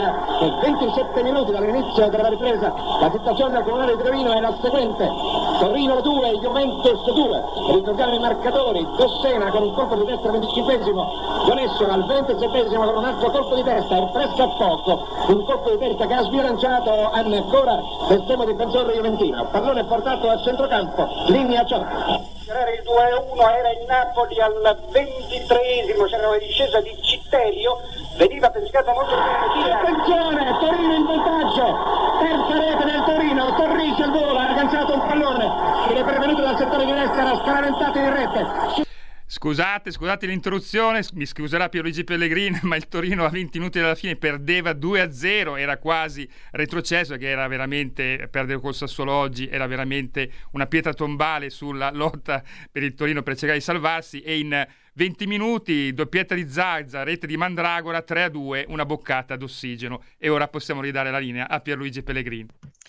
27 minuti dall'inizio della ripresa la situazione del Comunale di Torino è la seguente: Torino 2, Juventus 2, ricordiamo i marcatori: Dossena con un colpo di testa al 25esimo, Bonesso al 27esimo con un altro colpo di testa e presto a poco un colpo di testa che ha sbilanciato ancora l'estremo difensore juventino. Pallone portato al centrocampo, linea Ciotti. Era il 2-1, era il Napoli al 23esimo, c'era una discesa di Citterio, veniva pescato molto bene. Attenzione, Torino in vantaggio, terza rete del Torino, Torrice al volo, ha agganciato un pallone che è pervenuto dal settore di destra, era scaraventato in rete. Scusate l'interruzione, mi scuserà Pierluigi Pellegrini, ma il Torino a 20 minuti dalla fine perdeva 2-0, era quasi retrocesso, che era veramente, perdere col Sassuolo oggi era veramente una pietra tombale sulla lotta per il Torino per cercare di salvarsi, e in 20 minuti doppietta di Zazza, rete di Mandragora, 3-2, una boccata d'ossigeno, e ora possiamo ridare la linea a Pierluigi Pellegrini.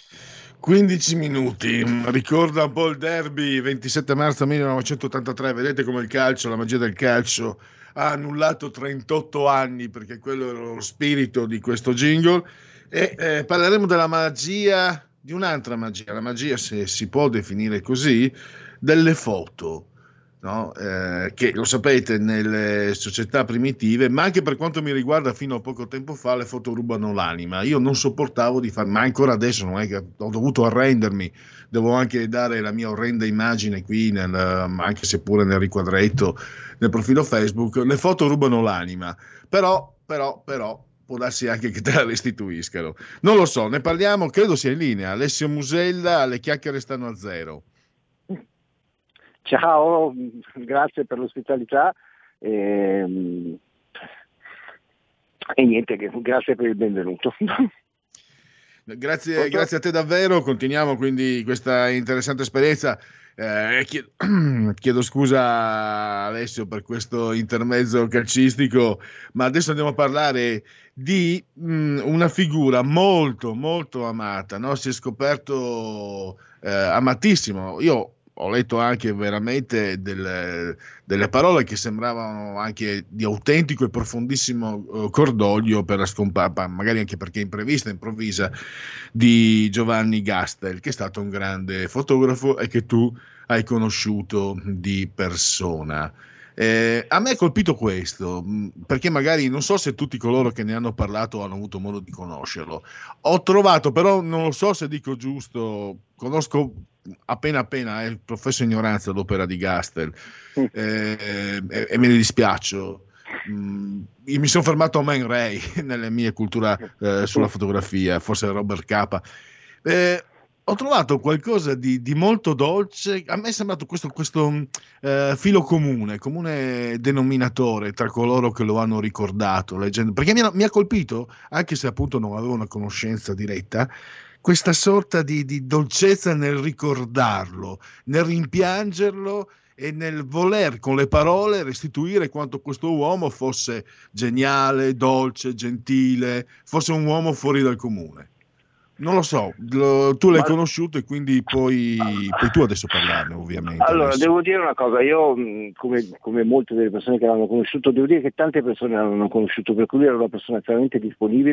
15 minuti, ricorda un po' il derby 27 marzo 1983, vedete come il calcio, la magia del calcio ha annullato 38 anni, perché quello era lo spirito di questo jingle, e parleremo della magia, di un'altra magia, la magia, se si può definire così, delle foto. No? Che lo sapete, nelle società primitive, ma anche per quanto mi riguarda fino a poco tempo fa, le foto rubano l'anima. Io non sopportavo di fare, ma ancora adesso non è che ho dovuto arrendermi, devo anche dare la mia orrenda immagine qui, anche seppure nel riquadretto nel profilo Facebook. Le foto rubano l'anima, però può darsi anche che te la restituiscano, non lo so, ne parliamo, credo sia in linea Alessio Musella. Le chiacchiere stanno a zero. Ciao, grazie per l'ospitalità e niente, grazie per il benvenuto. Grazie a te davvero, continuiamo quindi questa interessante esperienza. Chiedo scusa Alessio per questo intermezzo calcistico, ma adesso andiamo a parlare di una figura molto molto amata, no? Si è scoperto amatissimo. Io ho letto anche veramente delle parole che sembravano anche di autentico e profondissimo cordoglio per la scomparsa, magari anche perché imprevista, improvvisa, di Giovanni Gastel, che è stato un grande fotografo e che tu hai conosciuto di persona. A me ha colpito questo, perché magari non so se tutti coloro che ne hanno parlato hanno avuto modo di conoscerlo. Ho trovato, però non lo so se dico giusto, conosco appena professo ignoranza l'opera di Gastel e me ne dispiaccio. Io mi sono fermato a Man Ray nelle mie cultura sulla fotografia, forse Robert Capa. Ho trovato qualcosa di molto dolce. A me è sembrato questo filo comune denominatore tra coloro che lo hanno ricordato, leggendo, perché mi ha colpito, anche se appunto non avevo una conoscenza diretta, questa sorta di dolcezza nel ricordarlo, nel rimpiangerlo e nel voler con le parole restituire quanto questo uomo fosse geniale, dolce, gentile, fosse un uomo fuori dal comune. Non lo so, tu l'hai conosciuto e quindi puoi tu adesso parlarne, ovviamente. Allora, adesso. devo dire una cosa, io come molte delle persone che l'hanno conosciuto, devo dire che tante persone l'hanno conosciuto, per cui lui era una persona estremamente disponibile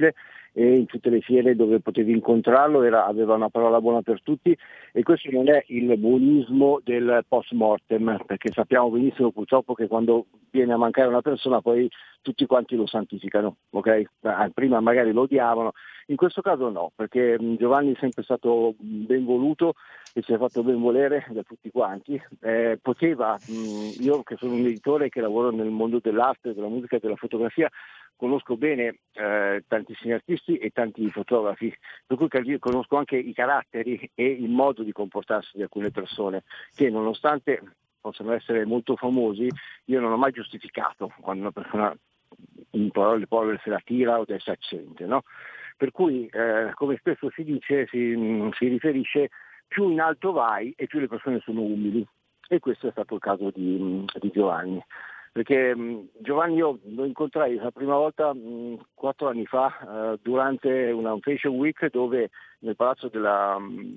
e in tutte le fiere dove potevi incontrarlo aveva una parola buona per tutti, e questo non è il buonismo del post mortem, perché sappiamo benissimo purtroppo che quando viene a mancare una persona poi tutti quanti lo santificano, ok? Prima magari lo odiavano, in questo caso no, perché Giovanni è sempre stato ben voluto e si è fatto ben volere da tutti quanti. Poteva, io che sono un editore che lavoro nel mondo dell'arte, della musica e della fotografia, conosco bene tantissimi artisti e tanti fotografi, per cui conosco anche i caratteri e il modo di comportarsi di alcune persone, che nonostante possono essere molto famosi, io non ho mai giustificato quando una persona in parole povere se la tira o si accende, no? Per cui, come spesso si dice, si riferisce, più in alto vai e più le persone sono umili, e questo è stato il caso di Giovanni. Perché Giovanni io lo incontrai la prima volta 4 anni fa durante un Fashion Week, dove nel palazzo della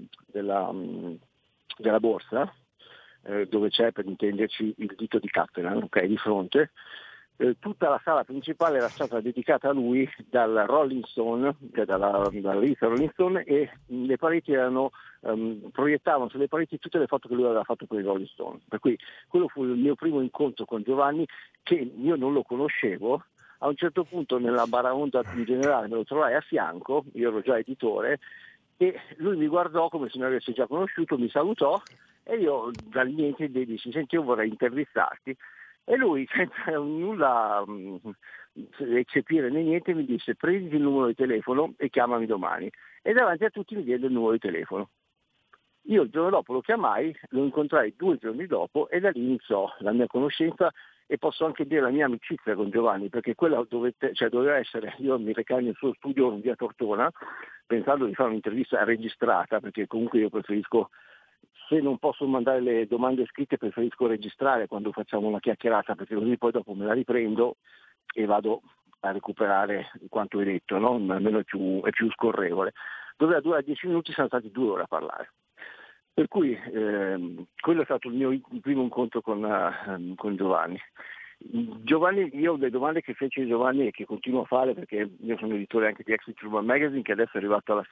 borsa, dove c'è, per intenderci, il dito di Castellan, ok, di fronte, tutta la sala principale era stata dedicata a lui dal Rolling Stone, cioè dalla rivista Rolling Stone, e le pareti erano proiettavano sulle pareti tutte le foto che lui aveva fatto per il Rolling Stone. Per cui quello fu il mio primo incontro con Giovanni, che io non lo conoscevo. A un certo punto nella baraonda in generale me lo trovai a fianco, io ero già editore, e lui mi guardò come se mi avesse già conosciuto, mi salutò e io dal niente gli dissi: senti, io vorrei intervistarti. E lui, senza nulla eccepire né niente, mi disse: prendi il numero di telefono e chiamami domani. E davanti a tutti mi diede il numero di telefono. Io il giorno dopo lo chiamai, lo incontrai 2 giorni dopo, e da lì iniziò la mia conoscenza, e posso anche dire la mia amicizia con Giovanni, perché quella doveva essere, io mi recai nel suo studio in via Tortona pensando di fare un'intervista registrata, perché comunque io preferisco, se non posso mandare le domande scritte, preferisco registrare quando facciamo una chiacchierata, perché così poi dopo me la riprendo e vado a recuperare quanto hai detto, no? Almeno è più scorrevole. Doveva durare 10 minuti, sono stati 2 ore a parlare. Per cui quello è stato il mio primo incontro con Giovanni. Giovanni, io le domande che fece Giovanni e che continuo a fare, perché io sono editore anche di Exit Urban Magazine, che adesso è arrivato al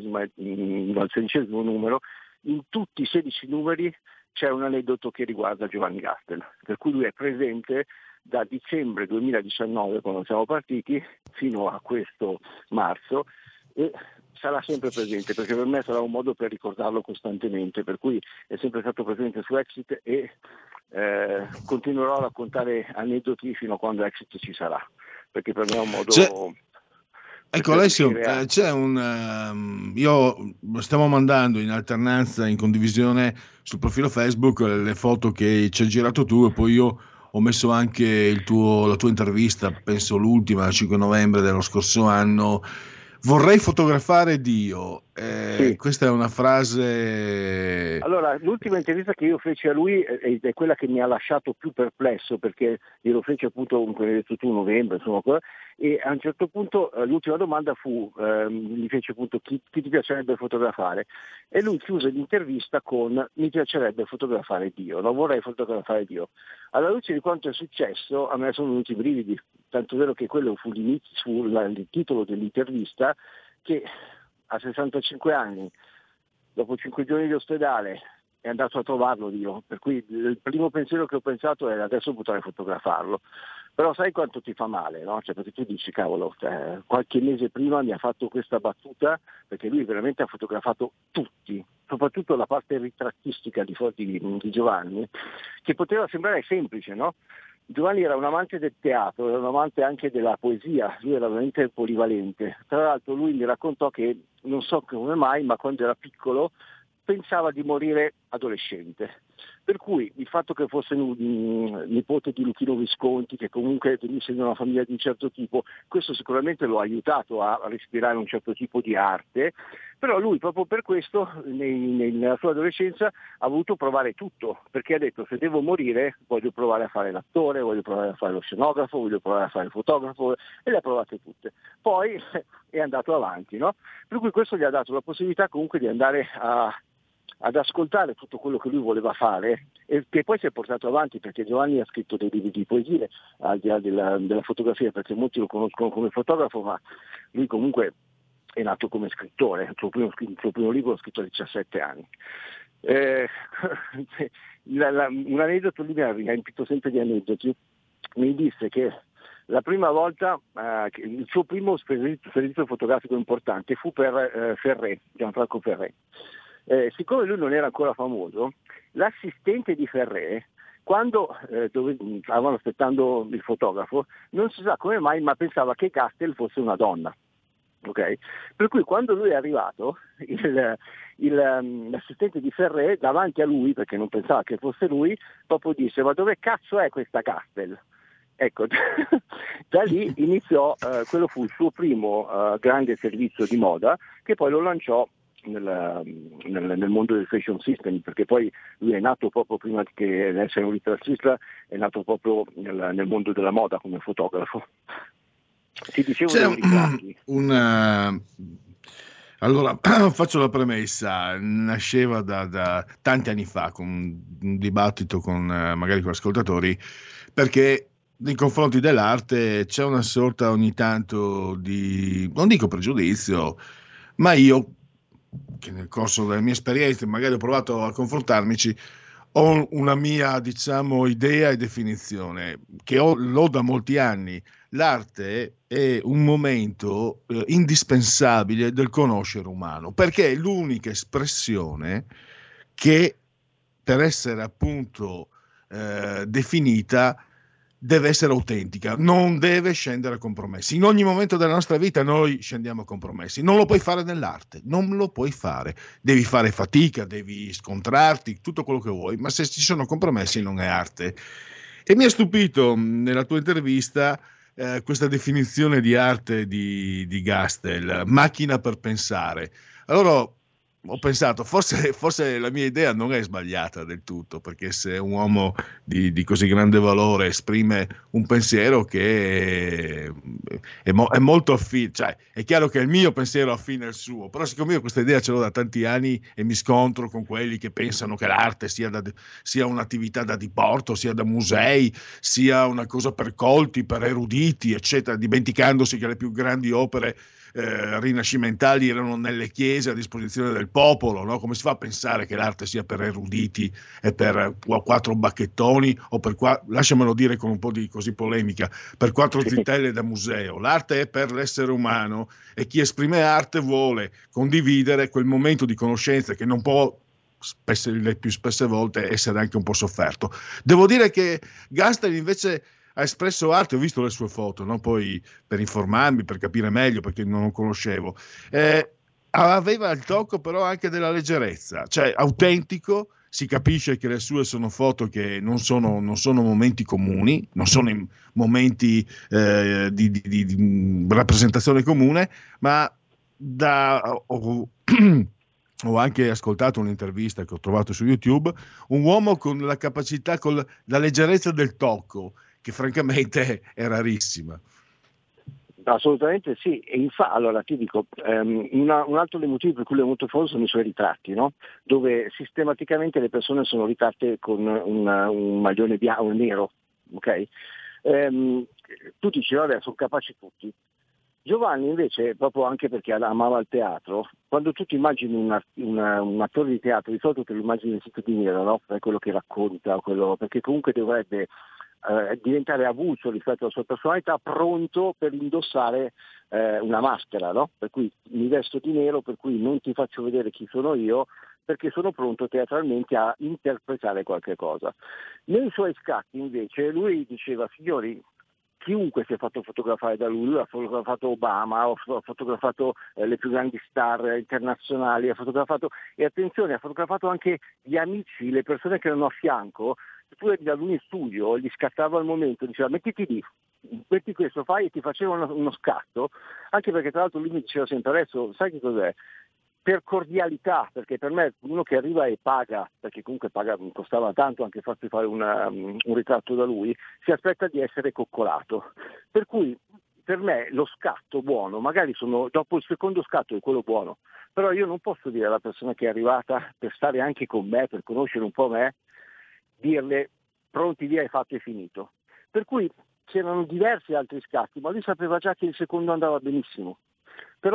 16° numero, in tutti i 16 numeri c'è un aneddoto che riguarda Giovanni Gastel, per cui lui è presente da dicembre 2019, quando siamo partiti, fino a questo marzo, e sarà sempre presente, perché per me sarà un modo per ricordarlo costantemente, per cui è sempre stato presente su Exit, e continuerò a raccontare aneddoti fino a quando Exit ci sarà, perché per me è un modo... Ecco Alessio, c'è io stiamo mandando in alternanza, in condivisione sul profilo Facebook le foto che ci hai girato tu, e poi io ho messo anche la tua intervista, penso l'ultima, il 5 novembre dello scorso anno. Vorrei fotografare Dio. Sì. Questa è una frase... Allora, l'ultima intervista che io feci a lui è quella che mi ha lasciato più perplesso, perché glielo feci appunto, come hai detto tu, novembre, insomma, e a un certo punto l'ultima domanda fu, gli fece appunto chi ti piacerebbe fotografare, e lui chiuse l'intervista con: mi piacerebbe fotografare Dio, non vorrei fotografare Dio. Alla luce di quanto è successo a me sono venuti i brividi, tanto vero che quello fu il titolo dell'intervista, che a 65 anni, dopo 5 giorni di ospedale, è andato a trovarlo Dio, per cui il primo pensiero che ho pensato è: adesso potrei fotografarlo. Però sai quanto ti fa male, no? Cioè, perché tu dici: cavolo, qualche mese prima mi ha fatto questa battuta, perché lui veramente ha fotografato tutti, soprattutto la parte ritrattistica di Giovanni, che poteva sembrare semplice, no? Giovanni era un amante del teatro, era un amante anche della poesia, lui era veramente polivalente. Tra l'altro lui mi raccontò che, non so come mai, ma quando era piccolo pensava di morire adolescente. Per cui il fatto che fosse nipote di Luchino Visconti, che comunque venisse da una famiglia di un certo tipo, questo sicuramente lo ha aiutato a respirare un certo tipo di arte, però lui proprio per questo nella sua adolescenza ha voluto provare tutto, perché ha detto: se devo morire voglio provare a fare l'attore, voglio provare a fare lo scenografo, voglio provare a fare il fotografo, e le ha provate tutte. Poi è andato avanti, no? Per cui questo gli ha dato la possibilità comunque di andare ad ascoltare tutto quello che lui voleva fare, e che poi si è portato avanti, perché Giovanni ha scritto dei libri di poesie, al di là della fotografia, perché molti lo conoscono come fotografo, ma lui comunque è nato come scrittore, il suo primo libro l'ho scritto a 17 anni. Un aneddoto, lui mi ha riempito sempre di aneddoti. Mi disse che la prima volta che il suo primo servizio fotografico importante fu per Ferré, Gianfranco Ferré. Siccome lui non era ancora famoso, l'assistente di Ferré, quando stavano aspettando il fotografo, non si sa come mai, ma pensava che Castel fosse una donna. Okay? Per cui quando lui è arrivato, l'assistente di Ferré davanti a lui, perché non pensava che fosse lui, proprio disse: ma dove cazzo è questa Castel? Ecco, da lì iniziò, quello fu il suo primo grande servizio di moda, che poi lo lanciò nel mondo del fashion system, perché poi lui è nato proprio prima che essere un ritrattista, è nato proprio nel mondo della moda come fotografo. Ti dicevo allora faccio la premessa. Nasceva da tanti anni fa con un dibattito magari con ascoltatori, perché nei confronti dell'arte c'è una sorta ogni tanto di, non dico pregiudizio, ma io, che nel corso delle mie esperienze magari ho provato a confrontarmici, ho una mia, diciamo, idea e definizione che l'ho da molti anni. L'arte è un momento indispensabile del conoscere umano, perché è l'unica espressione che, per essere appunto definita, deve essere autentica, non deve scendere a compromessi. In ogni momento della nostra vita noi scendiamo a compromessi, non lo puoi fare nell'arte, non lo puoi fare, devi fare fatica, devi scontrarti, tutto quello che vuoi, ma se ci sono compromessi non è arte. E mi ha stupito nella tua intervista questa definizione di arte di Gastel, macchina per pensare. Allora ho pensato, forse la mia idea non è sbagliata del tutto, perché se un uomo di così grande valore esprime un pensiero che è molto affine, cioè è chiaro che il mio pensiero è affine al suo, però siccome io questa idea ce l'ho da tanti anni e mi scontro con quelli che pensano che l'arte sia un'attività da diporto, sia da musei, sia una cosa per colti, per eruditi, eccetera, dimenticandosi che le più grandi opere rinascimentali erano nelle chiese a disposizione del popolo, no? Come si fa a pensare che l'arte sia per eruditi e per quattro bacchettoni o lasciamelo dire con un po' di così polemica, per quattro zitelle da museo? L'arte è per l'essere umano e chi esprime arte vuole condividere quel momento di conoscenza che non può, le più spesse volte, essere anche un po' sofferto. Devo dire che Gastel invece ha espresso arte, ho visto le sue foto, no? Poi per informarmi, per capire meglio, perché non lo conoscevo, aveva il tocco però anche della leggerezza, cioè autentico. Si capisce che le sue sono foto che non sono momenti comuni, non sono momenti di rappresentazione comune, ma ho anche ascoltato un'intervista che ho trovato su YouTube, un uomo con la capacità, con la leggerezza del tocco, che francamente è rarissima. Assolutamente sì, e infatti, allora ti dico, un altro dei motivi per cui lui è molto famoso sono i suoi ritratti, no? Dove sistematicamente le persone sono ritratte con un maglione bianco, nero, ok? Tu dici, vabbè, sono capaci tutti. Giovanni invece, proprio anche perché amava il teatro, quando tu ti immagini un attore di teatro, di solito te lo immagini vestito di nero, no? Per quello che racconta, perché comunque dovrebbe diventare avulso rispetto alla sua personalità, pronto per indossare una maschera, no? Per cui mi vesto di nero, per cui non ti faccio vedere chi sono io, perché sono pronto teatralmente a interpretare qualche cosa. Nei suoi scatti invece lui diceva: signori, chiunque si è fatto fotografare da lui ha fotografato Obama, ha fotografato le più grandi star internazionali, ha fotografato anche gli amici, le persone che erano a fianco. Tu eri da lui in studio, gli scattava il momento, diceva mettiti lì, metti questo, fai, e ti faceva uno scatto, anche perché tra l'altro lui mi diceva sempre: adesso sai che cos'è? Per cordialità, perché per me uno che arriva e paga, perché comunque costava tanto anche farsi fare un ritratto da lui, si aspetta di essere coccolato. Per cui per me lo scatto buono, magari dopo il secondo scatto è quello buono, però io non posso dire alla persona che è arrivata per stare anche con me, per conoscere un po' me, dirle pronti, via, hai fatto e finito. Per cui c'erano diversi altri scatti, ma lui sapeva già che il secondo andava benissimo. Però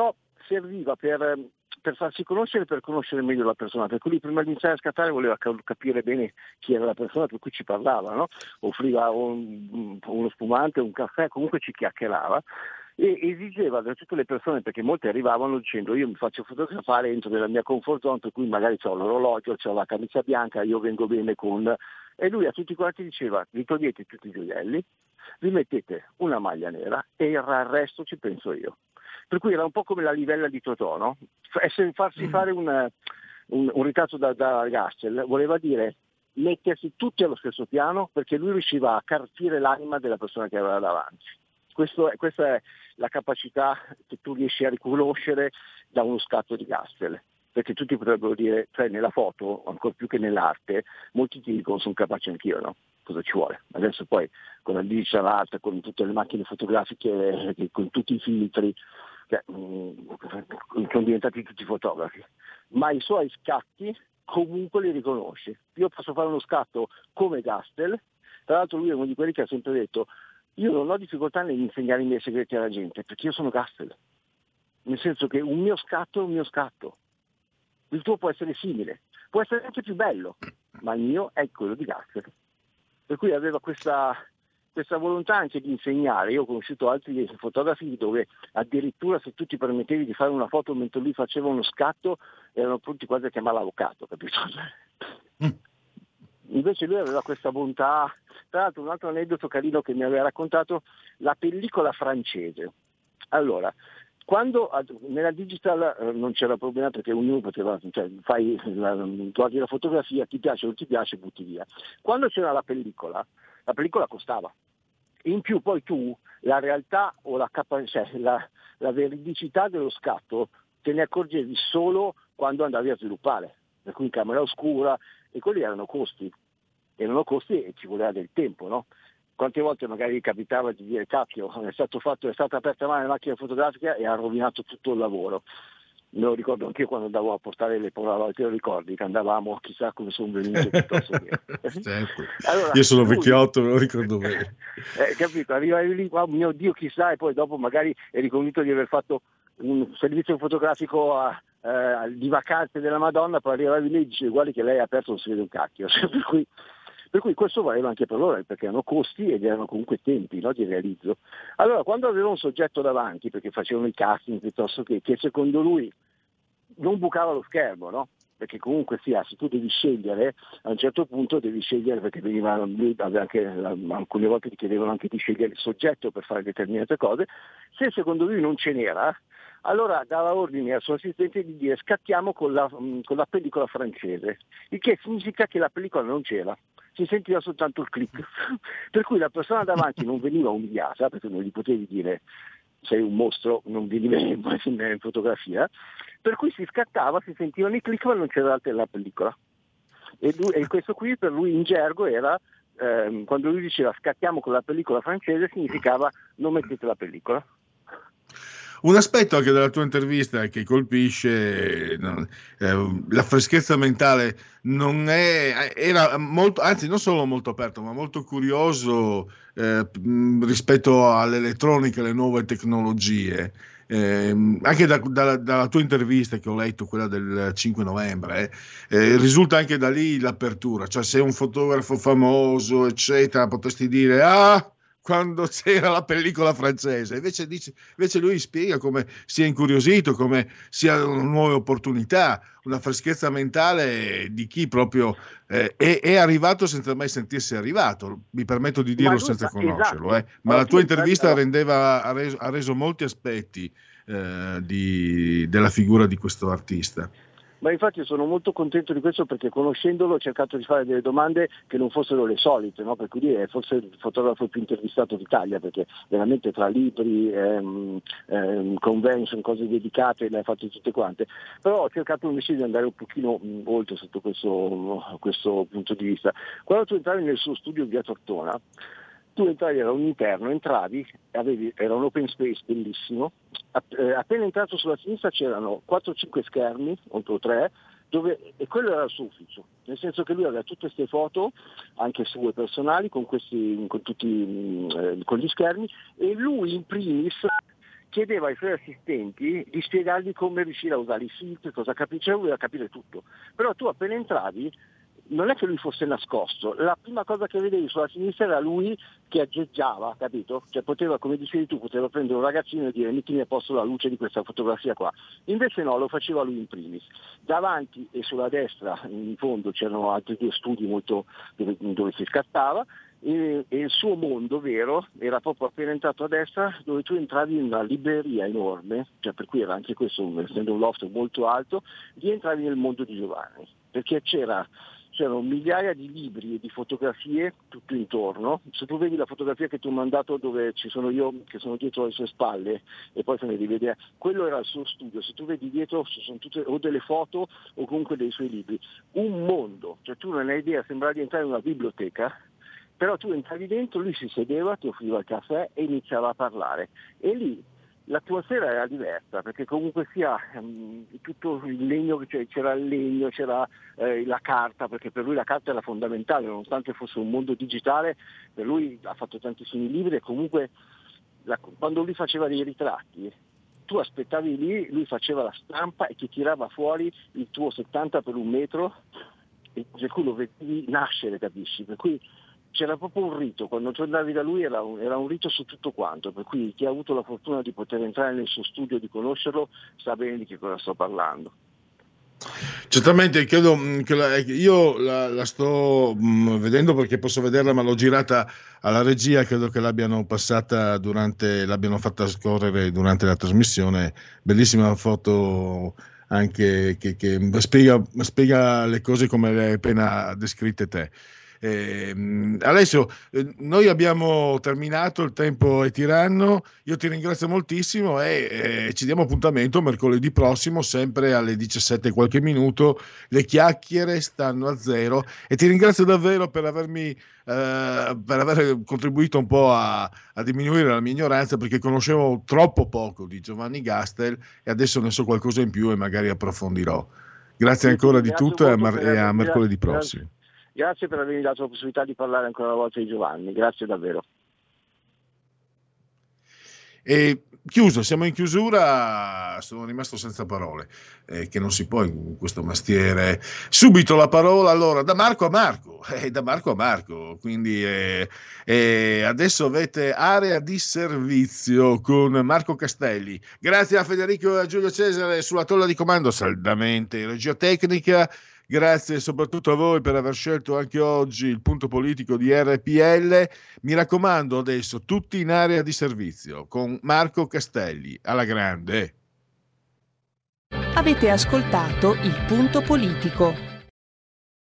serviva per farsi conoscere, per conoscere meglio la persona, per cui lui prima di iniziare a scattare voleva capire bene chi era la persona per cui ci parlava, no? Offriva uno spumante, un caffè, comunque ci chiacchierava e esigeva da tutte le persone, perché molte arrivavano dicendo io mi faccio fotografare, entro nella mia comfort zone, per cui magari c'ho l'orologio, c'ho la camicia bianca, io vengo bene con... E lui a tutti quanti diceva vi togliete tutti i gioielli, vi mettete una maglia nera e il resto ci penso io. Per cui era un po' come la livella di Totò, no? Farsi fare un ritratto da Gassel voleva dire mettersi tutti allo stesso piano, perché lui riusciva a carpire l'anima della persona che aveva davanti. Questa è la capacità che tu riesci a riconoscere da uno scatto di Gassel, perché tutti potrebbero dire, cioè nella foto, ancora più che nell'arte, molti ti dicono sono capace anch'io, no? Cosa ci vuole? Adesso poi con la digital art, con tutte le macchine fotografiche, con tutti i filtri, sono diventati tutti fotografi, ma i suoi scatti comunque li riconosci. Io posso fare uno scatto come Gassel, tra l'altro lui è uno di quelli che ha sempre detto io non ho difficoltà nell'insegnare i miei segreti alla gente, perché io sono Gassel, nel senso che un mio scatto è un mio scatto, il tuo può essere simile, può essere anche più bello, ma il mio è quello di Gassel, per cui aveva questa volontà anche di insegnare. Io ho conosciuto altri fotografi dove addirittura se tu ti permettevi di fare una foto mentre lui faceva uno scatto erano pronti quasi a chiamare l'avvocato, capito? Invece lui aveva questa bontà. Tra l'altro un altro aneddoto carino che mi aveva raccontato, la pellicola francese. Allora, quando nella digital non c'era problema perché ognuno poteva, cioè guardi la fotografia, ti piace o non ti piace, butti via. Quando c'era la pellicola costava. In più poi tu la realtà o la veridicità dello scatto te ne accorgevi solo quando andavi a sviluppare, per cui in camera oscura, e quelli erano costi e ci voleva del tempo, no? Quante volte magari capitava di dire cacchio, è stata aperta male la macchina fotografica e ha rovinato tutto il lavoro. Me lo ricordo anche io quando andavo a portare le Polaroid, te lo ricordi che andavamo, chissà come sono venuto piuttosto che... Certo. Allora, io sono vecchiotto, me lo ricordo bene. Capito, arrivavi lì, oh mio Dio chissà, e poi dopo magari eri convinto di aver fatto un servizio fotografico di vacanze della Madonna, poi arrivavi lì e dicevi guardi che lei ha aperto, non si vede un cacchio. Per cui questo valeva anche per loro, perché erano costi ed erano comunque tempi, no, di realizzo. Allora quando aveva un soggetto davanti, perché facevano i casting piuttosto che secondo lui non bucava lo schermo, no? Perché comunque se tu devi scegliere, a un certo punto devi scegliere, perché lui aveva anche, alcune volte ti chiedevano anche di scegliere il soggetto per fare determinate cose, se secondo lui non ce n'era, allora dava ordine al suo assistente di dire scattiamo con la pellicola francese, il che significa che la pellicola non c'era, si sentiva soltanto il click, per cui la persona davanti non veniva umiliata, perché non gli potevi dire sei un mostro, non vieni bene in fotografia, per cui si scattava, si sentivano i click ma non c'era la pellicola. E questo qui per lui in gergo era, quando lui diceva scattiamo con la pellicola francese, significava non mettete la pellicola. Un aspetto anche della tua intervista che colpisce, la freschezza mentale, era molto, anzi non solo molto aperto, ma molto curioso rispetto all'elettronica, alle nuove tecnologie. Anche dalla tua intervista che ho letto, quella del 5 novembre, risulta anche da lì l'apertura, cioè se un fotografo famoso eccetera potresti dire quando c'era la pellicola francese, invece lui spiega come sia incuriosito, come siano nuove opportunità, una freschezza mentale di chi proprio è arrivato senza mai sentirsi arrivato, mi permetto di dirlo senza conoscerlo, esatto. Ma la tua intervista ha reso molti aspetti della figura di questo artista. Ma infatti sono molto contento di questo, perché conoscendolo ho cercato di fare delle domande che non fossero le solite, no? Per cui è forse il fotografo più intervistato d'Italia, perché veramente tra libri, convention, cose dedicate le ha fatte tutte quante, però ho cercato invece di andare un pochino oltre sotto questo punto di vista. Quando tu entravi nel suo studio via Tortona, tu entravi, era un interno, entravi, era un open space bellissimo, appena entrato sulla sinistra c'erano 4-5 schermi, o 3, e quello era il suo ufficio, nel senso che lui aveva tutte queste foto, anche sue personali, con gli schermi, e lui in primis chiedeva ai suoi assistenti di spiegargli come riuscire a usare i filtri, cosa capire, cioè lui voleva capire tutto. Però tu appena entravi, non è che lui fosse nascosto, la prima cosa che vedevi sulla sinistra era lui che aggeggiava, capito? Cioè poteva, come dicevi tu, poteva prendere un ragazzino e dire mettimi a posto la luce di questa fotografia qua. Invece no, lo faceva lui in primis. Davanti e sulla destra, in fondo, c'erano altri 2 studi molto dove si scattava, e il suo mondo vero era proprio appena entrato a destra, dove tu entravi in una libreria enorme, cioè per cui era anche questo, essendo un loft molto alto, rientravi nel mondo di Giovanni, perché c'erano migliaia di libri e di fotografie tutto intorno. Se tu vedi la fotografia che ti ho mandato dove ci sono io che sono dietro le sue spalle e poi se ne devi vedere, quello era il suo studio. Se tu vedi dietro ci sono tutte o delle foto o comunque dei suoi libri, un mondo, cioè tu non hai idea, sembrava di entrare in una biblioteca, però tu entravi dentro, lui si sedeva, ti offriva il caffè e iniziava a parlare, e lì l'atmosfera era diversa, perché comunque sia tutto il legno, cioè c'era il legno, c'era la carta, perché per lui la carta era fondamentale, nonostante fosse un mondo digitale, per lui ha fatto tantissimi libri e comunque quando lui faceva dei ritratti, tu aspettavi lì, lui faceva la stampa e ti tirava fuori il tuo 70 per 1 metro, e per cui lo vedevi nascere, capisci? Per cui c'era proprio un rito, quando tu andavi da lui era un rito su tutto quanto, per cui chi ha avuto la fortuna di poter entrare nel suo studio, di conoscerlo, sa bene di che cosa sto parlando. Certamente, credo che io la sto vedendo perché posso vederla, ma l'ho girata alla regia, credo che l'abbiano passata l'abbiano fatta scorrere durante la trasmissione. Bellissima foto anche che spiega le cose come le hai appena descritte te. Alessio, noi abbiamo terminato, il tempo è tiranno, io ti ringrazio moltissimo e ci diamo appuntamento mercoledì prossimo sempre alle 17 qualche minuto. Le chiacchiere stanno a zero e ti ringrazio davvero per aver contribuito un po' a diminuire la mia ignoranza, perché conoscevo troppo poco di Giovanni Gastel e adesso ne so qualcosa in più e magari approfondirò. Grazie ancora di tutto e a mercoledì prossimo. Grazie per avermi dato la possibilità di parlare ancora una volta di Giovanni, grazie davvero. E chiuso, siamo in chiusura, sono rimasto senza parole, che non si può in questo mestiere. Subito la parola allora da Marco a Marco, quindi adesso avete Area di Servizio con Marco Castelli. Grazie a Federico e a Giulio Cesare sulla tolla di comando, saldamente in regia tecnica. Grazie soprattutto a voi per aver scelto anche oggi il punto politico di RPL. Mi raccomando, adesso tutti in area di servizio con Marco Castelli. Alla grande. Avete ascoltato il punto politico.